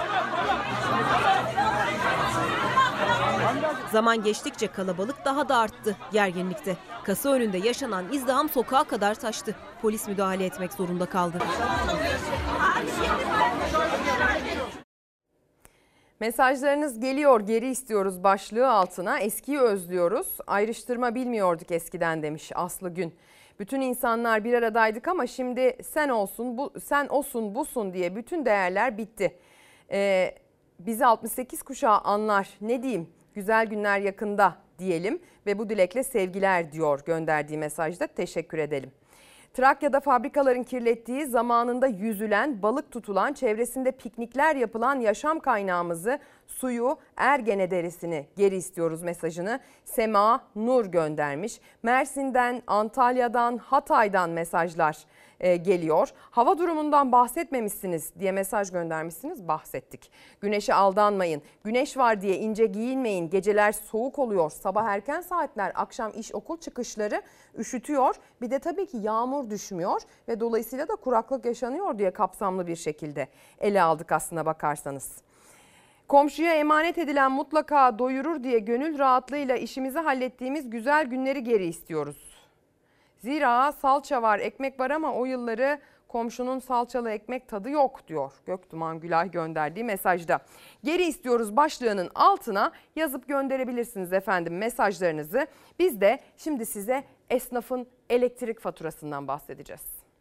Zaman geçtikçe kalabalık daha da arttı gerginlikte. Kasa önünde yaşanan izdiham sokağa kadar taştı. Polis müdahale etmek zorunda kaldı. Mesajlarınız geliyor, geri istiyoruz başlığı altına. Eskiyi özlüyoruz. Ayrıştırma bilmiyorduk eskiden demiş Aslı Gün. Bütün insanlar bir aradaydık ama şimdi sen olsun, bu sen olsun, busun diye bütün değerler bitti. Ee, bizi altmış sekiz kuşağı anlar. Ne diyeyim? Güzel günler yakında diyelim ve bu dilekle sevgiler diyor gönderdiği mesajda. Teşekkür edelim. Trakya'da fabrikaların kirlettiği, zamanında yüzülen, balık tutulan, çevresinde piknikler yapılan yaşam kaynağımızı, suyu, Ergene Deresi'ni geri istiyoruz mesajını Sema Nur göndermiş. Mersin'den, Antalya'dan, Hatay'dan mesajlar e, geliyor. Hava durumundan bahsetmemişsiniz diye mesaj göndermişsiniz. Bahsettik. Güneşe aldanmayın. Güneş var diye ince giyinmeyin. Geceler soğuk oluyor. Sabah erken saatler, akşam iş okul çıkışları üşütüyor. Bir de tabii ki yağmur düşmüyor ve dolayısıyla da kuraklık yaşanıyor diye kapsamlı bir şekilde ele aldık aslına bakarsanız. Komşuya emanet edilen mutlaka doyurur diye gönül rahatlığıyla işimizi hallettiğimiz güzel günleri geri istiyoruz. Zira salça var, ekmek var ama o yılları komşunun salçalı ekmek tadı yok diyor Göktuman Gülay gönderdiği mesajda. Geri istiyoruz başlığının altına yazıp gönderebilirsiniz efendim mesajlarınızı. Biz de şimdi size esnafın elektrik faturasından bahsedeceğiz.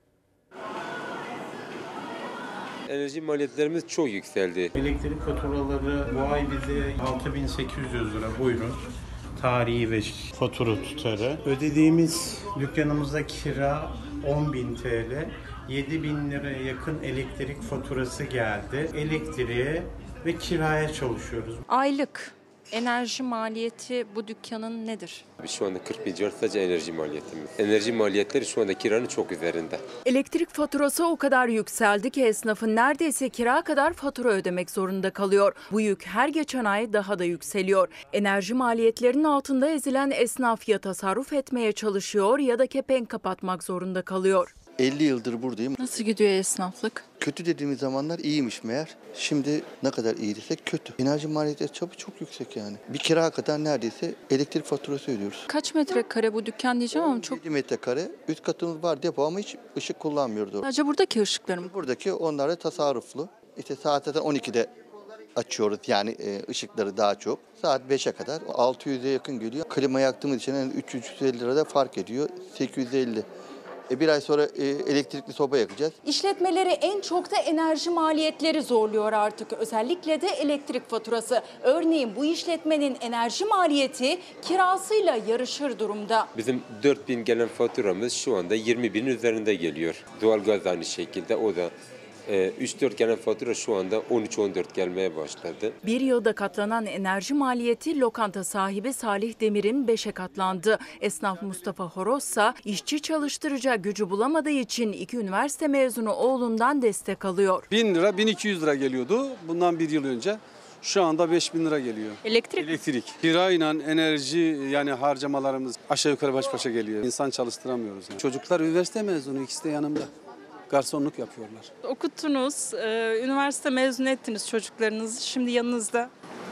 Enerji maliyetlerimiz çok yükseldi. Elektrik faturaları bu ay bize altı bin sekiz yüz lira buyurun. Tarihi ve fatura tutarı. Ödediğimiz dükkanımızda kira on bin T L. yedi bin liraya yakın elektrik faturası geldi. Elektriğe ve kiraya çalışıyoruz. Aylık enerji maliyeti bu dükkanın nedir? Şu anda kırk bin civarı sadece enerji maliyetimiz. Enerji maliyetleri şu anda kiranın çok üzerinde. Elektrik faturası o kadar yükseldi ki esnafın neredeyse kira kadar fatura ödemek zorunda kalıyor. Bu yük her geçen ay daha da yükseliyor. Enerji maliyetlerinin altında ezilen esnaf ya tasarruf etmeye çalışıyor ya da kepenk kapatmak zorunda kalıyor. elli yıldır buradayım. Nasıl gidiyor esnaflık? Kötü dediğimiz zamanlar iyiymiş meğer. Şimdi ne kadar iyi desek kötü. Enerji maliyeti çok çok yüksek yani. Bir kira kadar neredeyse elektrik faturası ödüyoruz. Kaç metrekare bu dükkan diyeceğim ama çok... yedi metrekare. Üst katımız var depo ama hiç ışık kullanmıyordu. Sadece buradaki ışıklar mı? Buradaki onlar da tasarruflu. İşte saat zaten on ikide açıyoruz yani e, ışıkları daha çok. Saat beşe kadar altı yüze yakın geliyor. Klima yaktığımız için yani üç yüz elli lirada fark ediyor. sekiz yüz elli. E bir ay sonra e, elektrikli soba yakacağız. İşletmeleri en çok da enerji maliyetleri zorluyor artık. Özellikle de elektrik faturası. Örneğin bu işletmenin enerji maliyeti kirasıyla yarışır durumda. Bizim dört bin gelen faturamız şu anda yirmi binin üzerinde geliyor. Doğalgaz aynı şekilde o da üç dört gelen fatura şu anda on üç on dört gelmeye başladı. Bir yılda katlanan enerji maliyeti lokanta sahibi Salih Demir'in beşe katlandı. Esnaf Mustafa Horozsa işçi çalıştıracak gücü bulamadığı için iki üniversite mezunu oğlundan destek alıyor. bin lira bin iki yüz lira geliyordu bundan bir yıl önce. Şu anda beş bin lira geliyor. Elektrik? Elektrik. Kirayla enerji yani harcamalarımız aşağı yukarı baş başa geliyor. İnsan çalıştıramıyoruz. Yani. Çocuklar üniversite mezunu, ikisi de yanımda. Garsonluk yapıyorlar. Okuttunuz, e, üniversite mezun ettiniz çocuklarınızı, şimdi yanınızda.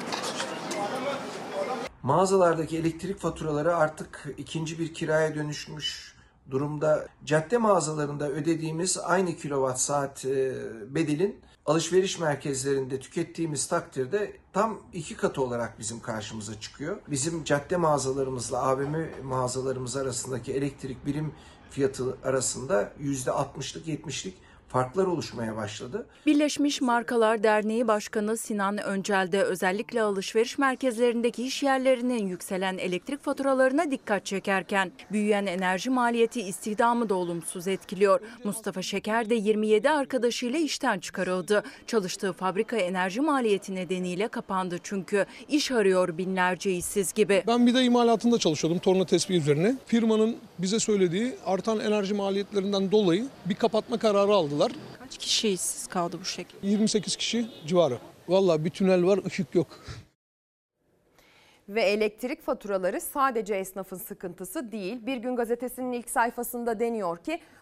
Mağazalardaki elektrik faturaları artık ikinci bir kiraya dönüşmüş durumda. Cadde mağazalarında ödediğimiz aynı kilowatt saat bedelin alışveriş merkezlerinde tükettiğimiz takdirde tam iki katı olarak bizim karşımıza çıkıyor. Bizim cadde mağazalarımızla A V M mağazalarımız arasındaki elektrik birim fiyatı arasında yüzde altmışlık yetmişlik farklar oluşmaya başladı. Birleşmiş Markalar Derneği Başkanı Sinan Öncel de özellikle alışveriş merkezlerindeki iş yerlerinin yükselen elektrik faturalarına dikkat çekerken büyüyen enerji maliyeti istihdamı da olumsuz etkiliyor. Mustafa Şeker de yirmi yedi arkadaşıyla işten çıkarıldı. Çalıştığı fabrika enerji maliyeti nedeniyle kapandı çünkü iş arıyor binlerce işsiz gibi. Ben bir de imalatında çalışıyordum torna tespih üzerine. Firmanın bize söylediği artan enerji maliyetlerinden dolayı bir kapatma kararı aldılar. Kaç kişi işsiz kaldı bu şekilde? yirmi sekiz kişi civarı. Vallahi bir tünel var, ışık yok. Ve elektrik faturaları sadece esnafın sıkıntısı değil. Bir Gün Gazetesi'nin ilk sayfasında deniyor ki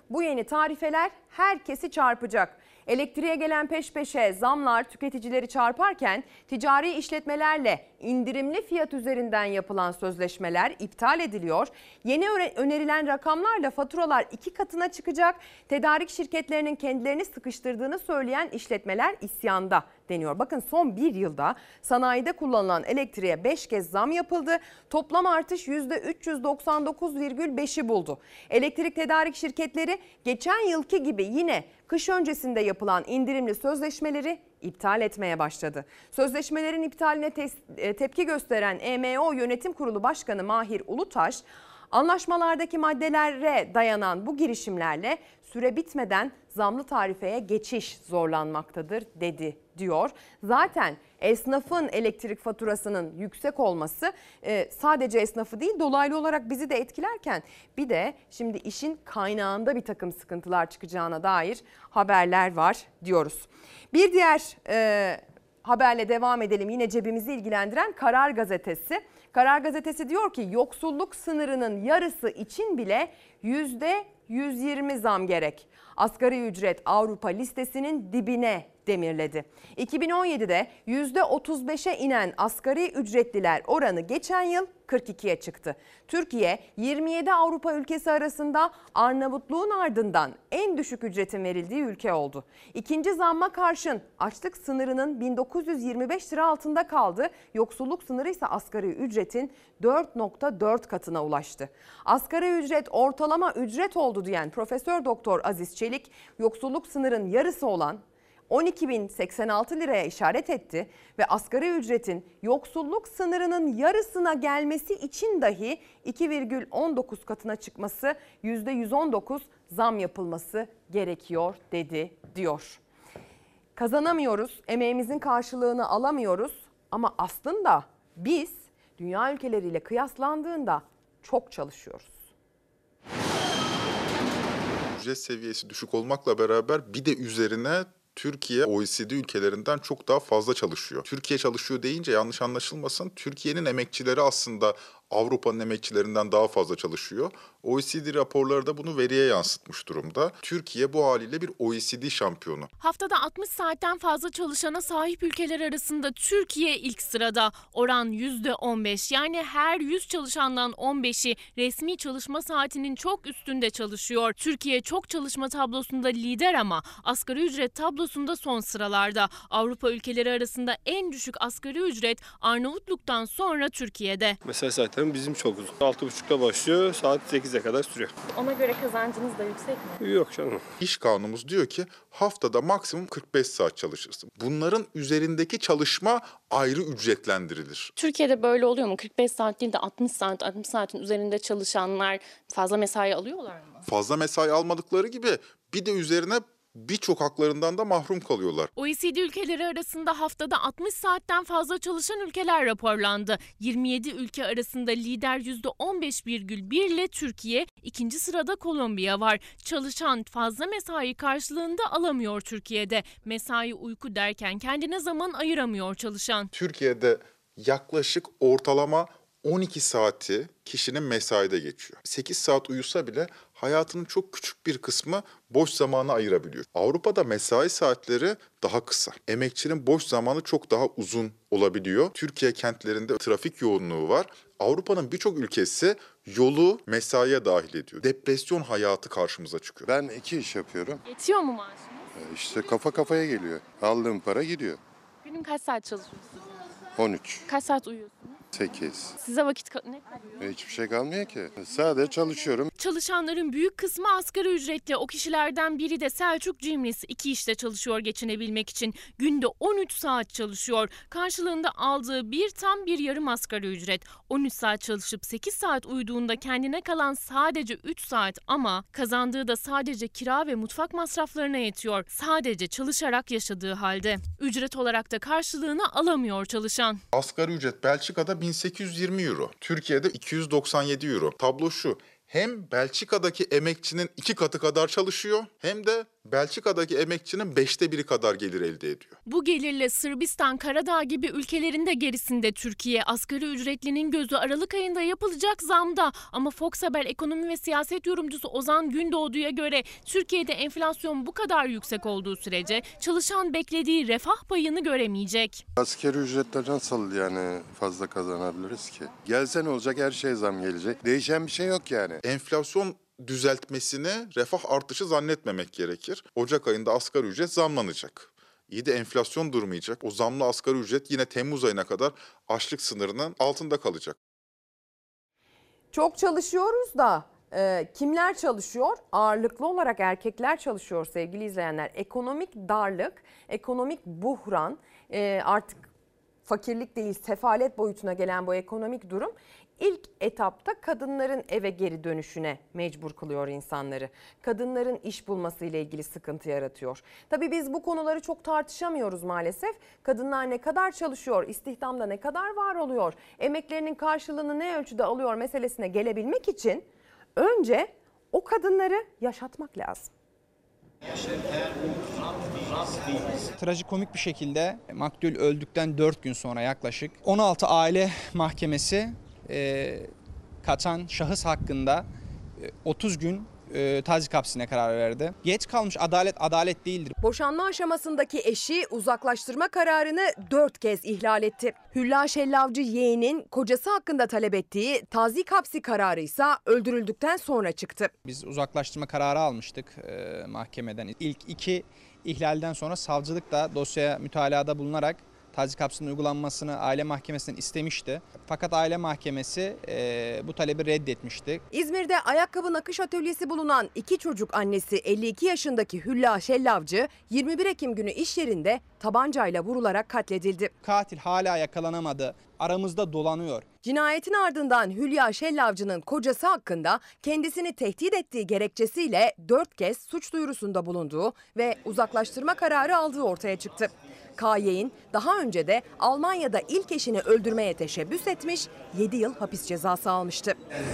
bu yeni tarifeler herkesi çarpacak. Elektriğe gelen peş peşe zamlar tüketicileri çarparken ticari işletmelerle indirimli fiyat üzerinden yapılan sözleşmeler iptal ediliyor. Yeni önerilen rakamlarla faturalar iki katına çıkacak. Tedarik şirketlerinin kendilerini sıkıştırdığını söyleyen işletmeler isyanda deniyor. Bakın son bir yılda sanayide kullanılan elektriğe beş kez zam yapıldı. Toplam artış yüzde üç yüz doksan dokuz virgül beşi buldu. Elektrik tedarik şirketleri geçen yılki gibi yine kış öncesinde yapılan indirimli sözleşmeleri iptal etmeye başladı. Sözleşmelerin iptaline te- tepki gösteren E M O Yönetim Kurulu Başkanı Mahir Ulutaş, anlaşmalardaki maddelere dayanan bu girişimlerle süre bitmeden zamlı tarifeye geçiş zorlanmaktadır dedi diyor. Zaten esnafın elektrik faturasının yüksek olması e, sadece esnafı değil dolaylı olarak bizi de etkilerken bir de şimdi işin kaynağında bir takım sıkıntılar çıkacağına dair haberler var diyoruz. Bir diğer e, haberle devam edelim, yine cebimizi ilgilendiren Karar Gazetesi. Karar Gazetesi diyor ki yoksulluk sınırının yarısı için bile yüzde yüz yirmi zam gerek. Asgari ücret Avrupa listesinin dibine demirledi. iki bin on yedide yüzde otuz beşe inen asgari ücretliler oranı geçen yıl kırk ikiye çıktı. Türkiye yirmi yedi Avrupa ülkesi arasında Arnavutluğun ardından en düşük ücretin verildiği ülke oldu. İkinci zamma karşın açlık sınırının bin dokuz yüz yirmi beş lira altında kaldı. Yoksulluk sınırı ise asgari ücretin dört nokta dört katına ulaştı. Asgari ücret ortalama ücret oldu diyen Profesör Doktor Aziz Çelik, yoksulluk sınırın yarısı olan on iki bin seksen altı liraya işaret etti ve asgari ücretin yoksulluk sınırının yarısına gelmesi için dahi iki virgül on dokuz katına çıkması, yüzde yüz on dokuz zam yapılması gerekiyor dedi diyor. Kazanamıyoruz, emeğimizin karşılığını alamıyoruz ama aslında biz dünya ülkeleriyle kıyaslandığında çok çalışıyoruz. Ücret seviyesi düşük olmakla beraber bir de üzerine Türkiye O E C D ülkelerinden çok daha fazla çalışıyor. Türkiye çalışıyor deyince yanlış anlaşılmasın. Türkiye'nin emekçileri aslında Avrupa'nın emekçilerinden daha fazla çalışıyor. O E C D raporları da bunu veriye yansıtmış durumda. Türkiye bu haliyle bir O E C D şampiyonu. Haftada altmış saatten fazla çalışana sahip ülkeler arasında Türkiye ilk sırada. Oran yüzde on beş, yani her yüz çalışandan on beşi resmi çalışma saatinin çok üstünde çalışıyor. Türkiye çok çalışma tablosunda lider ama asgari ücret tablosunda son sıralarda. Avrupa ülkeleri arasında en düşük asgari ücret Arnavutluk'tan sonra Türkiye'de. Mesela zaten bizim çok uzun. altı buçukta başlıyor, saat sekize kadar sürüyor. Ona göre kazancınız da yüksek mi? Yok canım. İş kanunumuz diyor ki haftada maksimum kırk beş saat çalışırsın. Bunların üzerindeki çalışma ayrı ücretlendirilir. Türkiye'de böyle oluyor mu? kırk beş saat değil de altmış saat, altmış saatin üzerinde çalışanlar fazla mesai alıyorlar mı? Fazla mesai almadıkları gibi bir de üzerine birçok haklarından da mahrum kalıyorlar. O E C D ülkeleri arasında haftada altmış saatten fazla çalışan ülkeler raporlandı. yirmi yedi ülke arasında lider yüzde on beş virgül bir ile Türkiye, ikinci sırada Kolombiya var. Çalışan fazla mesai karşılığında alamıyor Türkiye'de. Mesai uyku derken kendine zaman ayıramıyor çalışan. Türkiye'de yaklaşık ortalama on iki saati kişinin mesaide geçiyor. sekiz saat uyusa bile hayatının çok küçük bir kısmı boş zamanı ayırabiliyor. Avrupa'da mesai saatleri daha kısa. Emekçinin boş zamanı çok daha uzun olabiliyor. Türkiye kentlerinde trafik yoğunluğu var. Avrupa'nın birçok ülkesi yolu mesaiye dahil ediyor. Depresyon hayatı karşımıza çıkıyor. Ben iki iş yapıyorum. Yetiyor mu maaşınız? İşte kafa kafaya geliyor. Aldığım para gidiyor. Günün kaç saat çalışıyorsunuz? on üç. Kaç saat uyuyorsunuz? sekiz. Size vakit ka- ne kalıyor? Hiçbir şey kalmıyor ki. Sadece çalışıyorum. Çalışanların büyük kısmı asgari ücretli. O kişilerden biri de Selçuk Cimris. İki işte çalışıyor geçinebilmek için. Günde on üç saat çalışıyor. Karşılığında aldığı bir tam bir yarım asgari ücret. on üç saat çalışıp sekiz saat uyuduğunda kendine kalan sadece üç saat ama kazandığı da sadece kira ve mutfak masraflarına yetiyor. Sadece çalışarak yaşadığı halde. Ücret olarak da karşılığını alamıyor çalışan. Asgari ücret Belçika'da bin sekiz yüz yirmi euro. Türkiye'de iki yüz doksan yedi euro. Tablo şu: hem Belçika'daki emekçinin iki katı kadar çalışıyor hem de Belçika'daki emekçinin beşte biri kadar gelir elde ediyor. Bu gelirle Sırbistan, Karadağ gibi ülkelerin de gerisinde Türkiye. Asgari ücretlinin gözü Aralık ayında yapılacak zamda. Ama Fox Haber ekonomi ve siyaset yorumcusu Ozan Gündoğdu'ya göre Türkiye'de enflasyon bu kadar yüksek olduğu sürece çalışan beklediği refah payını göremeyecek. Asgari ücretle nasıl yani fazla kazanabiliriz ki? Gelse ne olacak, her şeye zam gelecek. Değişen bir şey yok yani. Enflasyon düzeltmesini refah artışı zannetmemek gerekir. Ocak ayında asgari ücret zamlanacak. İyi de enflasyon durmayacak. O zamlı asgari ücret yine Temmuz ayına kadar açlık sınırının altında kalacak. Çok çalışıyoruz da e, kimler çalışıyor? Ağırlıklı olarak erkekler çalışıyor sevgili izleyenler. Ekonomik darlık, ekonomik buhran, e, artık fakirlik değil sefalet boyutuna gelen bu ekonomik durum İlk etapta kadınların eve geri dönüşüne mecbur kılıyor insanları. Kadınların iş bulması ile ilgili sıkıntı yaratıyor. Tabii biz bu konuları çok tartışamıyoruz maalesef. Kadınlar ne kadar çalışıyor, istihdamda ne kadar var oluyor, emeklerinin karşılığını ne ölçüde alıyor meselesine gelebilmek için önce o kadınları yaşatmak lazım. Trajikomik bir şekilde maktul öldükten dört gün sonra yaklaşık on altı aile mahkemesi E, kaçan şahıs hakkında e, otuz gün e, tazik hapsine karar verdi. Geç kalmış adalet adalet değildir. Boşanma aşamasındaki eşi uzaklaştırma kararını dört kez ihlal etti. Hülya Şellavcı yeğenin kocası hakkında talep ettiği tazik hapsi kararı ise öldürüldükten sonra çıktı. Biz uzaklaştırma kararı almıştık e, mahkemeden. İlk iki ihlalden sonra savcılık da dosyaya mütalada bulunarak tazik hapsinin uygulanmasını aile mahkemesinden istemişti. Fakat aile mahkemesi e, bu talebi reddetmişti. İzmir'de ayakkabı nakış atölyesi bulunan iki çocuk annesi elli iki yaşındaki Hülya Şellavcı yirmi bir Ekim günü iş yerinde tabancayla vurularak katledildi. Katil hala yakalanamadı. Aramızda dolanıyor. Cinayetin ardından Hülya Şellavcı'nın kocası hakkında kendisini tehdit ettiği gerekçesiyle dört kez suç duyurusunda bulunduğu ve uzaklaştırma kararı aldığı ortaya çıktı. K Y'in daha önce de Almanya'da ilk eşini öldürmeye teşebbüs etmiş, yedi yıl hapis cezası almıştı.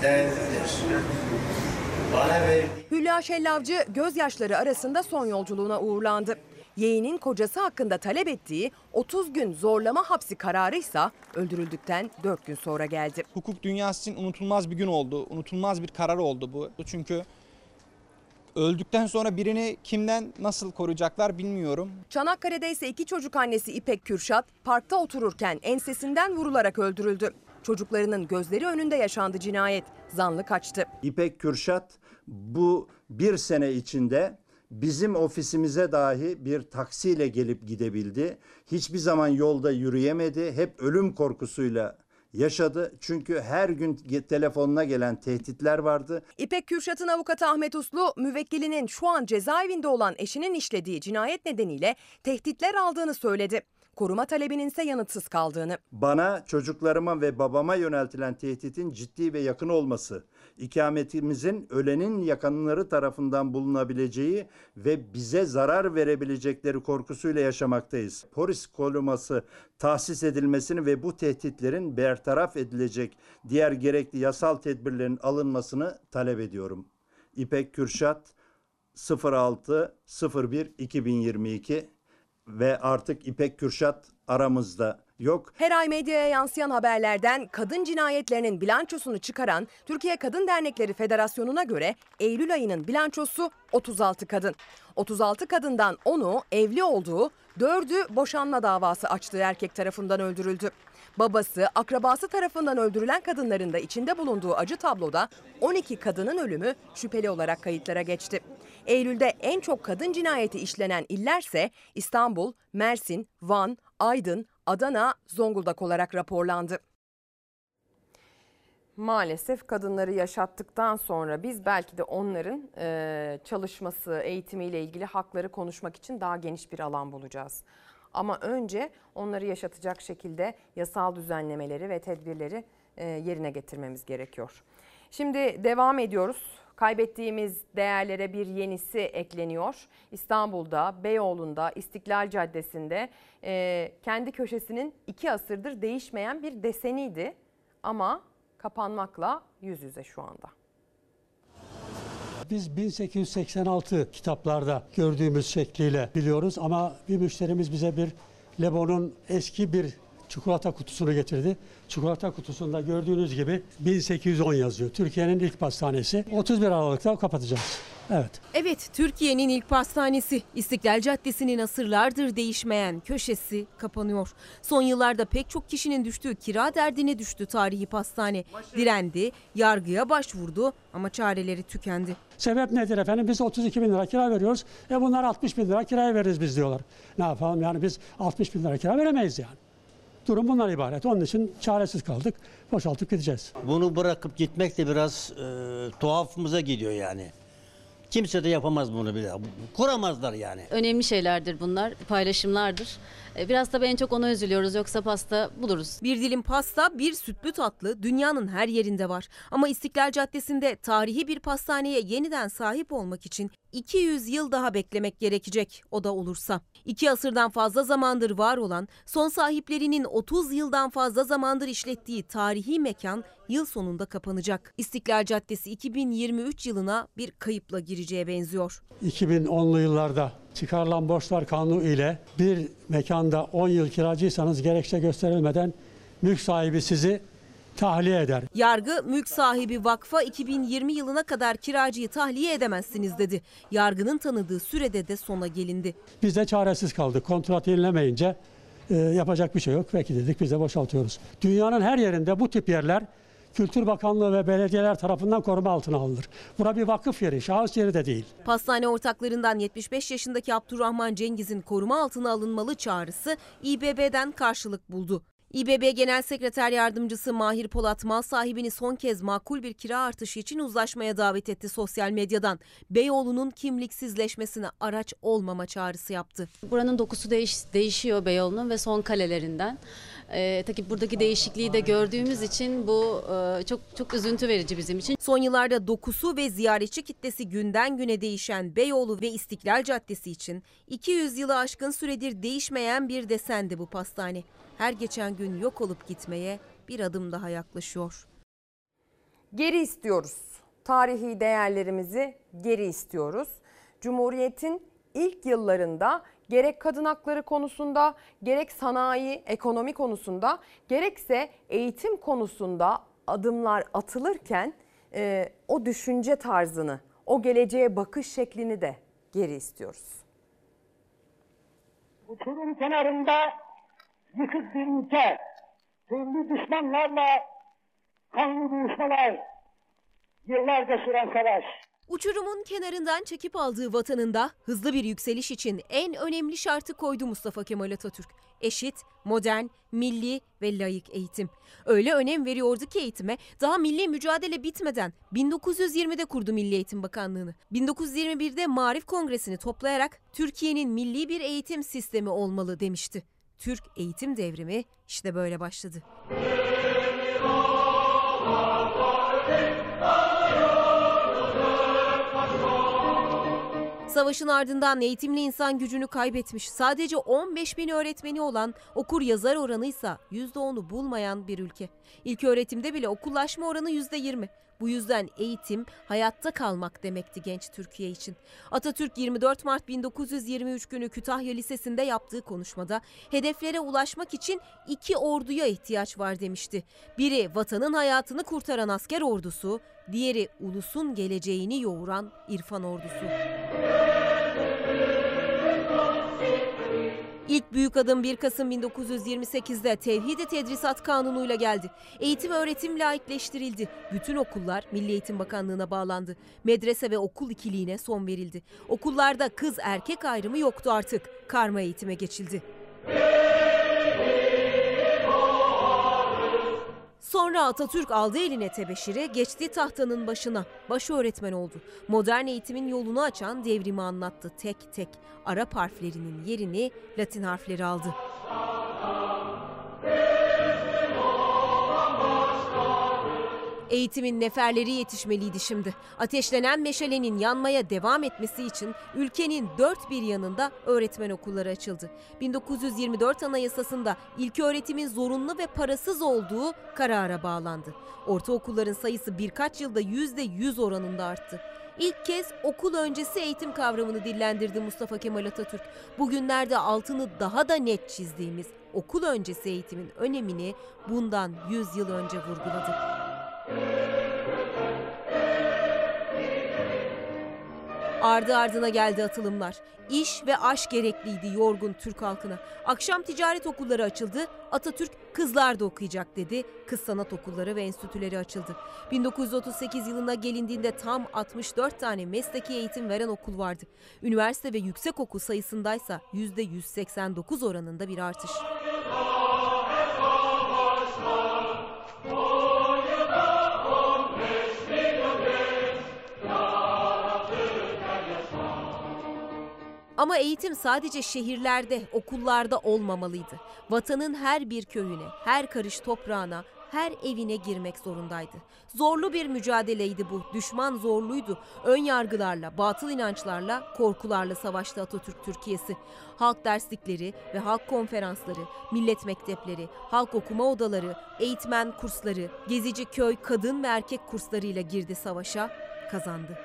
Hülya Şellavcı gözyaşları arasında son yolculuğuna uğurlandı. Yeğenin kocası hakkında talep ettiği otuz gün zorlama hapsi kararı ise öldürüldükten dört gün sonra geldi. Hukuk dünyası için unutulmaz bir gün oldu, unutulmaz bir karar oldu bu. Çünkü öldükten sonra birini kimden nasıl koruyacaklar bilmiyorum. Çanakkale'de ise iki çocuk annesi İpek Kürşat parkta otururken ensesinden vurularak öldürüldü. Çocuklarının gözleri önünde yaşandı cinayet. Zanlı kaçtı. İpek Kürşat bu bir sene içinde bizim ofisimize dahi bir taksiyle gelip gidebildi. Hiçbir zaman yolda yürüyemedi. Hep ölüm korkusuyla yaşadı. Çünkü her gün telefonuna gelen tehditler vardı. İpek Kürşat'ın avukatı Ahmet Uslu, müvekkilinin şu an cezaevinde olan eşinin işlediği cinayet nedeniyle tehditler aldığını söyledi. Koruma talebinin ise yanıtsız kaldığını. Bana, çocuklarıma ve babama yöneltilen tehditin ciddi ve yakın olması, ikametimizin ölenin yakınları tarafından bulunabileceği ve bize zarar verebilecekleri korkusuyla yaşamaktayız. Polis koruması tahsis edilmesini ve bu tehditlerin bertaraf edilecek diğer gerekli yasal tedbirlerin alınmasını talep ediyorum. İpek Kürşat sıfır altı sıfır bir iki bin yirmi iki ve artık İpek Kürşat aramızda yok. Her ay medyaya yansıyan haberlerden kadın cinayetlerinin bilançosunu çıkaran Türkiye Kadın Dernekleri Federasyonu'na göre Eylül ayının bilançosu otuz altı kadın. otuz altı kadından onu evli olduğu, dördü boşanma davası açtığı erkek tarafından öldürüldü. Babası, akrabası tarafından öldürülen kadınların da içinde bulunduğu acı tabloda on iki kadının ölümü şüpheli olarak kayıtlara geçti. Eylül'de en çok kadın cinayeti işlenen illerse İstanbul, Mersin, Van, Aydın, Adana, Zonguldak olarak raporlandı. Maalesef kadınları yaşattıktan sonra biz belki de onların e, çalışması, eğitimiyle ilgili hakları konuşmak için daha geniş bir alan bulacağız. Ama önce onları yaşatacak şekilde yasal düzenlemeleri ve tedbirleri e, yerine getirmemiz gerekiyor. Şimdi devam ediyoruz. Kaybettiğimiz değerlere bir yenisi ekleniyor. İstanbul'da, Beyoğlu'nda, İstiklal Caddesi'nde e, kendi köşesinin iki asırdır değişmeyen bir deseniydi. Ama kapanmakla yüz yüze şu anda. Biz bin sekiz yüz seksen altı kitaplarda gördüğümüz şekliyle biliyoruz ama bir müşterimiz bize bir Lebo'nun eski bir çikolata kutusunu getirdi. Çikolata kutusunda gördüğünüz gibi bin sekiz yüz on yazıyor. Türkiye'nin ilk pastanesi. otuz bir Aralık'ta kapatacağız. Evet. Evet, Türkiye'nin ilk pastanesi. İstiklal Caddesi'nin asırlardır değişmeyen köşesi kapanıyor. Son yıllarda pek çok kişinin düştüğü kira derdine düştü tarihi pastane. Direndi, yargıya başvurdu ama çareleri tükendi. Sebep nedir efendim? Biz otuz iki bin lira kira veriyoruz. E bunlar altmış bin lira kiraya veririz biz diyorlar. Ne yapalım yani biz altmış bin lira kira veremeyiz yani. Durum bundan ibaret. Onun için çaresiz kaldık. Boşaltıp gideceğiz. Bunu bırakıp gitmek de biraz e, tuhafımıza gidiyor yani. Kimse de yapamaz bunu bile. Kuramazlar yani. Önemli şeylerdir bunlar, paylaşımlardır. Biraz da en çok ona üzülüyoruz, yoksa pasta buluruz. Bir dilim pasta, bir sütlü tatlı dünyanın her yerinde var. Ama İstiklal Caddesi'nde tarihi bir pastaneye yeniden sahip olmak için iki yüz yıl daha beklemek gerekecek, o da olursa. İki asırdan fazla zamandır var olan, son sahiplerinin otuz yıldan fazla zamandır işlettiği tarihi mekan yıl sonunda kapanacak. İstiklal Caddesi iki bin yirmi üç yılına bir kayıpla gireceğe benziyor. iki bin onlu yıllarda çıkarılan borçlar kanunu ile bir mekanda on yıl kiracıysanız gerekçe gösterilmeden mülk sahibi sizi tahliye eder. Yargı, mülk sahibi vakfa iki bin yirmi yılına kadar kiracıyı tahliye edemezsiniz dedi. Yargının tanıdığı sürede de sona gelindi. Biz de çaresiz kaldık. Kontrat yenilemeyince e, yapacak bir şey yok. Peki dedik, biz de boşaltıyoruz. Dünyanın her yerinde bu tip yerler Kültür Bakanlığı ve belediyeler tarafından koruma altına alınır. Bura bir vakıf yeri, şahıs yeri de değil. Pastane ortaklarından yetmiş beş yaşındaki Abdurrahman Cengiz'in koruma altına alınmalı çağrısı İ B B'den karşılık buldu. İ B B Genel Sekreter Yardımcısı Mahir Polat mal sahibini son kez makul bir kira artışı için uzlaşmaya davet etti sosyal medyadan. Beyoğlu'nun kimliksizleşmesine araç olmama çağrısı yaptı. Buranın dokusu değiş, değişiyor Beyoğlu'nun ve son kalelerinden. Ee, tabii buradaki değişikliği de gördüğümüz için bu e, çok çok üzüntü verici bizim için. Son yıllarda dokusu ve ziyaretçi kitlesi günden güne değişen Beyoğlu ve İstiklal Caddesi için iki yüz yılı aşkın süredir değişmeyen bir desendi bu pastane. Her geçen gün yok olup gitmeye bir adım daha yaklaşıyor. Geri istiyoruz. Tarihi değerlerimizi geri istiyoruz. Cumhuriyet'in ilk yıllarında gerek kadın hakları konusunda, gerek sanayi, ekonomi konusunda, gerekse eğitim konusunda adımlar atılırken e, o düşünce tarzını, o geleceğe bakış şeklini de geri istiyoruz. Uçurum kenarında yıkık bir ülke, türlü düşmanlarla kanlı dövüşmeler, yıllarca süren savaş. Uçurumun kenarından çekip aldığı vatanında hızlı bir yükseliş için en önemli şartı koydu Mustafa Kemal Atatürk. Eşit, modern, milli ve layık eğitim. Öyle önem veriyordu ki eğitime daha milli mücadele bitmeden bin dokuz yüz yirmide kurdu Milli Eğitim Bakanlığı'nı. bin dokuz yüz yirmi birde Maarif Kongresi'ni toplayarak Türkiye'nin milli bir eğitim sistemi olmalı demişti. Türk eğitim devrimi işte böyle başladı. Savaşın ardından eğitimli insan gücünü kaybetmiş, sadece on beş bin öğretmeni olan, okur yazar oranı ise yüzde onu bulmayan bir ülke. İlköğretimde bile okullaşma oranı yüzde yirmi. Bu yüzden eğitim hayatta kalmak demekti genç Türkiye için. Atatürk yirmi dört Mart bin dokuz yüz yirmi üç günü Kütahya Lisesi'nde yaptığı konuşmada hedeflere ulaşmak için iki orduya ihtiyaç var demişti. Biri vatanın hayatını kurtaran asker ordusu, diğeri ulusun geleceğini yoğuran irfan ordusu. İlk büyük adım bir Kasım bin dokuz yüz yirmi sekizde Tevhid-i Tedrisat Kanunu'yla geldi. Eğitim öğretim laikleştirildi. Bütün okullar Milli Eğitim Bakanlığı'na bağlandı. Medrese ve okul ikiliğine son verildi. Okullarda kız erkek ayrımı yoktu artık. Karma eğitime geçildi. Sonra Atatürk aldı eline tebeşiri, geçti tahtanın başına. Baş öğretmen oldu. Modern eğitimin yolunu açan devrimi anlattı tek tek. Arap harflerinin yerini Latin harfleri aldı. Eğitimin neferleri yetişmeliydi şimdi. Ateşlenen meşalenin yanmaya devam etmesi için ülkenin dört bir yanında öğretmen okulları açıldı. bin dokuz yüz yirmi dört Anayasası'nda ilköğretimin zorunlu ve parasız olduğu karara bağlandı. Ortaokulların sayısı birkaç yılda yüzde yüz oranında arttı. İlk kez okul öncesi eğitim kavramını dillendirdi Mustafa Kemal Atatürk. Bugünlerde altını daha da net çizdiğimiz okul öncesi eğitimin önemini bundan yüz yıl önce vurguladı. Ardı ardına geldi atılımlar. İş ve aşk gerekliydi yorgun Türk halkına. Akşam ticaret okulları açıldı. Atatürk kızlar da okuyacak dedi. Kız sanat okulları ve enstitüleri açıldı. bin dokuz yüz otuz sekiz yılına gelindiğinde tam altmış dört tane mesleki eğitim veren okul vardı. Üniversite ve yüksekokul sayısındaysa yüzde yüz seksen dokuz oranında bir artış. Ama eğitim sadece şehirlerde, okullarda olmamalıydı. Vatanın her bir köyüne, her karış toprağına, her evine girmek zorundaydı. Zorlu bir mücadeleydi bu. Düşman zorluydu. Ön yargılarla, batıl inançlarla, korkularla savaştı Atatürk Türkiye'si. Halk derslikleri ve halk konferansları, millet mektepleri, halk okuma odaları, eğitmen kursları, gezici köy, kadın ve erkek kurslarıyla girdi savaşa, kazandı.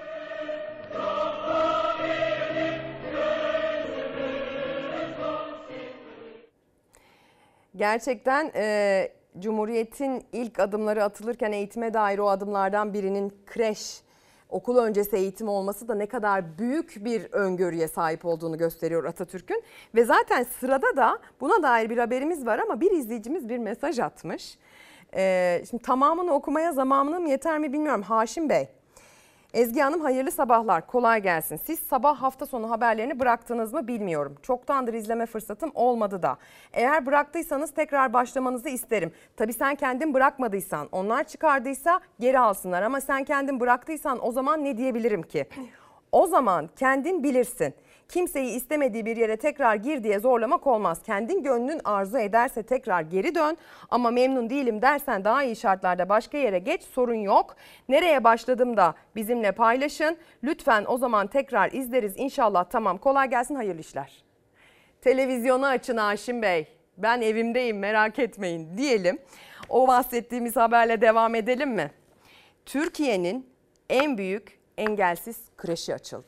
Gerçekten e, Cumhuriyet'in ilk adımları atılırken eğitime dair o adımlardan birinin kreş, okul öncesi eğitim olması da ne kadar büyük bir öngörüye sahip olduğunu gösteriyor Atatürk'ün. Ve zaten sırada da buna dair bir haberimiz var ama bir izleyicimiz bir mesaj atmış. E, şimdi tamamını okumaya zamanım yeter mi bilmiyorum. Haşim Bey. Ezgi Hanım hayırlı sabahlar, kolay gelsin. Siz sabah hafta sonu haberlerini bıraktınız mı bilmiyorum. Çoktandır izleme fırsatım olmadı da. Eğer bıraktıysanız tekrar başlamanızı isterim. Tabii sen kendin bırakmadıysan, onlar çıkardıysa geri alsınlar. Ama sen kendin bıraktıysan o zaman ne diyebilirim ki? O zaman kendin bilirsin. Kimseyi istemediği bir yere tekrar gir diye zorlamak olmaz. Kendin gönlün arzu ederse tekrar geri dön. Ama memnun değilim dersen daha iyi şartlarda başka yere geç, sorun yok. Nereye başladım da bizimle paylaşın. Lütfen o zaman tekrar izleriz inşallah. Tamam, kolay gelsin, hayırlı işler. Televizyonu açın Haşim Bey. Ben evimdeyim, merak etmeyin diyelim. O bahsettiğimiz haberle devam edelim mi? Türkiye'nin en büyük engelsiz kreşi açıldı.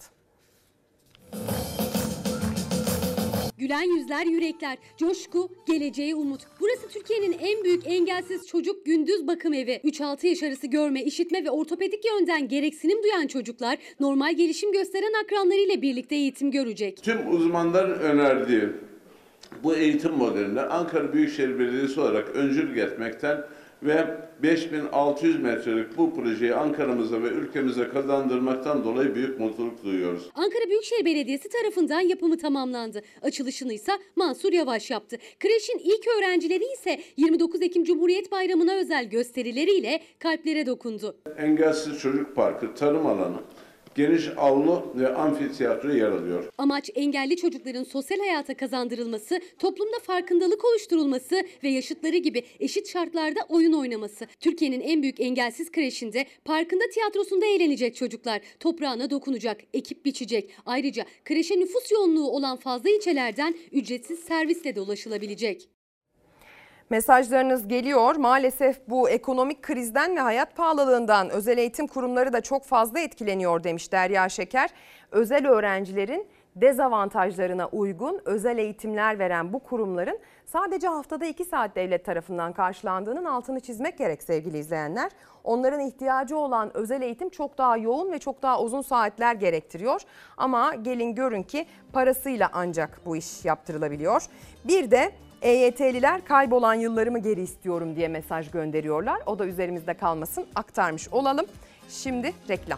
Gülen yüzler, yürekler, coşku, geleceğe umut. Burası Türkiye'nin en büyük engelsiz çocuk gündüz bakım evi. üç altı yaş arası görme, işitme ve ortopedik yönden gereksinim duyan çocuklar normal gelişim gösteren akranlarıyla birlikte eğitim görecek. Tüm uzmanların önerdiği bu eğitim modelinde Ankara Büyükşehir Belediyesi olarak öncülük etmekten ve beş bin altı yüz metrelik bu projeyi Ankara'mıza ve ülkemize kazandırmaktan dolayı büyük mutluluk duyuyoruz. Ankara Büyükşehir Belediyesi tarafından yapımı tamamlandı. Açılışını ise Mansur Yavaş yaptı. Kreşin ilk öğrencileri ise yirmi dokuz Ekim Cumhuriyet Bayramı'na özel gösterileriyle kalplere dokundu. Engelsiz Çocuk Parkı, tarım alanı, geniş avlu ve amfiteyatro yer alıyor. Amaç engelli çocukların sosyal hayata kazandırılması, toplumda farkındalık oluşturulması ve yaşıtları gibi eşit şartlarda oyun oynaması. Türkiye'nin en büyük engelsiz kreşinde, parkında, tiyatrosunda eğlenecek çocuklar. Toprağına dokunacak, ekip biçecek. Ayrıca kreşe nüfus yoğunluğu olan fazla ilçelerden ücretsiz servisle de ulaşılabilecek. Mesajlarınız geliyor. Maalesef bu ekonomik krizden ve hayat pahalılığından özel eğitim kurumları da çok fazla etkileniyor demiş Derya Şeker. Özel öğrencilerin dezavantajlarına uygun özel eğitimler veren bu kurumların sadece haftada iki saat devlet tarafından karşılandığının altını çizmek gerek sevgili izleyenler. Onların ihtiyacı olan özel eğitim çok daha yoğun ve çok daha uzun saatler gerektiriyor. Ama gelin görün ki parasıyla ancak bu iş yaptırılabiliyor. Bir de E Y T'liler kaybolan yıllarımı geri istiyorum diye mesaj gönderiyorlar. O da üzerimizde kalmasın, aktarmış olalım. Şimdi reklam.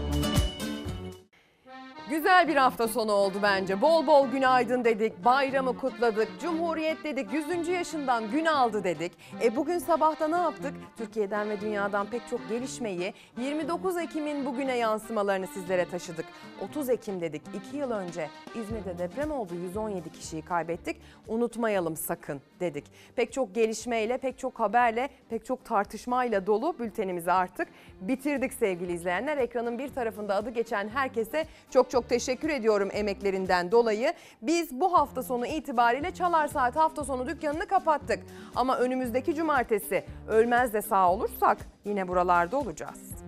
Güzel bir hafta sonu oldu bence. Bol bol günaydın dedik, bayramı kutladık, Cumhuriyet dedik, yüzüncü yaşından gün aldı dedik. E bugün sabahta ne yaptık? Türkiye'den ve dünyadan pek çok gelişmeyi, yirmi dokuz Ekim'in bugüne yansımalarını sizlere taşıdık. otuz Ekim dedik, iki yıl önce İzmir'de deprem oldu, yüz on yedi kişiyi kaybettik. Unutmayalım sakın dedik. Pek çok gelişmeyle, pek çok haberle, pek çok tartışmayla dolu bültenimizi artık bitirdik sevgili izleyenler. Ekranın bir tarafında adı geçen herkese çok çok teşekkür ediyorum emeklerinden dolayı. Biz bu hafta sonu itibariyle Çalar Saat hafta sonu dükkanını kapattık. Ama önümüzdeki cumartesi ölmez de sağ olursak yine buralarda olacağız.